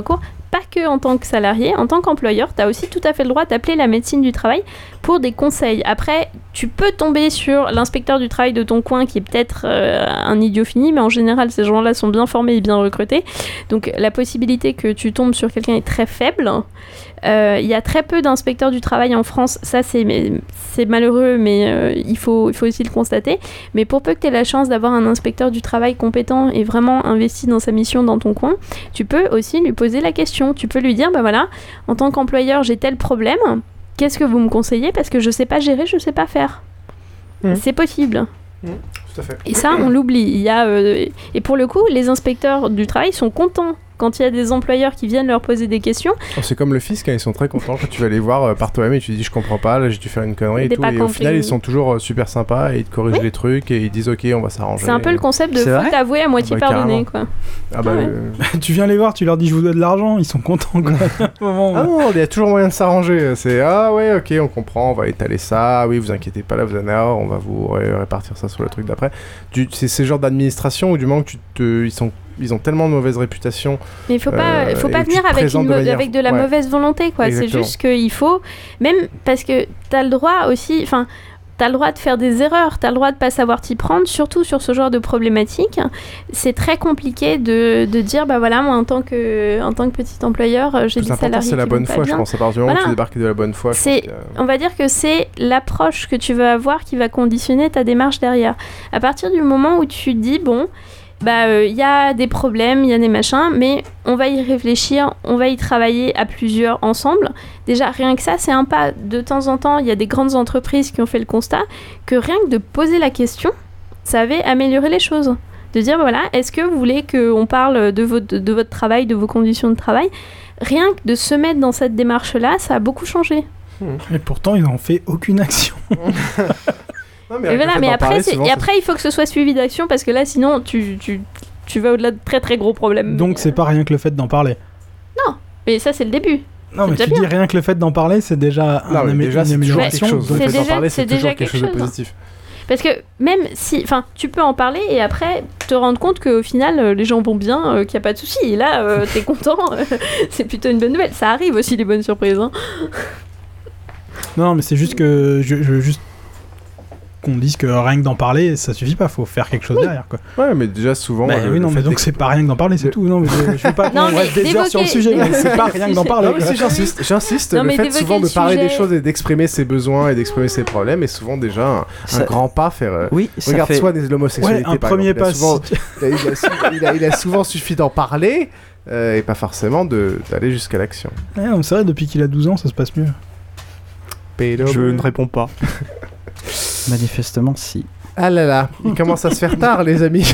pas que en tant que salarié, en tant qu'employeur, tu as aussi tout à fait le droit d'appeler la médecine du travail pour des conseils. Après, tu peux tomber sur l'inspecteur du travail de ton coin qui est peut-être un idiot fini, mais en général, ces gens-là sont bien formés et bien recrutés. Donc, la possibilité que tu tombes sur quelqu'un est très faible. Il y a très peu d'inspecteurs du travail en France, ça c'est malheureux, mais il faut aussi le constater. Mais pour peu que tu aies la chance d'avoir un inspecteur du travail compétent et vraiment investi dans sa mission dans ton coin, tu peux aussi lui poser la question. Tu peux lui dire, bah voilà, en tant qu'employeur, j'ai tel problème, qu'est-ce que vous me conseillez? Parce que je sais pas gérer, je sais pas faire. C'est possible. Tout à fait. Et ça, on l'oublie. Et pour le coup, les inspecteurs du travail sont contents quand il y a des employeurs qui viennent leur poser des questions. C'est comme le fisc, ils sont très contents quand tu vas les voir par toi-même et tu dis je comprends pas, là j'ai dû faire une connerie et tout. Et au final, ils sont toujours super sympas et ils te corrigent les trucs et ils disent ok, on va s'arranger. C'est un peu le concept de faute avouée à moitié pardonnée, quoi. Tu viens les voir, tu leur dis je vous dois de l'argent, ils sont contents, quoi. Non, il y a toujours moyen de s'arranger. C'est ouais, ok, on comprend, on va étaler ça. Oui, vous inquiétez pas, là vous en avez, on va vous répartir ça sur le truc d'après. C'est ce genre d'administration où du moment que ils ont tellement de mauvaise réputation. Mais il faut pas venir avec de la mauvaise volonté, quoi. Exactement. C'est juste qu'il faut, même parce que t'as le droit aussi, t'as le droit de faire des erreurs, t'as le droit de pas savoir t'y prendre, surtout sur ce genre de problématique. C'est très compliqué de dire, bah voilà, moi en tant que petit employeur, j'ai des salariés qui c'est la bonne vont foi, pas bien. Je pense, à partir du moment où tu débarques de la bonne foi. On va dire que c'est l'approche que tu veux avoir qui va conditionner ta démarche derrière. À partir du moment où tu dis, bon, y a des problèmes, il y a des machins, mais on va y réfléchir, on va y travailler à plusieurs ensemble. Déjà, rien que ça, c'est un pas. De temps en temps, il y a des grandes entreprises qui ont fait le constat que rien que de poser la question, ça avait amélioré les choses. De dire, voilà, est-ce que vous voulez qu'on parle de votre travail, de vos conditions de travail? Rien que de se mettre dans cette démarche-là, ça a beaucoup changé. Et pourtant, ils n'ont fait aucune action. Non, mais après, il faut que ce soit suivi d'action parce que là, sinon, tu vas au-delà de très très gros problèmes. Donc, c'est pas rien que le fait d'en parler. Non, mais ça, c'est le début. Non, mais tu dis rien que le fait d'en parler, c'est déjà une amélioration. C'est déjà quelque chose de positif. Parce que même si, tu peux en parler et après te rendre compte qu'au final, les gens vont bien, qu'il n'y a pas de souci. Et là, t'es content, c'est plutôt une bonne nouvelle. Ça arrive aussi, les bonnes surprises. Hein. Non, mais c'est juste que je veux juste qu'on dise que rien que d'en parler, ça suffit pas, faut faire quelque chose derrière, quoi. Ouais, mais déjà souvent. Oui, non, mais donc c'est pas rien que d'en parler, c'est tout. Non, mais je veux pas qu'on reste des heures sur le sujet, mais c'est pas rien que d'en parler. Non, si j'insiste, le fait souvent de parler des choses et d'exprimer ses besoins et d'exprimer ses problèmes est souvent déjà un grand pas faire. Oui, regarde-toi de l'homosexualité. Un premier pas. Il a souvent suffi d'en parler et pas forcément d'aller jusqu'à l'action. Ouais, c'est vrai, depuis qu'il a 12 ans, ça se passe mieux. Je ne réponds pas. Manifestement, si. Ah là là, il commence à se faire tard, les amis.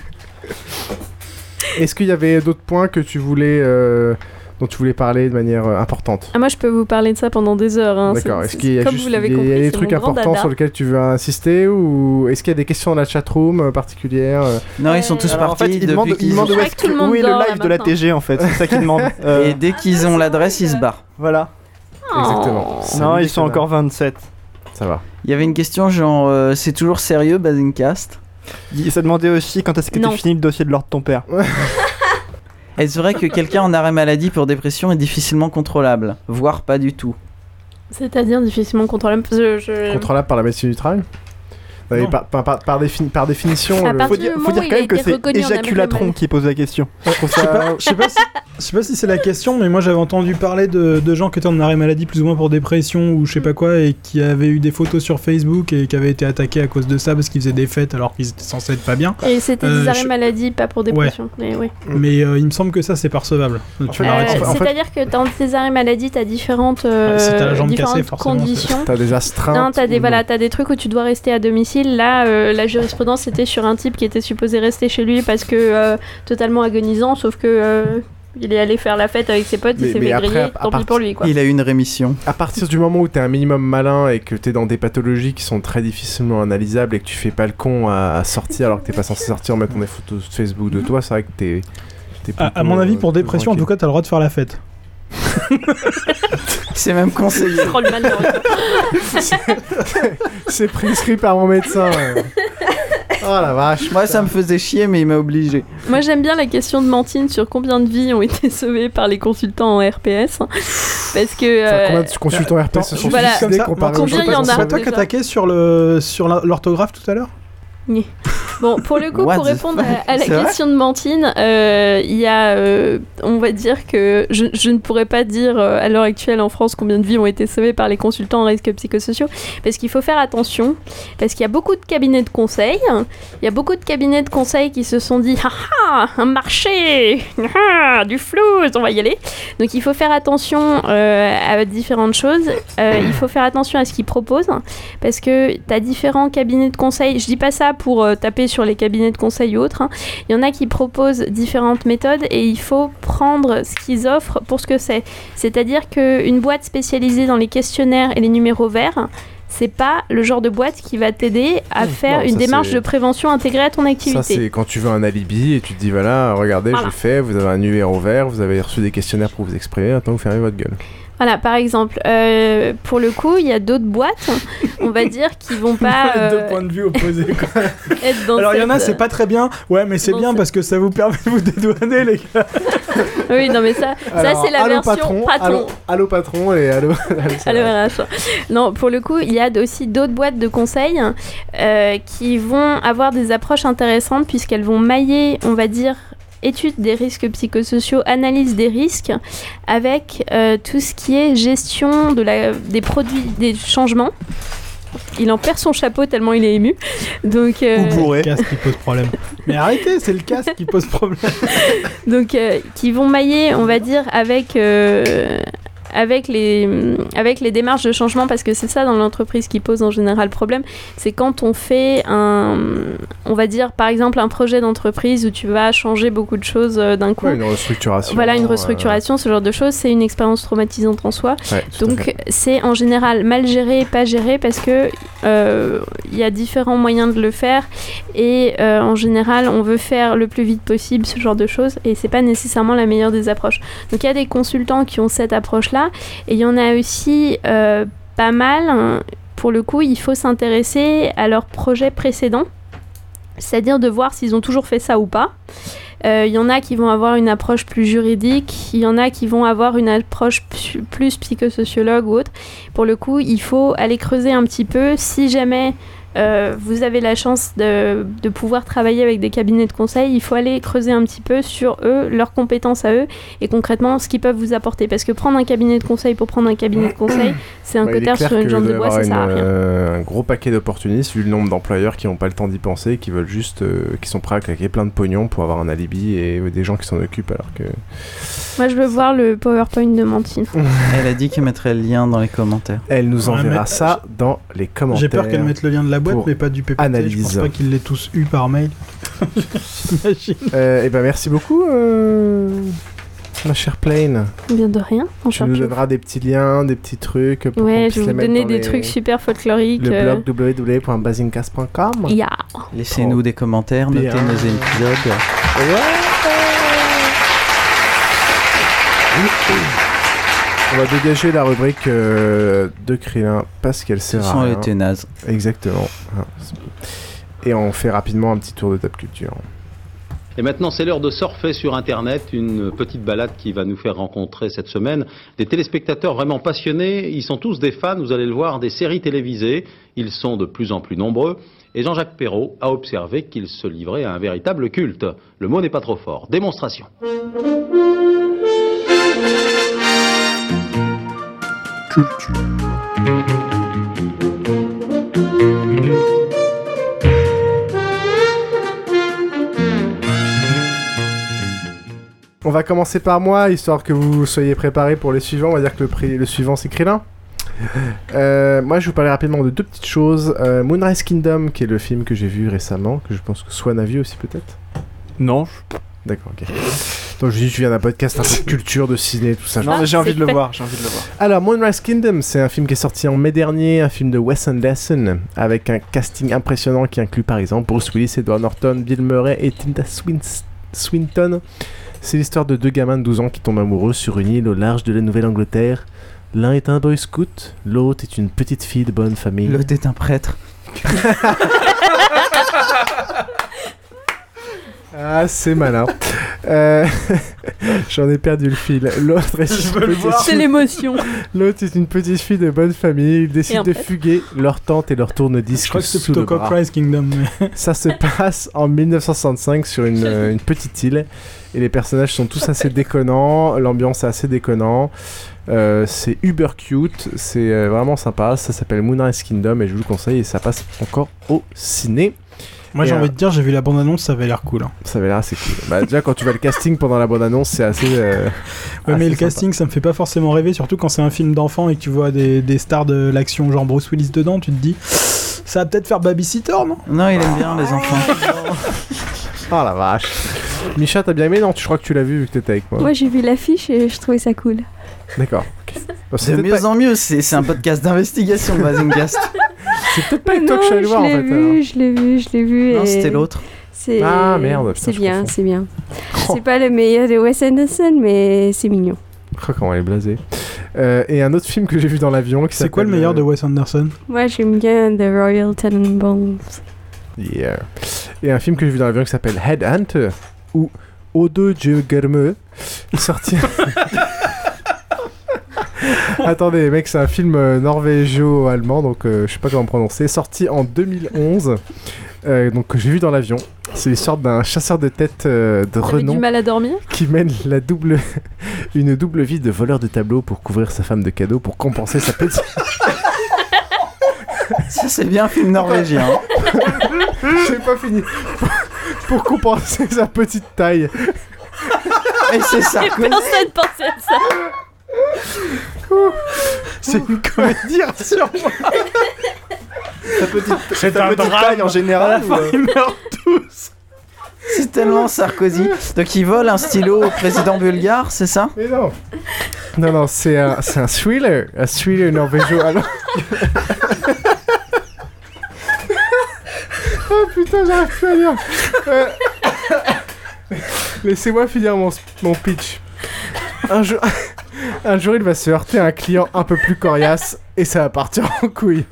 Est-ce qu'il y avait d'autres points que tu voulais, dont tu voulais parler de manière importante? Moi, je peux vous parler de ça pendant des heures. Hein. D'accord. Est-ce qu'il y a des trucs importants sur lesquels tu veux insister ou est-ce qu'il y a des questions dans la chatroom particulières? Non, ils sont tous partis. En fait, ils demandent où est le live de la TG, en fait. C'est ça qu'ils demandent. Et dès qu'ils ont l'adresse, ils se barrent. Voilà. Exactement. Non, ils sont encore 27. Ça va. Il y avait une question genre c'est toujours sérieux Basingcast? Il s'est demandé aussi quand est-ce que t'es fini le dossier de l'ordre de ton père. Est-ce vrai que quelqu'un en arrêt maladie pour dépression est difficilement contrôlable, voire pas du tout? C'est-à-dire difficilement contrôlable Contrôlable par la médecine du travail? Par définition, faut dire quand même que c'est Éjaculatron qui pose la question. Je sais pas si c'est la question, mais moi j'avais entendu parler de gens qui étaient en arrêt maladie plus ou moins pour dépression ou je sais pas quoi et qui avaient eu des photos sur Facebook et qui avaient été attaqués à cause de ça parce qu'ils faisaient des fêtes alors qu'ils étaient censés être pas bien. Et c'était des arrêts maladie, pas pour dépression. Ouais. Mais il me semble que ça c'est pas recevable. C'est-à-dire que dans tes arrêts maladie, t'as différentes conditions. T'as des astreintes. T'as des trucs où tu dois rester à domicile. Là, la jurisprudence c'était sur un type qui était supposé rester chez lui parce que totalement agonisant, sauf que il est allé faire la fête avec ses potes, il s'est fait griller, tant pis pour lui, quoi. Il a eu une rémission. À partir du moment où t'es un minimum malin et que t'es dans des pathologies qui sont très difficilement analysables et que tu fais pas le con à sortir alors que t'es pas censé sortir en mettant des photos de Facebook de toi, c'est vrai que t'es à mon avis, pour dépression, en tout cas, t'as le droit de faire la fête. C'est même conseillé. C'est prescrit par mon médecin. Oh la vache. Moi, ça me faisait chier, mais il m'a obligé. Moi, j'aime bien la question de Mantine sur combien de vies ont été sauvées par les consultants en RPS. Parce que. Combien de consultants RPS se sont suicidés comparé aux combien il y en a? C'est toi qui attaquais sur l'orthographe tout à l'heure? Oui. Bon, pour le coup, pour répondre à la question de Mantine, il y a, on va dire que je ne pourrais pas dire à l'heure actuelle en France combien de vies ont été sauvées par les consultants en risques psychosociaux, parce qu'il faut faire attention, parce qu'il y a beaucoup de cabinets de conseil, il y a beaucoup de cabinets de conseil qui se sont dit un marché, du flou, on va y aller. Donc il faut faire attention à différentes choses, il faut faire attention à ce qu'ils proposent, parce que tu as différents cabinets de conseil, je dis pas ça pour taper sur les cabinets de conseil ou autres, hein. Il y en a qui proposent différentes méthodes et il faut prendre ce qu'ils offrent pour ce que c'est. C'est-à-dire qu'une boîte spécialisée dans les questionnaires et les numéros verts, c'est pas le genre de boîte qui va t'aider à faire une démarche de prévention intégrée à ton activité. Ça, c'est quand tu veux un alibi et tu te dis voilà, regardez, j'ai fait, vous avez un numéro vert, vous avez reçu des questionnaires pour vous exprimer, maintenant vous fermez votre gueule. Voilà, par exemple, pour le coup, il y a d'autres boîtes, on va dire, qui vont pas... Deux points de vue opposés, quoi. Être dans Alors, il y en a, c'est pas très bien. Ouais, mais c'est bien parce que ça vous permet de vous dédouaner, les gars. Oui, non, mais ça c'est la version patron. Allô patron et allô RH. Non, pour le coup, il y a aussi d'autres boîtes de conseil qui vont avoir des approches intéressantes puisqu'elles vont mailler, on va dire, étude des risques psychosociaux, analyse des risques, avec tout ce qui est gestion des produits, des changements. Il en perd son chapeau tellement il est ému. Donc, ou bourré. C'est le casque qui pose problème. Mais arrêtez, c'est le casque qui pose problème. Donc, qui vont mailler, on va dire, avec les démarches de changement, parce que c'est ça dans l'entreprise qui pose en général problème, c'est quand on fait on va dire par exemple un projet d'entreprise où tu vas changer beaucoup de choses d'un coup. Ouais, une restructuration. Voilà, une restructuration, ce genre de choses, c'est une expérience traumatisante en soi. Ouais, donc c'est en général mal géré, pas géré, parce que il y a différents moyens de le faire et en général on veut faire le plus vite possible ce genre de choses et c'est pas nécessairement la meilleure des approches. Donc il y a des consultants qui ont cette approche-là et il y en a aussi pas mal. Pour le coup, il faut s'intéresser à leurs projets précédents, c'est-à-dire de voir s'ils ont toujours fait ça ou pas. Il y en a qui vont avoir une approche plus juridique, il y en a qui vont avoir une approche plus psychosociologue ou autre. Pour le coup, il faut aller creuser un petit peu. Si jamais vous avez la chance de pouvoir travailler avec des cabinets de conseil, il faut aller creuser un petit peu sur eux, leurs compétences à eux, et concrètement ce qu'ils peuvent vous apporter. Parce que prendre un cabinet de conseil pour prendre un cabinet de conseil, c'est un cotard sur une jambe de bois, ça sert à rien. Un gros paquet d'opportunistes, vu le nombre d'employeurs qui n'ont pas le temps d'y penser, qui veulent juste, qui sont prêts à claquer plein de pognon pour avoir un alibi et des gens qui s'en occupent alors que... Moi je veux voir le PowerPoint de Mantine. Elle a dit qu'elle mettrait le lien dans les commentaires. Elle nous enverra ça dans les commentaires. J'ai peur qu'elle mette le lien de la boîte mais pas du PPT. Analyse. Je pense pas qu'ils l'aient tous eu par mail. J'imagine. Et ben merci beaucoup ma chère Plaine. Bien de rien. Tu nous donneras des petits liens, des petits trucs pour ouais, je vais vous donner des trucs super folkloriques. Le blog www.basincast.com. Yeah. Laissez-nous des commentaires, notez nos épisodes. On va dégager la rubrique de Krillin parce qu'elle sert à rien. Elle était naze. Exactement. Et on fait rapidement un petit tour de table culture. Et maintenant, c'est l'heure de surfer sur Internet, une petite balade qui va nous faire rencontrer cette semaine des téléspectateurs vraiment passionnés. Ils sont tous des fans, vous allez le voir, des séries télévisées. Ils sont de plus en plus nombreux. Et Jean-Jacques Perrot a observé qu'ils se livraient à un véritable culte. Le mot n'est pas trop fort. Démonstration. Culture. On va commencer par moi, histoire que vous soyez préparés pour les suivants. On va dire que le suivant, c'est Krillin. Moi, je vais vous parler rapidement de deux petites choses. Moonrise Kingdom, qui est le film que j'ai vu récemment, que je pense que Swan a vu aussi, peut-être. Non. D'accord, ok. Donc, je viens d'un podcast un peu de culture, de ciné, tout ça. Non, mais j'ai envie de le voir. Alors, Moonrise Kingdom, c'est un film qui est sorti en mai dernier, un film de Wes Anderson, avec un casting impressionnant qui inclut par exemple Bruce Willis, Edward Norton, Bill Murray et Tilda Swinton. C'est l'histoire de deux gamins de 12 ans qui tombent amoureux sur une île au large de la Nouvelle-Angleterre. L'un est un boy scout, l'autre est une petite fille de bonne famille. L'autre est un prêtre. Ah, c'est malin. J'en ai perdu le fil. L'autre est c'est l'émotion. L'autre est une petite fille de bonne famille. Ils décident de fuguer leur tante et leur tourne-disque. Je crois que c'est plutôt Cockrise Kingdom. Mais... Ça se passe en 1965 sur une petite île. Et les personnages sont tous assez déconnants. L'ambiance est assez déconnant. C'est uber cute. C'est vraiment sympa. Ça s'appelle Moonrise Kingdom et je vous le conseille. Et ça passe encore au ciné. Moi, j'ai envie de dire, j'ai vu la bande-annonce, ça avait l'air cool. Hein. Ça avait l'air assez cool. Bah, déjà, quand tu vois le casting pendant la bande-annonce, c'est assez. Ouais, mais le casting, ça me fait pas forcément rêver, surtout quand c'est un film d'enfant et que tu vois des stars de l'action, genre Bruce Willis dedans, tu te dis, ça va peut-être faire babysitter, non ? Non, il aime bien les enfants. Oh la vache. Micha, t'as bien aimé ? Non, je crois que tu l'as vu que t'étais avec moi. Moi, j'ai vu l'affiche et je trouvais ça cool. D'accord. Okay. Bon, de mieux en mieux, c'est un podcast d'investigation, Basingcast. C'est peut-être pas une talk show à le voir en fait. Je l'ai vu. Non, c'était l'autre. Ah merde. C'est bien. C'est pas le meilleur de Wes Anderson, mais c'est mignon. Oh, comment elle est blasée. Et un autre film que j'ai vu dans l'avion. C'est quoi le meilleur de Wes Anderson ? Moi, j'aime bien The Royal Tenenbaums. Yeah. Et un film que j'ai vu dans l'avion qui s'appelle Headhunter ou Ode Germe, sorti. Attendez, mec, c'est un film norvégo-allemand, donc je sais pas comment prononcer. Sorti en 2011, donc que j'ai vu dans l'avion. C'est l'histoire d'un chasseur de tête de renom. Du mal à dormir. Qui mène une double vie de voleur de tableaux pour couvrir sa femme de cadeaux pour compenser sa petite. Ça, c'est bien un film norvégien. J'ai pas fini. Pour compenser sa petite taille. Et c'est ça. Personne pensait à ça. C'est une comédie, rassure-moi. C'est ta petite taille en général. Ils meurent tous. C'est tellement Sarkozy. Donc il vole un stylo au président bulgare, c'est ça ? Mais non. Non, c'est un thriller. Un thriller norvégian. Oh putain, j'arrive plus à lire. Laissez-moi finir mon pitch. Un jour, il va se heurter à un client un peu plus coriace et ça va partir en couille.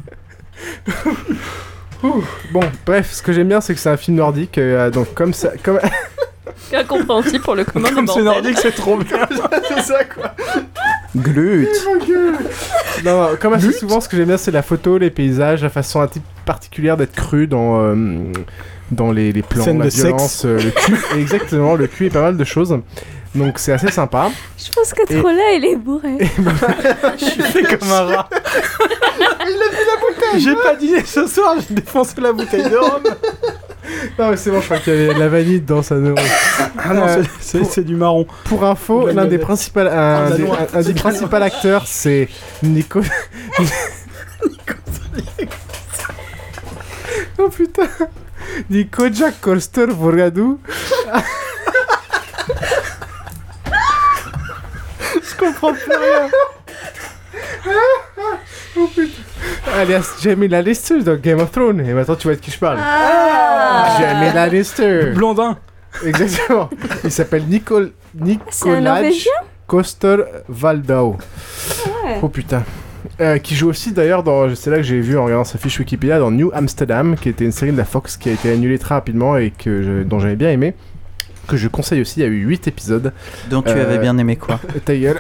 Bon, bref, ce que j'aime bien, c'est que c'est un film nordique, donc comme ça... Incompréhensible pour le commun des mortels. Comme c'est nordique, c'est trop bien. C'est ça, quoi. Glut. Non, comme assez souvent, ce que j'aime bien, c'est la photo, les paysages, la façon un type particulière d'être cru dans les plans, scène la de violence, sexe. le cul. Exactement, le cul et pas mal de choses. Donc c'est assez sympa. Je pense que Trolla, il est bourré. Je suis fait comme un rat. Il a vu la bouteille. J'ai pas dîné ce soir, j'ai défoncé la bouteille de rhum. Non mais c'est bon, je crois qu'il y avait de la vanille dedans, ça ne... Ah non, c'est du marron. Pour info, un des principaux acteurs, c'est Nico... Oh putain. Nico Jack Colster Vorgadou. Je comprends plus rien. Oh putain. Alias Jamie Lannister dans Game of Thrones. Et maintenant tu vois de qui je parle. Jamie Lannister. Blondin. Exactement. Il s'appelle Nicolaj Coster Waldau. Ouais. Oh putain. Qui joue aussi d'ailleurs dans, c'est là que j'ai vu en regardant sa fiche Wikipédia, dans New Amsterdam, qui était une série de la Fox qui a été annulée très rapidement et dont j'avais bien aimé, que je conseille aussi. Il y a eu 8 épisodes. Donc tu avais bien aimé quoi? Ta gueule.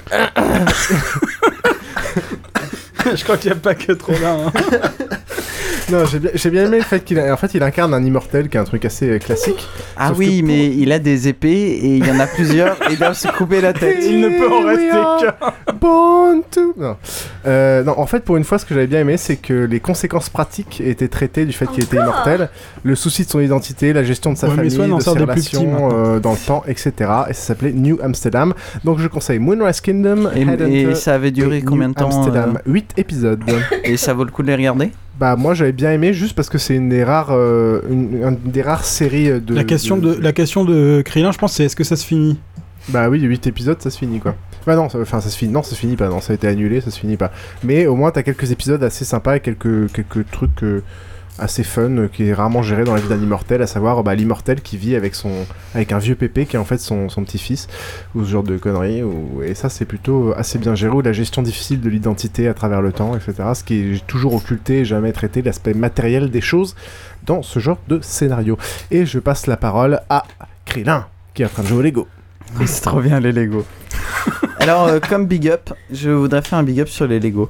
Je crois qu'il n'y a pas que trop là. Hein. Non, j'ai bien aimé le fait qu'il incarne un immortel, qui est un truc assez classique. Ah Sauf oui, mais il a des épées et il y en a plusieurs et il doit se couper la tête. Il ne peut en rester qu'un. Born to... Non. Non, en fait, pour une fois, ce que j'avais bien aimé, c'est que les conséquences pratiques étaient traitées du fait qu'il était immortel, le souci de son identité, la gestion de sa famille, de ses relations dans le temps, etc. Et ça s'appelait New Amsterdam. Donc je conseille Moonrise Kingdom. Et ça avait duré combien de temps? Amsterdam, 8 épisodes. Et ça vaut le coup de les regarder? Bah moi j'avais bien aimé juste parce que c'est une des rares séries de... La question de Krillin, je pense, c'est est-ce que ça se finit? Bah oui, 8 épisodes, ça se finit quoi. Bah non, ça se finit. Non, ça se finit pas. Non, ça a été annulé, ça se finit pas. Mais au moins t'as quelques épisodes assez sympas et quelques trucs assez fun qui est rarement géré dans la vie d'un immortel, à savoir l'immortel qui vit avec un vieux pépé qui est en fait son petit-fils, ou ce genre de conneries, et ça c'est plutôt assez bien géré, ou la gestion difficile de l'identité à travers le temps, etc. Ce qui est toujours occulté et jamais traité, l'aspect matériel des choses dans ce genre de scénario. Et je passe la parole à Krillin, qui est en train de jouer au Lego. C'est trop bien les Lego. Alors, comme big up, je voudrais faire un big up sur les Lego.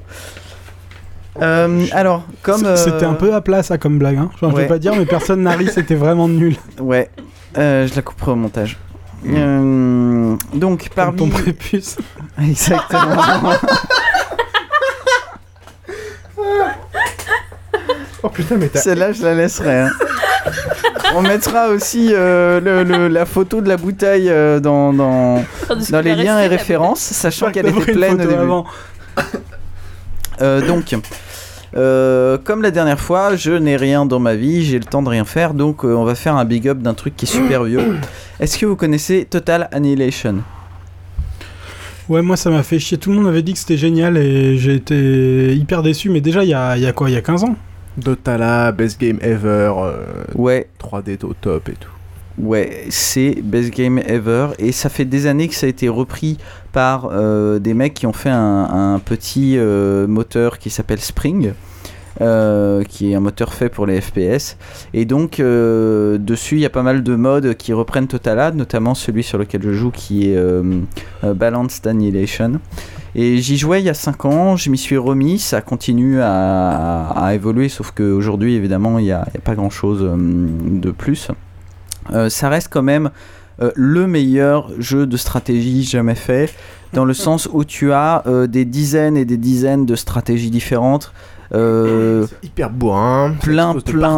Alors, comme... C'était un peu à plat ça comme blague, hein. Genre, je vais pas dire, mais personne n'a ri, c'était vraiment nul. Ouais, je la couperai au montage. Donc, parmi... Comme ton prépuce. Exactement. Oh putain, mais celle-là, je la laisserai. Hein. On mettra aussi la photo de la bouteille dans les liens et références, sachant qu'elle était pleine au début. Donc, comme la dernière fois, je n'ai rien dans ma vie, j'ai le temps de rien faire, donc on va faire un big up d'un truc qui est super vieux. Est-ce que vous connaissez Total Annihilation ? Ouais, moi ça m'a fait chier. Tout le monde m'avait dit que c'était génial et j'ai été hyper déçu, mais déjà il y a quoi ? Il y a 15 ans ? Dotala, best game ever, ouais. 3D au top et tout. Ouais, c'est best game ever et ça fait des années que ça a été repris par des mecs qui ont fait un petit moteur qui s'appelle Spring, qui est un moteur fait pour les FPS. Et donc dessus il y a pas mal de modes qui reprennent Totala, notamment celui sur lequel je joue qui est Balanced Annihilation. Et j'y jouais il y a 5 ans, je m'y suis remis, ça continue à évoluer, sauf qu'aujourd'hui évidemment il n'y a pas grand chose de plus. Ça reste quand même le meilleur jeu de stratégie jamais fait, dans le sens où tu as des dizaines et des dizaines de stratégies différentes. C'est hyper beau, hein. Plein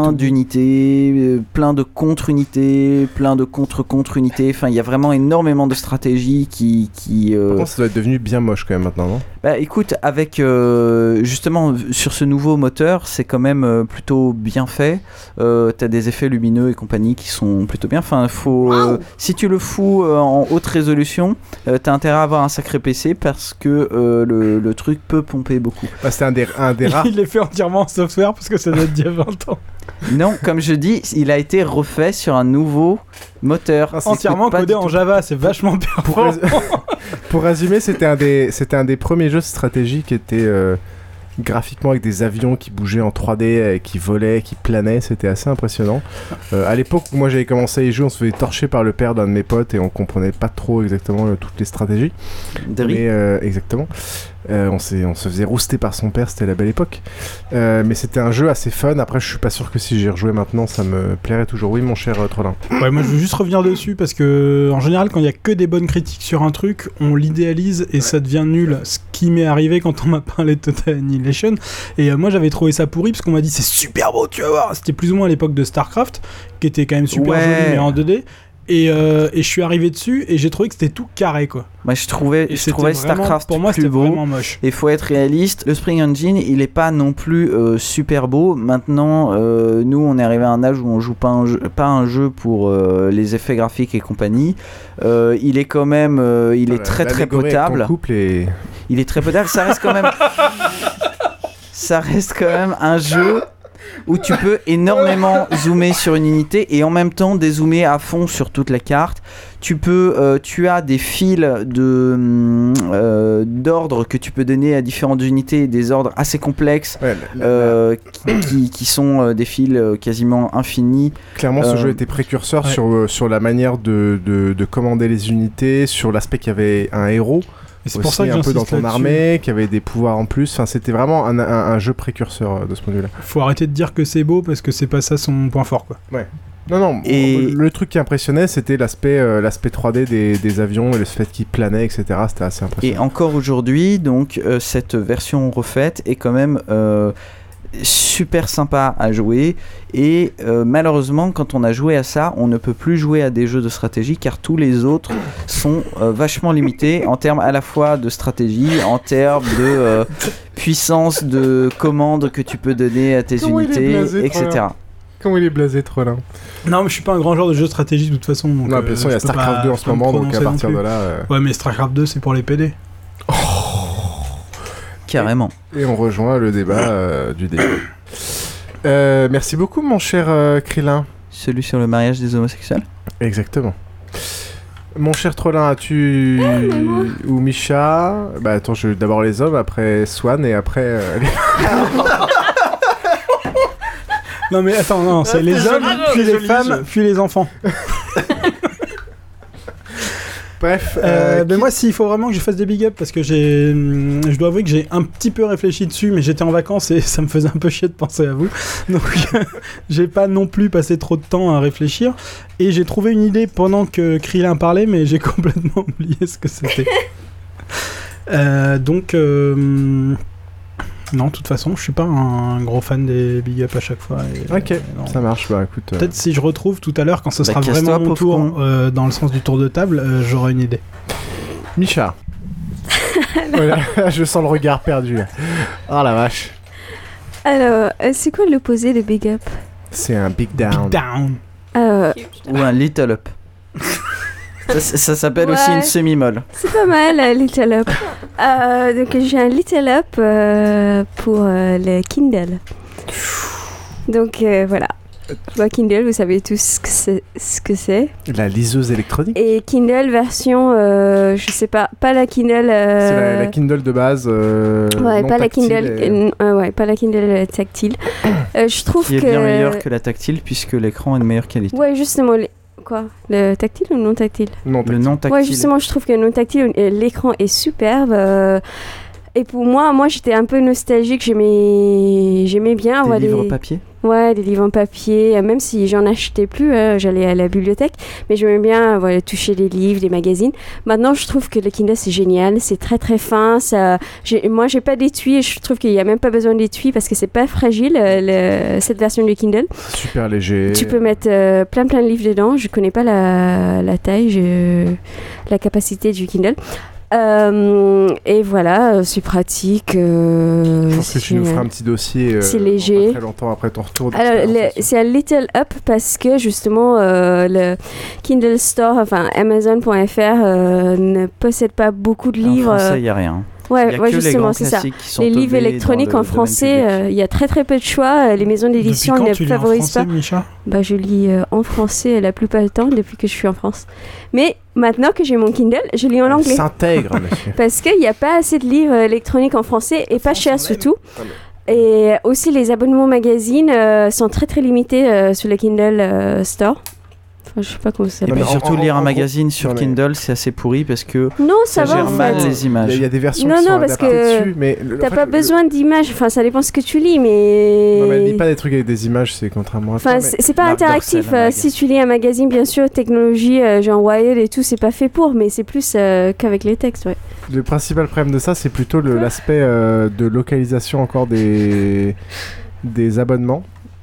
d'unités, plein de contre-unités, plein de contre-contre-unités. Enfin, il y a vraiment énormément de stratégies qui Par contre, ça doit être devenu bien moche quand même maintenant, non ? Bah écoute, avec justement sur ce nouveau moteur, c'est quand même plutôt bien fait. T'as des effets lumineux et compagnie qui sont plutôt bien. Enfin, si tu le fous en haute résolution, t'as intérêt à avoir un sacré PC parce que le truc peut pomper beaucoup. Bah, c'est un des rares. Il est fait entièrement en software parce que ça date d'il y a 20 ans. Non, comme je dis, il a été refait sur un nouveau moteur. Entièrement codé en Java, c'est vachement performant. Pour résumer, c'était un des premiers jeux de stratégie qui était graphiquement avec des avions qui bougeaient en 3D, qui volaient, qui planaient, c'était assez impressionnant. À l'époque où moi j'avais commencé à y jouer, on se faisait torcher par le père d'un de mes potes et on comprenait pas trop exactement toutes les stratégies. Mais exactement. On se faisait rouster par son père, c'était la belle époque. Mais c'était un jeu assez fun. Après, je suis pas sûr que si j'y rejouais maintenant, ça me plairait toujours. Oui, mon cher Trollin. Ouais, moi je veux juste revenir dessus parce que en général, quand il y a que des bonnes critiques sur un truc, on l'idéalise et ça devient nul. Ce qui m'est arrivé quand on m'a parlé de Total Annihilation. Et moi j'avais trouvé ça pourri parce qu'on m'a dit c'est super beau, tu vas voir. C'était plus ou moins à l'époque de StarCraft, qui était quand même super joli mais en 2D. Et je suis arrivé dessus et j'ai trouvé que c'était tout carré quoi. Moi je trouvais StarCraft pour moi plus c'était beau. vraiment moche. Il faut être réaliste. Le Spring Engine il est pas non plus super beau. Maintenant nous on est arrivé à un âge où on joue pas un jeu pour les effets graphiques et compagnie. Il est quand même il est très très potable. Il est très potable. Ça reste quand même un jeu où tu peux énormément zoomer sur une unité et en même temps dézoomer à fond sur toute la carte. Tu as des fils d'ordre que tu peux donner à différentes unités, des ordres assez complexes qui sont des fils quasiment infinis. Clairement, ce jeu était précurseur sur la manière de commander les unités, sur l'aspect qu'il y avait un héros. Et c'est pour ça que un peu dans ton armée, qui avait des pouvoirs en plus. Enfin, c'était vraiment un jeu précurseur de ce point de vue-là. Faut arrêter de dire que c'est beau parce que c'est pas ça son point fort, quoi. Ouais. Non. Et le truc qui impressionnait, c'était l'aspect 3D des avions et le fait qu'ils planaient, etc. C'était assez impressionnant. Et encore aujourd'hui, donc cette version refaite est quand même super sympa à jouer et malheureusement quand on a joué à ça on ne peut plus jouer à des jeux de stratégie car tous les autres sont vachement limités en termes à la fois de stratégie, en termes de puissance de commande que tu peux donner à tes unités, etc. Comment il est blasé Trollin. Non mais je suis pas un grand joueur de jeux de stratégie de toute façon donc, non, de toute façon il y a StarCraft 2 en ce moment donc à partir de là ouais mais StarCraft 2 c'est pour les PD. Carrément. Et on rejoint le débat du début. Merci beaucoup, mon cher Krillin. Celui sur le mariage des homosexuels ? Exactement. Mon cher Trollin, as-tu ou Misha ? Bah attends, je vais d'abord les hommes, après Swan et après. Non mais attends, non, c'est les hommes, puis les femmes, puis les enfants. Bref, mais moi, s'il faut vraiment que je fasse des big up, parce que je dois avouer que j'ai un petit peu réfléchi dessus, mais j'étais en vacances et ça me faisait un peu chier de penser à vous. Donc, j'ai pas non plus passé trop de temps à réfléchir. Et j'ai trouvé une idée pendant que Krillin parlait, mais j'ai complètement oublié ce que c'était. Non, de toute façon, je suis pas un gros fan des big up à chaque fois. Ok, ça marche. Bah écoute. Peut-être si je retrouve tout à l'heure, quand ce sera vraiment mon tour, dans le sens du tour de table, j'aurai une idée. Micha. Voilà, je sens le regard perdu. Oh la vache. Alors, c'est quoi l'opposé de big up? C'est un big down. Big down. Ou un little up. Ça s'appelle aussi une semi-molle. C'est pas mal, Little Up. Donc j'ai un Little Up pour le Kindle. Donc voilà. Kindle, vous savez tous ce que c'est. La liseuse électronique. Et Kindle version, je sais pas la Kindle. C'est la Kindle de base. Ouais, pas la Kindle. Pas la Kindle tactile. Je trouve qui est bien meilleure que la tactile puisque l'écran est de meilleure qualité. Ouais, justement. Quoi? Le tactile ou non tactile? Non, le non tactile. Ouais, justement, je trouve que le non tactile, l'écran est superbe. Et pour moi, j'étais un peu nostalgique. J'aimais bien avoir des livres papier. Ouais, des livres en papier. Même si j'en achetais plus, j'allais à la bibliothèque. Mais j'aimais bien toucher les livres, les magazines. Maintenant, je trouve que le Kindle, c'est génial. C'est très, très fin. Moi, j'ai pas d'étui et je trouve qu'il y a même pas besoin d'étui parce que c'est pas fragile, cette version du Kindle. Super léger. Tu peux mettre plein de livres dedans. Je connais pas la taille, la capacité du Kindle. Et voilà, c'est pratique. Je pense que tu nous feras un petit dossier. C'est léger. Très longtemps après ton retour. Alors, c'est un little up parce que justement le Kindle Store, enfin Amazon.fr, ne possède pas beaucoup de livres. En français, il n'y a rien. Ouais, justement, c'est ça. Les livres électroniques en français, il y a très très peu de choix. Les maisons d'édition ne favorisent pas. Je lis en français la plupart du temps depuis que je suis en France. Mais maintenant que j'ai mon Kindle, je lis en anglais. S'intègre, monsieur. Parce qu'il n'y a pas assez de livres électroniques en français et pas cher surtout. Et aussi, les abonnements magazines sont très très limités sur le Kindle Store. Enfin, je sais pas comment ça s'appelle. Et puis surtout lire un magazine sur Kindle, c'est assez pourri parce que ça gère mal les images. Il y a des versions qui sont parce que dessus, mais t'as pas besoin d'images. Enfin, ça dépend ce que tu lis, mais. Non, mais elle lit pas des trucs avec des images, c'est contrairement à. Enfin, c'est pas interactif. Si tu lis un magazine, bien sûr, technologie, genre Wired et tout, c'est pas fait pour, mais c'est plus qu'avec les textes, ouais. Le principal problème de ça, c'est plutôt l'aspect de localisation encore des abonnements.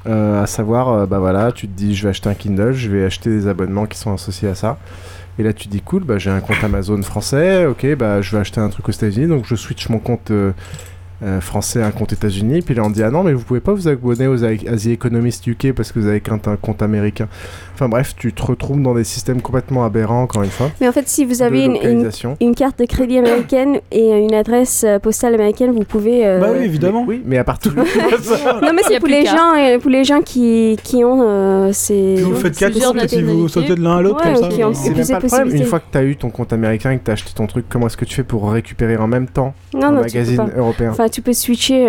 À savoir, tu te dis je vais acheter un Kindle, je vais acheter des abonnements qui sont associés à ça. Et là tu te dis cool, j'ai un compte Amazon français, ok, je vais acheter un truc aux États-Unis, donc je switch mon compte français à un compte États-Unis. Puis là on dit ah non, mais vous pouvez pas vous abonner aux Asie Economist UK parce que vous avez qu'un compte américain. Enfin bref, tu te retrouves dans des systèmes complètement aberrants encore une fois. Mais en fait, si vous avez une carte de crédit américaine et une adresse postale américaine, vous pouvez. Oui, évidemment. Oui, mais à partir de. Non, mais c'est pour les gens qui ont ces. Vous faites calcul si vous sautez de l'un à l'autre comme ça. C'est même pas le problème. Une fois que tu as eu ton compte américain et que tu as acheté ton truc, comment est-ce que tu fais pour récupérer en même temps un magazine européen? Enfin, tu peux switcher.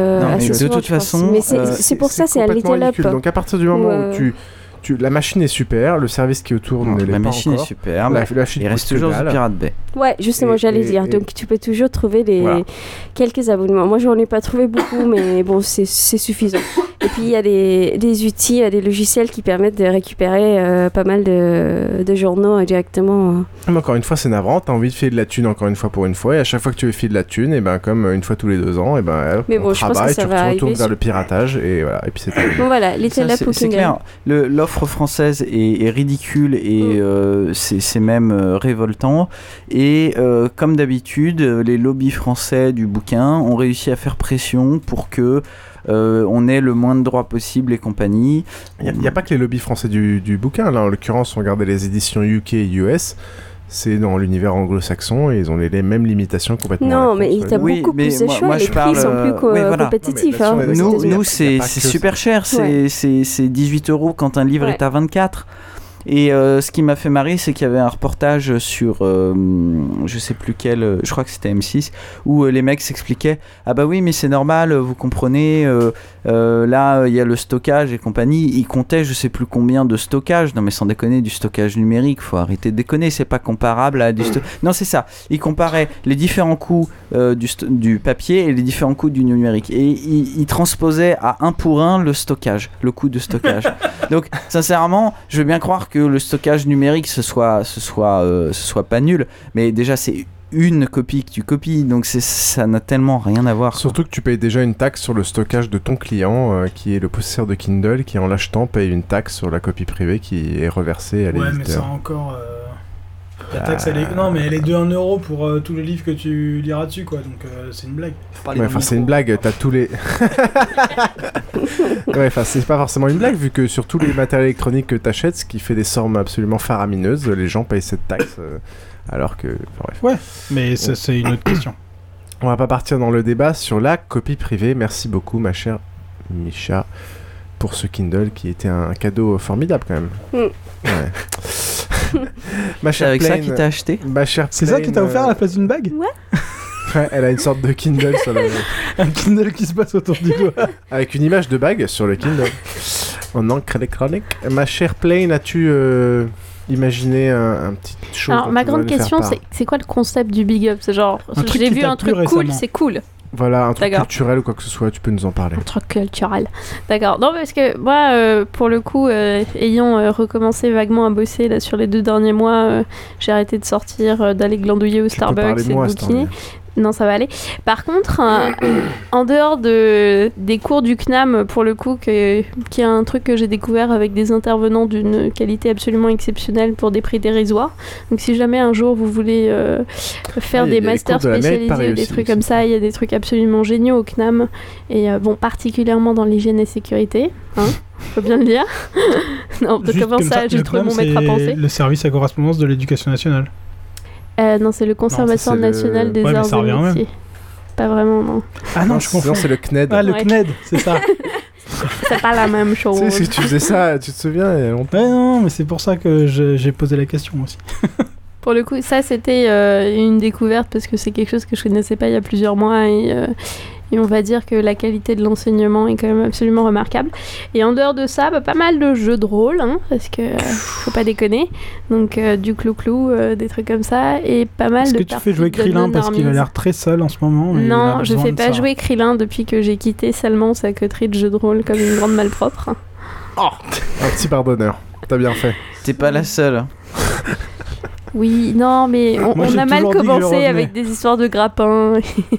De toute façon. Mais c'est pour ça, c'est un little up. Donc à partir du moment où la machine est super, le service qui est autour ne l'est pas encore. La machine est super, il reste toujours du Pirate Bay. Ouais, justement, j'allais dire. Donc tu peux toujours trouver quelques abonnements. Moi, j'en ai pas trouvé beaucoup, mais bon, c'est suffisant. Et puis, il y a des outils, des logiciels qui permettent de récupérer pas mal de journaux directement. Mais encore une fois, c'est navrant. T'as envie de filer de la thune encore une fois pour une fois. Et à chaque fois que tu veux filer de la thune, et comme une fois tous les 2 ans, on travaille, tu retournes vers le piratage. Et voilà, et puis c'est bon, voilà, Little Up. C'est clair. L'offre française est ridicule et c'est même révoltant. Et comme d'habitude, les lobbies français du bouquin ont réussi à faire pression pour que on ait le moins de droits possible et compagnie. Il n'y a pas que les lobbies français du bouquin. Là, en l'occurrence, on regardait les éditions UK et US. C'est dans l'univers anglo-saxon et ils ont les mêmes limitations complètement. Non, mais il y a beaucoup plus de choix. Les prix sont plus compétitifs. Nous, c'est super cher. C'est 18 € quand un livre est à 24. Et ce qui m'a fait marrer, c'est qu'il y avait un reportage sur, je sais plus quel, je crois que c'était M6, où les mecs s'expliquaient, ah bah oui mais c'est normal, vous comprenez, là il y a le stockage et compagnie, ils comptaient je sais plus combien de stockage, non mais sans déconner, du stockage numérique, faut arrêter de déconner, c'est pas comparable à du non c'est ça, ils comparaient les différents coûts du papier et les différents coûts du numérique, et ils transposaient à 1 pour 1 le stockage, le coût de stockage. Donc sincèrement, je veux bien croire que le stockage numérique ce soit pas nul, mais déjà c'est une copie que tu copies, donc ça n'a tellement rien à voir. Surtout que tu payes déjà une taxe sur le stockage de ton client, qui est le possesseur de Kindle, qui en l'achetant paye une taxe sur la copie privée qui est reversée à l'éditeur. Ouais, mais ça encore... La taxe, non, mais elle est de 1 euro pour tous les livres que tu liras dessus, quoi. Donc c'est une blague. Ouais, enfin c'est une blague. T'as tous les. Ouais, enfin c'est pas forcément une blague vu que sur tous les matériels électroniques que t'achètes, ce qui fait des sommes absolument faramineuses, les gens payent cette taxe, alors que. Enfin, bref. Ouais, mais ça, c'est une autre question. On va pas partir dans le débat sur la copie privée. Merci beaucoup, ma chère Micha, pour ce Kindle qui était un cadeau formidable quand même. Ouais. C'est avec ça qu'il t'a acheté? C'est ça qui t'a offert à la place d'une bague? Ouais, elle a une sorte de Kindle sur le... Un Kindle qui se passe autour du doigt. Avec une image de bague sur le Kindle. En encre électronique. Ma chère Plain, as-tu imaginé un petit show? Alors, ma grande question, c'est quoi le concept du Big Up? C'est genre, j'ai vu un truc cool, c'est cool. Voilà, un truc culturel ou quoi que ce soit, tu peux nous en parler. Un truc culturel. D'accord. Non, parce que moi, pour le coup, ayant recommencé vaguement à bosser là, sur les 2 derniers mois, j'ai arrêté de sortir, d'aller glandouiller au Starbucks et de bouquiner. Non, ça va aller. Par contre, en dehors des cours du CNAM, pour le coup, qui est un truc que j'ai découvert avec des intervenants d'une qualité absolument exceptionnelle pour des prix dérisoires. Donc si jamais un jour vous voulez faire des masters spécialisés, des trucs comme ça, il y a des trucs absolument géniaux au CNAM. Et bon, particulièrement dans l'hygiène et sécurité. Hein, faut bien le dire. Non, de comment ça, j'ai trouvé mon maître à penser. Le service à correspondance de l'éducation nationale. Non, c'est le Conservatoire national des arts et métiers. Pas vraiment, non. Ah non, je confonds. C'est le CNED. Ah, le CNED, c'est ça. C'est pas la même chose. Tu sais, si tu faisais ça, tu te souviens, il y a longtemps. Ouais, non, mais c'est pour ça que j'ai posé la question aussi. Pour le coup, ça, c'était une découverte parce que c'est quelque chose que je connaissais pas il y a plusieurs mois et on va dire que la qualité de l'enseignement est quand même absolument remarquable. Et en dehors de ça, pas mal de jeux de rôle, hein, parce que faut pas déconner. Donc du clou-clou, des trucs comme ça, et pas mal de parties. Est-ce que tu fais jouer Krillin parce qu'il a l'air très seul en ce moment? Non, je fais pas jouer Krillin depuis que j'ai quitté salement sa coterie de jeux de rôle comme une grande malpropre. Oh, un petit pardonneur, t'as bien fait. T'es pas la seule. Oui, non, mais on a mal commencé avec des histoires de grappins.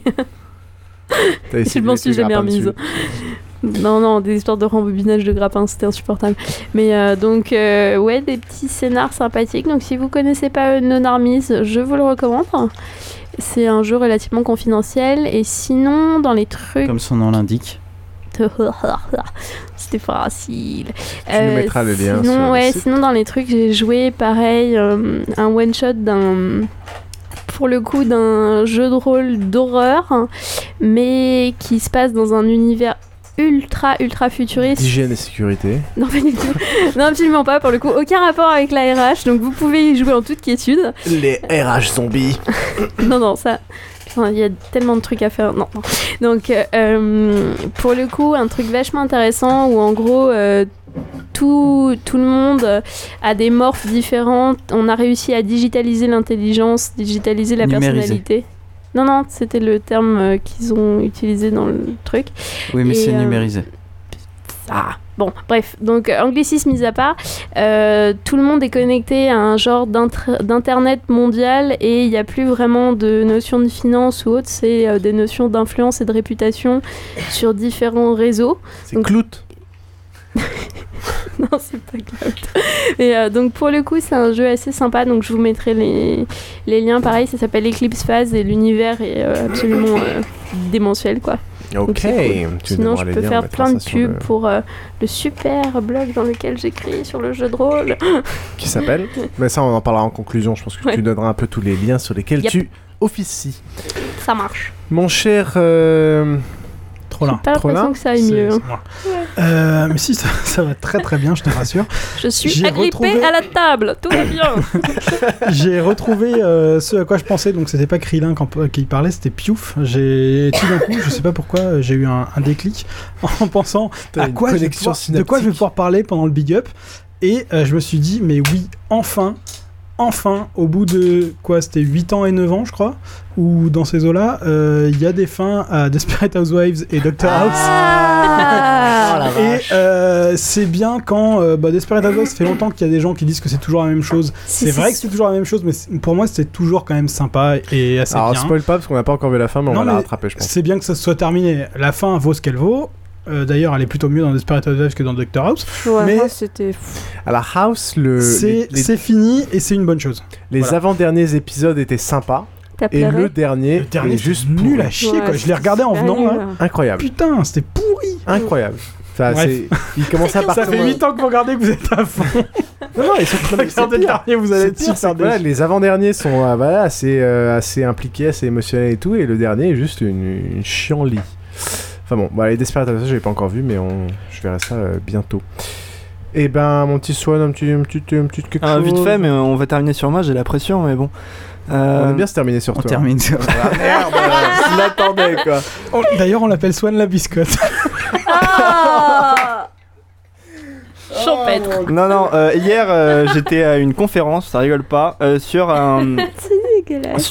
Je m'en suis jamais remise. Non, des histoires de rembobinage de grappins, c'était insupportable. Mais donc, ouais, des petits scénars sympathiques. Donc, si vous connaissez pas No Normies, je vous le recommande. C'est un jeu relativement confidentiel. Et sinon, dans les trucs... Comme son nom l'indique. C'était facile. Tu nous mettras le lien sinon, sur le site. Sinon, dans les trucs, j'ai joué, pareil, un one-shot pour le coup d'un jeu de rôle d'horreur, mais qui se passe dans un univers ultra futuriste. D'hygiène et sécurité. Non, pas du tout. Non, absolument pas, pour le coup. Aucun rapport avec la RH, donc vous pouvez y jouer en toute quiétude. Les RH zombies. Non, ça... Il y a tellement de trucs à faire. Non. Donc, pour le coup, un truc vachement intéressant où en gros, tout le monde a des morphes différentes. On a réussi à digitaliser l'intelligence, digitaliser la personnalité. Non, c'était le terme qu'ils ont utilisé dans le truc. Oui, mais c'est numérisé. Bon, bref, donc anglicisme mis à part, tout le monde est connecté à un genre d'internet mondial et il n'y a plus vraiment de notion de finance ou autre, c'est des notions d'influence et de réputation sur différents réseaux. C'est Clout. Non, c'est pas Clout. Et donc pour le coup, c'est un jeu assez sympa, donc je vous mettrai les liens. Pareil, ça s'appelle Eclipse Phase et l'univers est absolument démentiel, quoi. Ok. Cool. Sinon, je peux faire plein de pubs pour le super blog dans lequel j'écris sur le jeu de rôle. Qui s'appelle Mais ça, on en parlera en conclusion. Je pense que tu donneras un peu tous les liens sur lesquels tu officies. Ça marche. Mon cher Trollin. J'ai pas l'impression que ça aille mieux. Mais si, ça va très très bien, je te rassure. Je suis agrippé à la table, tout va bien. J'ai retrouvé ce à quoi je pensais, donc c'était pas Krillin qui parlait, c'était Piouf. Tout d'un coup, je sais pas pourquoi, j'ai eu un déclic en pensant de quoi je vais pouvoir parler pendant le Big Up. Et je me suis dit, mais oui, enfin, au bout de quoi, c'était 8 ans et 9 ans, je crois, où dans ces eaux-là, il y a des fins à Desperate Housewives et Dr House. Et c'est bien quand Desperate Housewives, ça fait longtemps qu'il y a des gens qui disent que c'est toujours la même chose. C'est vrai que c'est toujours la même chose, mais pour moi, c'était toujours quand même sympa et assez bien. Alors, spoil pas parce qu'on n'a pas encore vu la fin, mais on va la rattraper, je pense. C'est bien que ça soit terminé. La fin vaut ce qu'elle vaut. D'ailleurs, elle est plutôt mieux dans Desperate Housewives que dans Dr House. Ouais, mais c'était... Alors House, c'est fini et c'est une bonne chose. Les avant-derniers épisodes étaient sympas. Et le dernier est juste nul à chier, quoi. Je l'ai regardé en venant là. Incroyable. Putain, c'était pourri. Incroyable. Il commence à partir. Ça fait 8 ans que vous regardez que vous êtes à fond. Non, ils sont regardez le dernier, vous allez être super déçus. Les avant-derniers sont assez impliqués, assez émotionnels et tout, et le dernier est juste une chienlit. Enfin bon, les Desperate Housewives, je l'ai pas encore vu, mais je verrai ça bientôt. Et ben, mon petit Swan, un petit quelque chose. Vite fait, mais on va terminer sur moi, j'ai la pression, mais bon. On aime bien se terminer sur toi. On termine sur toi. Merde, je l'attendais, quoi. D'ailleurs, on l'appelle Swan la biscotte. Champêtre. Non, hier, j'étais à une conférence, ça rigole pas, sur un... C'est dégueulasse.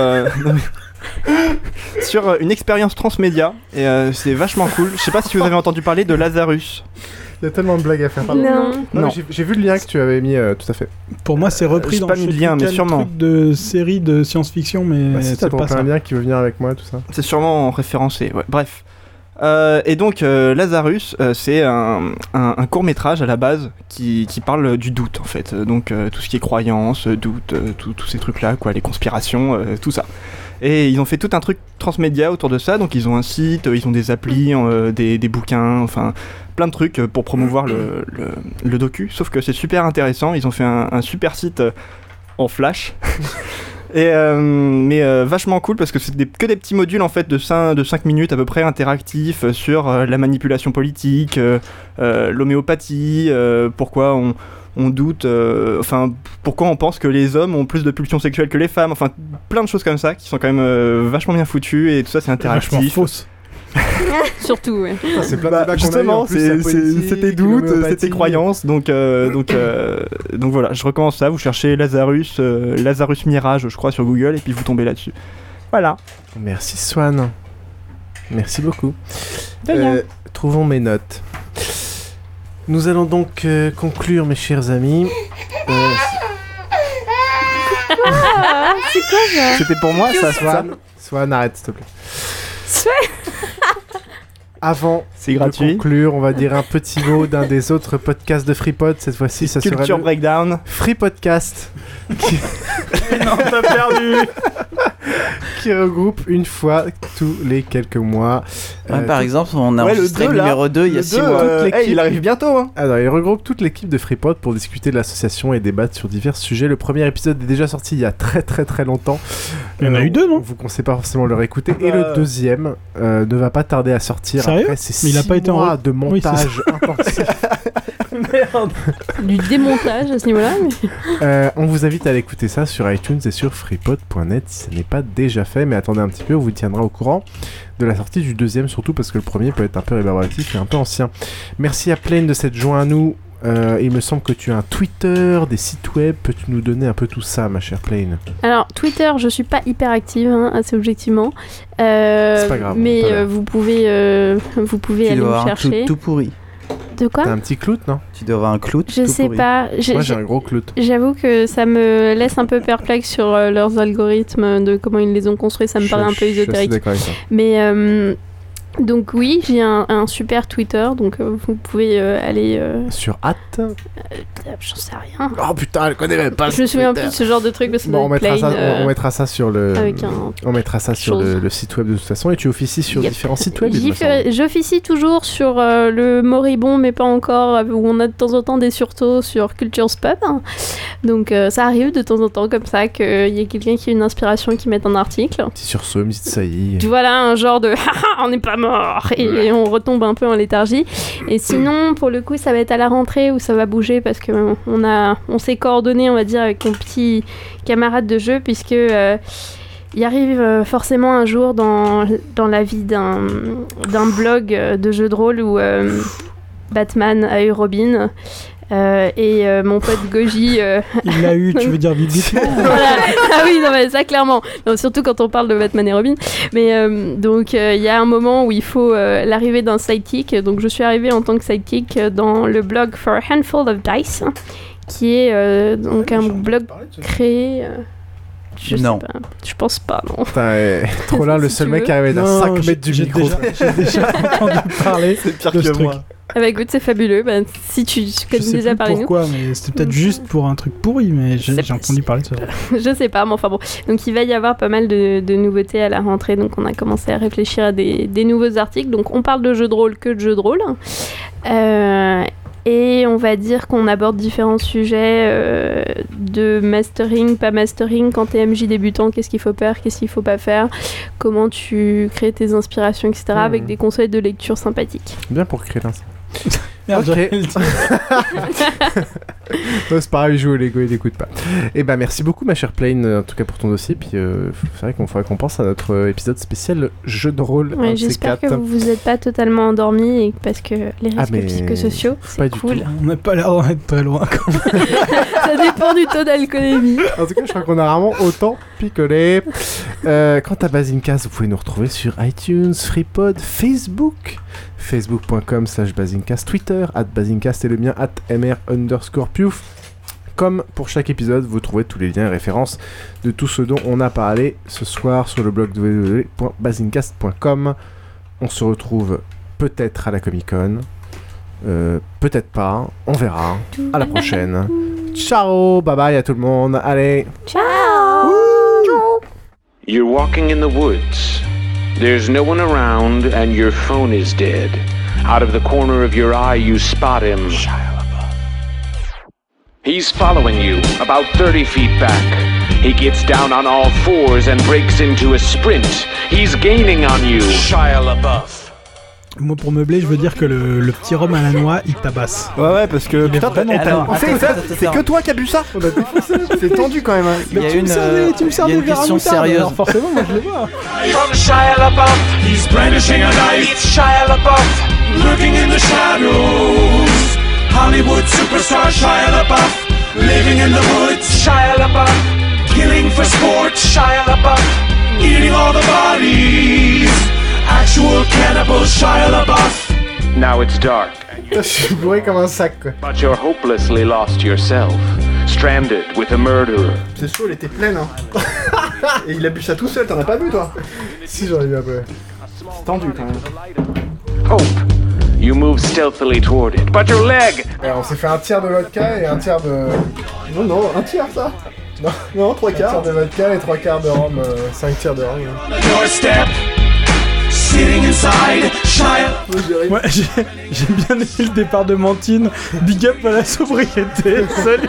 Sur une expérience transmédia, et c'est vachement cool. Je sais pas si vous avez entendu parler de Lazarus. Il y a tellement de blagues à faire. Non. J'ai vu le lien que tu avais mis, tout à fait. Pour moi, c'est repris dans pas mis le lien, mais sûrement. Truc de série de science-fiction, mais c'est pas ça. Un lien qui veut venir avec moi, tout ça. C'est sûrement référencé, ouais. Bref. Et donc Lazarus, c'est un court-métrage à la base qui parle du doute en fait. Donc tout ce qui est croyance, doute, tous ces trucs-là, quoi, les conspirations, tout ça. Et ils ont fait tout un truc transmédia autour de ça, donc ils ont un site, ils ont des applis, des bouquins, enfin plein de trucs pour promouvoir le docu, sauf que c'est super intéressant, ils ont fait un super site en flash, mais vachement cool parce que c'est que des petits modules en fait de 5 minutes à peu près interactifs sur la manipulation politique, l'homéopathie, pourquoi on doute, pourquoi on pense que les hommes ont plus de pulsions sexuelles que les femmes, enfin plein de choses comme ça qui sont quand même vachement bien foutues et tout ça c'est interactif. Vachement fausse. Surtout, ouais. C'est plein de débats justement, c'était doute, c'était croyance, donc voilà, je recommence ça, vous cherchez Lazarus Mirage, je crois, sur Google, et puis vous tombez là-dessus. Voilà. Merci Swan. Merci beaucoup. Trouvons mes notes. Nous allons donc conclure, mes chers amis. C'est quoi ça? C'était pour moi, ça, Swan. Swan, arrête, s'il te plaît. Swan. Avant de conclure, on va dire un petit mot d'un des autres podcasts de FreePod. Cette fois-ci, ça serait Culture Breakdown. Free Podcast. Non, t'as perdu. Qui regroupe une fois tous les quelques mois. Par exemple, on a enregistré le numéro 2 il y a 6 mois. Il arrive bientôt. Hein. Alors, il regroupe toute l'équipe de FreePod pour discuter de l'association et débattre sur divers sujets. Le premier épisode est déjà sorti il y a très très très longtemps. Il y en a eu 2, non? On vous conseille pas forcément de le réécouter. Et le deuxième ne va pas tarder à sortir. Sérieux? Après, c'est 6 mois de montage intensif. Merde. Du démontage à ce niveau-là. Mais... on vous invite à aller écouter ça sur iTunes et sur freepod.net si ce n'est pas déjà fait, mais attendez un petit peu, on vous tiendra au courant de la sortie du deuxième, surtout parce que le premier peut être un peu rébarbatif et un peu ancien. Merci à Plaine de s'être joint à nous. Il me semble que tu as un Twitter, des sites web. Peux-tu nous donner un peu tout ça, ma chère Plaine? Alors, Twitter, je suis pas hyper active, assez objectivement. C'est pas grave. Mais vous pouvez aller me chercher. Tout pourri. De quoi? T'as un petit clout, non? Tu dois avoir un clout. Je sais pourri. pas. Moi, j'ai un gros clout. J'avoue que ça me laisse un peu perplexe sur leurs algorithmes, de comment ils les ont construits. Ça me paraît un peu ésotérique. Je suis d'accord avec ça. Mais donc oui, j'ai un super Twitter, donc vous pouvez aller... Sur @? J'en sais rien. Oh putain, elle connaît même pas. Je me souviens plus de ce genre de truc, mais bon, on mettra ça sur le... On mettra ça sur le site web de toute façon, et tu officies sur différents sites web. J'officie toujours sur le Moribond, mais pas encore, où on a de temps en temps des surtaux sur Culture's Pub. Donc ça arrive de temps en temps comme ça, qu'il y ait quelqu'un qui a une inspiration qui mette un article. Petit sursaut, une petite saillie. Voilà, un genre de... on n'est pas mort et on retombe un peu en léthargie. Et sinon, pour le coup, ça va être à la rentrée où ça va bouger parce que on s'est coordonné, on va dire, avec mon petit camarade de jeu puisque il arrive forcément un jour dans la vie d'un blog de jeux de rôle où Batman a eu Robin. Et mon pote Goji il l'a eu, tu veux dire vite. Voilà. Ah oui, non mais ça clairement, non, surtout quand on parle de Batman et Robin, mais donc il y a un moment où il faut l'arrivée d'un sidekick, donc je suis arrivée en tant que sidekick dans le blog For a Handful of Dice, qui est donc un blog créé je sais pas. Je pense pas, non. Trop là, le seul mec qui arrivait à 5 mètres du micro. J'ai déjà entendu parler. C'est pire que moi. Ah bah écoute, c'est fabuleux. Bah, si tu connais déjà parlé pourquoi, mais c'était peut-être juste pour un truc pourri, mais j'ai entendu parler de ça. Je sais pas, mais enfin bon. Donc il va y avoir pas mal de nouveautés à la rentrée, donc on a commencé à réfléchir à des nouveaux articles. Donc on parle de jeux de rôle que de jeux de rôle. Et on va dire qu'on aborde différents sujets de mastering, pas mastering, quand t'es MJ débutant, qu'est-ce qu'il faut faire, qu'est-ce qu'il faut pas faire, comment tu crées tes inspirations, etc. avec des conseils de lecture sympathiques. Bien pour créer l'inspiration. Merde, ok. C'est pareil, il joue au Lego, il n'écoute pas. Et ben merci beaucoup ma chère Plain, en tout cas pour ton dossier. Puis c'est vrai qu'on faudrait qu'on pense à notre épisode spécial jeu de rôle. Ouais, j'espère que vous vous êtes pas totalement endormis et parce que les risques psychosociaux, c'est cool. On n'a pas l'air d'en être très loin quand même. Ça dépend du taux d'alcoolémie. En tout cas, je crois qu'on a rarement autant picolé. Quant à Basincast, vous pouvez nous retrouver sur iTunes, FreePod, Facebook. Facebook.com/Basincast, Twitter @Basincast et le mien @mr_piouf. Comme pour chaque épisode, vous trouvez tous les liens et références de tout ce dont on a parlé ce soir sur le blog www.basincast.com. On se retrouve peut-être à la Comic-Con, peut-être pas, on verra. À la prochaine. Ciao, bye bye à tout le monde. Allez. Ciao. You're walking in the woods. There's no one around and your phone is dead. Out of the corner of your eye you spot him. He's following you, about 30 feet back. He gets down on all fours and breaks into a sprint. He's gaining on you. Shia LaBeouf. Moi, pour meubler, je veux dire que le petit rhum à la noix, il tabasse. Ouais, parce que putain, c'est que toi qui as bu ça. C'est tendu quand même. Tu me sers des verres à moutarde. Alors forcément, moi je le vois. From Shia LaBeouf, he's brandishing a knife. It's Shia LaBeouf, lurking in the shadows. Hollywood superstar Shia LaBeouf, living in the woods. Shia LaBeouf, killing for sport. Shia LaBeouf, eating all the bodies. Actual cannibal Shia LaBeouf. Now it's dark. Je suis bourré comme un sac, quoi. But you're hopelessly lost yourself, stranded with a murderer. C'est chaud, elle était pleine, hein. Et il a bu ça tout seul, t'en as pas bu, toi? Si, j'en ai bu un peu. C'est tendu, quand même. Hope. You move stealthily toward it, but your leg. Alors, on s'est fait un tiers de vodka et un tiers de... Non, un tiers, ça. Non, 3 quarts. Un tiers de vodka et 3 quarts de rhum, 5 tiers de rhum. Doorstep. Sitting inside, Shia. Ouais, j'ai bien aimé le départ de Mantine. Big up à la sobriété. Salut.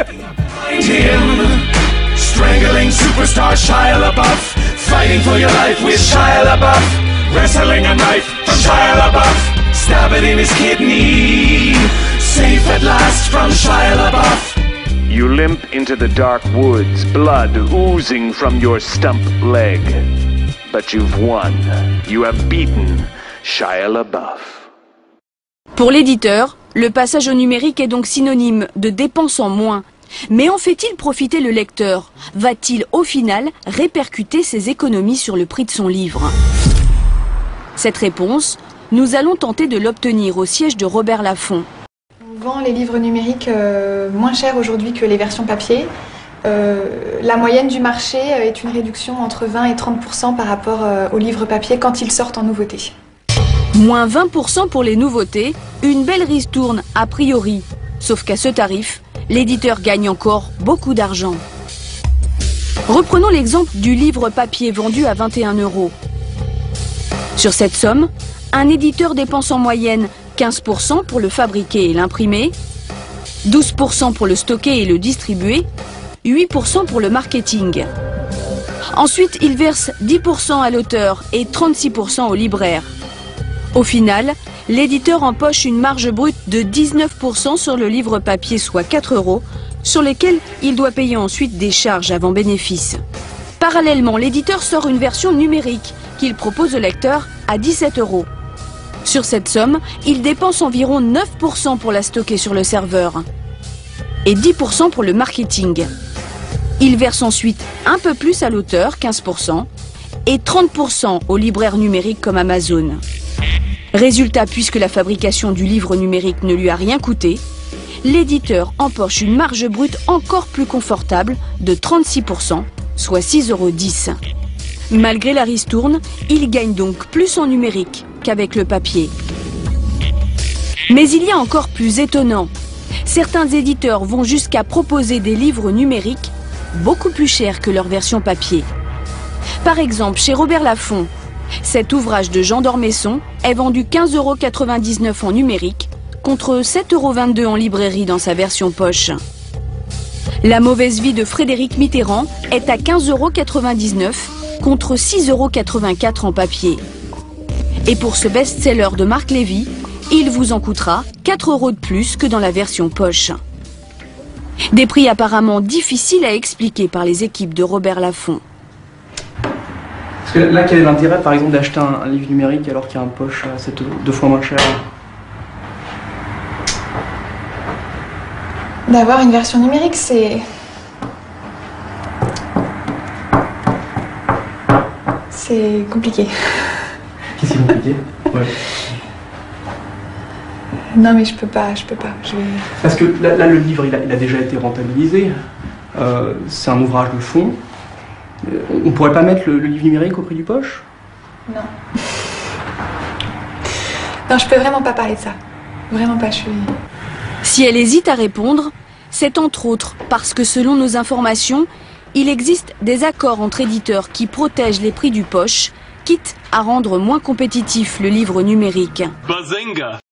Strangling superstar Shia LaBeouf, fighting for your life with Shia LaBeouf, wrestling a knife from Shia LaBeouf, stab it in his kidney, safe at last from Shia LaBeouf. You limp into the dark woods, blood oozing from your stump leg. But you've won. You have beaten Shia LaBeouf. Pour l'éditeur, le passage au numérique est donc synonyme de dépenses en moins. Mais en fait-il profiter le lecteur? Va-t-il au final répercuter ses économies sur le prix de son livre? Cette réponse, nous allons tenter de l'obtenir au siège de Robert Laffont. On vend les livres numériques moins cher aujourd'hui que les versions papier. La moyenne du marché est une réduction entre 20 et 30% par rapport aux livres papier quand ils sortent en nouveauté. Moins 20% pour les nouveautés, une belle ristourne a priori. Sauf qu'à ce tarif, l'éditeur gagne encore beaucoup d'argent. Reprenons l'exemple du livre papier vendu à 21 €. Sur cette somme, un éditeur dépense en moyenne 15% pour le fabriquer et l'imprimer, 12% pour le stocker et le distribuer, 8% pour le marketing. Ensuite, il verse 10% à l'auteur et 36% au libraire. Au final, l'éditeur empoche une marge brute de 19% sur le livre papier, soit 4 €, sur lesquels il doit payer ensuite des charges avant bénéfice. Parallèlement, l'éditeur sort une version numérique qu'il propose au lecteur à 17 €. Sur cette somme, il dépense environ 9% pour la stocker sur le serveur et 10% pour le marketing. Il verse ensuite un peu plus à l'auteur, 15%, et 30% aux libraires numériques comme Amazon. Résultat, puisque la fabrication du livre numérique ne lui a rien coûté, l'éditeur empoche une marge brute encore plus confortable de 36%, soit 6,10 €. Malgré la ristourne, il gagne donc plus en numérique qu'avec le papier. Mais il y a encore plus étonnant. Certains éditeurs vont jusqu'à proposer des livres numériques beaucoup plus chers que leur version papier. Par exemple, chez Robert Laffont, cet ouvrage de Jean d'Ormesson est vendu 15,99 € en numérique contre 7,22 € en librairie dans sa version poche. La mauvaise vie de Frédéric Mitterrand est à 15,99 € contre 6,84 € en papier. Et pour ce best-seller de Marc Lévy, il vous en coûtera 4 € de plus que dans la version poche. Des prix apparemment difficiles à expliquer par les équipes de Robert Laffont. Parce que là, quel est l'intérêt, par exemple, d'acheter un livre numérique alors qu'il y a un poche, c'est 2 fois moins cher? D'avoir une version numérique, c'est compliqué. Qu'est-ce qui est compliqué? Ouais. Non mais je peux pas. Parce que là le livre il a déjà été rentabilisé. C'est un ouvrage de fond. On pourrait pas mettre le livre numérique au prix du poche? Non. Non, je peux vraiment pas parler de ça. Vraiment pas, Si elle hésite à répondre, c'est entre autres parce que selon nos informations, il existe des accords entre éditeurs qui protègent les prix du poche, quitte à rendre moins compétitif le livre numérique. Bazinga!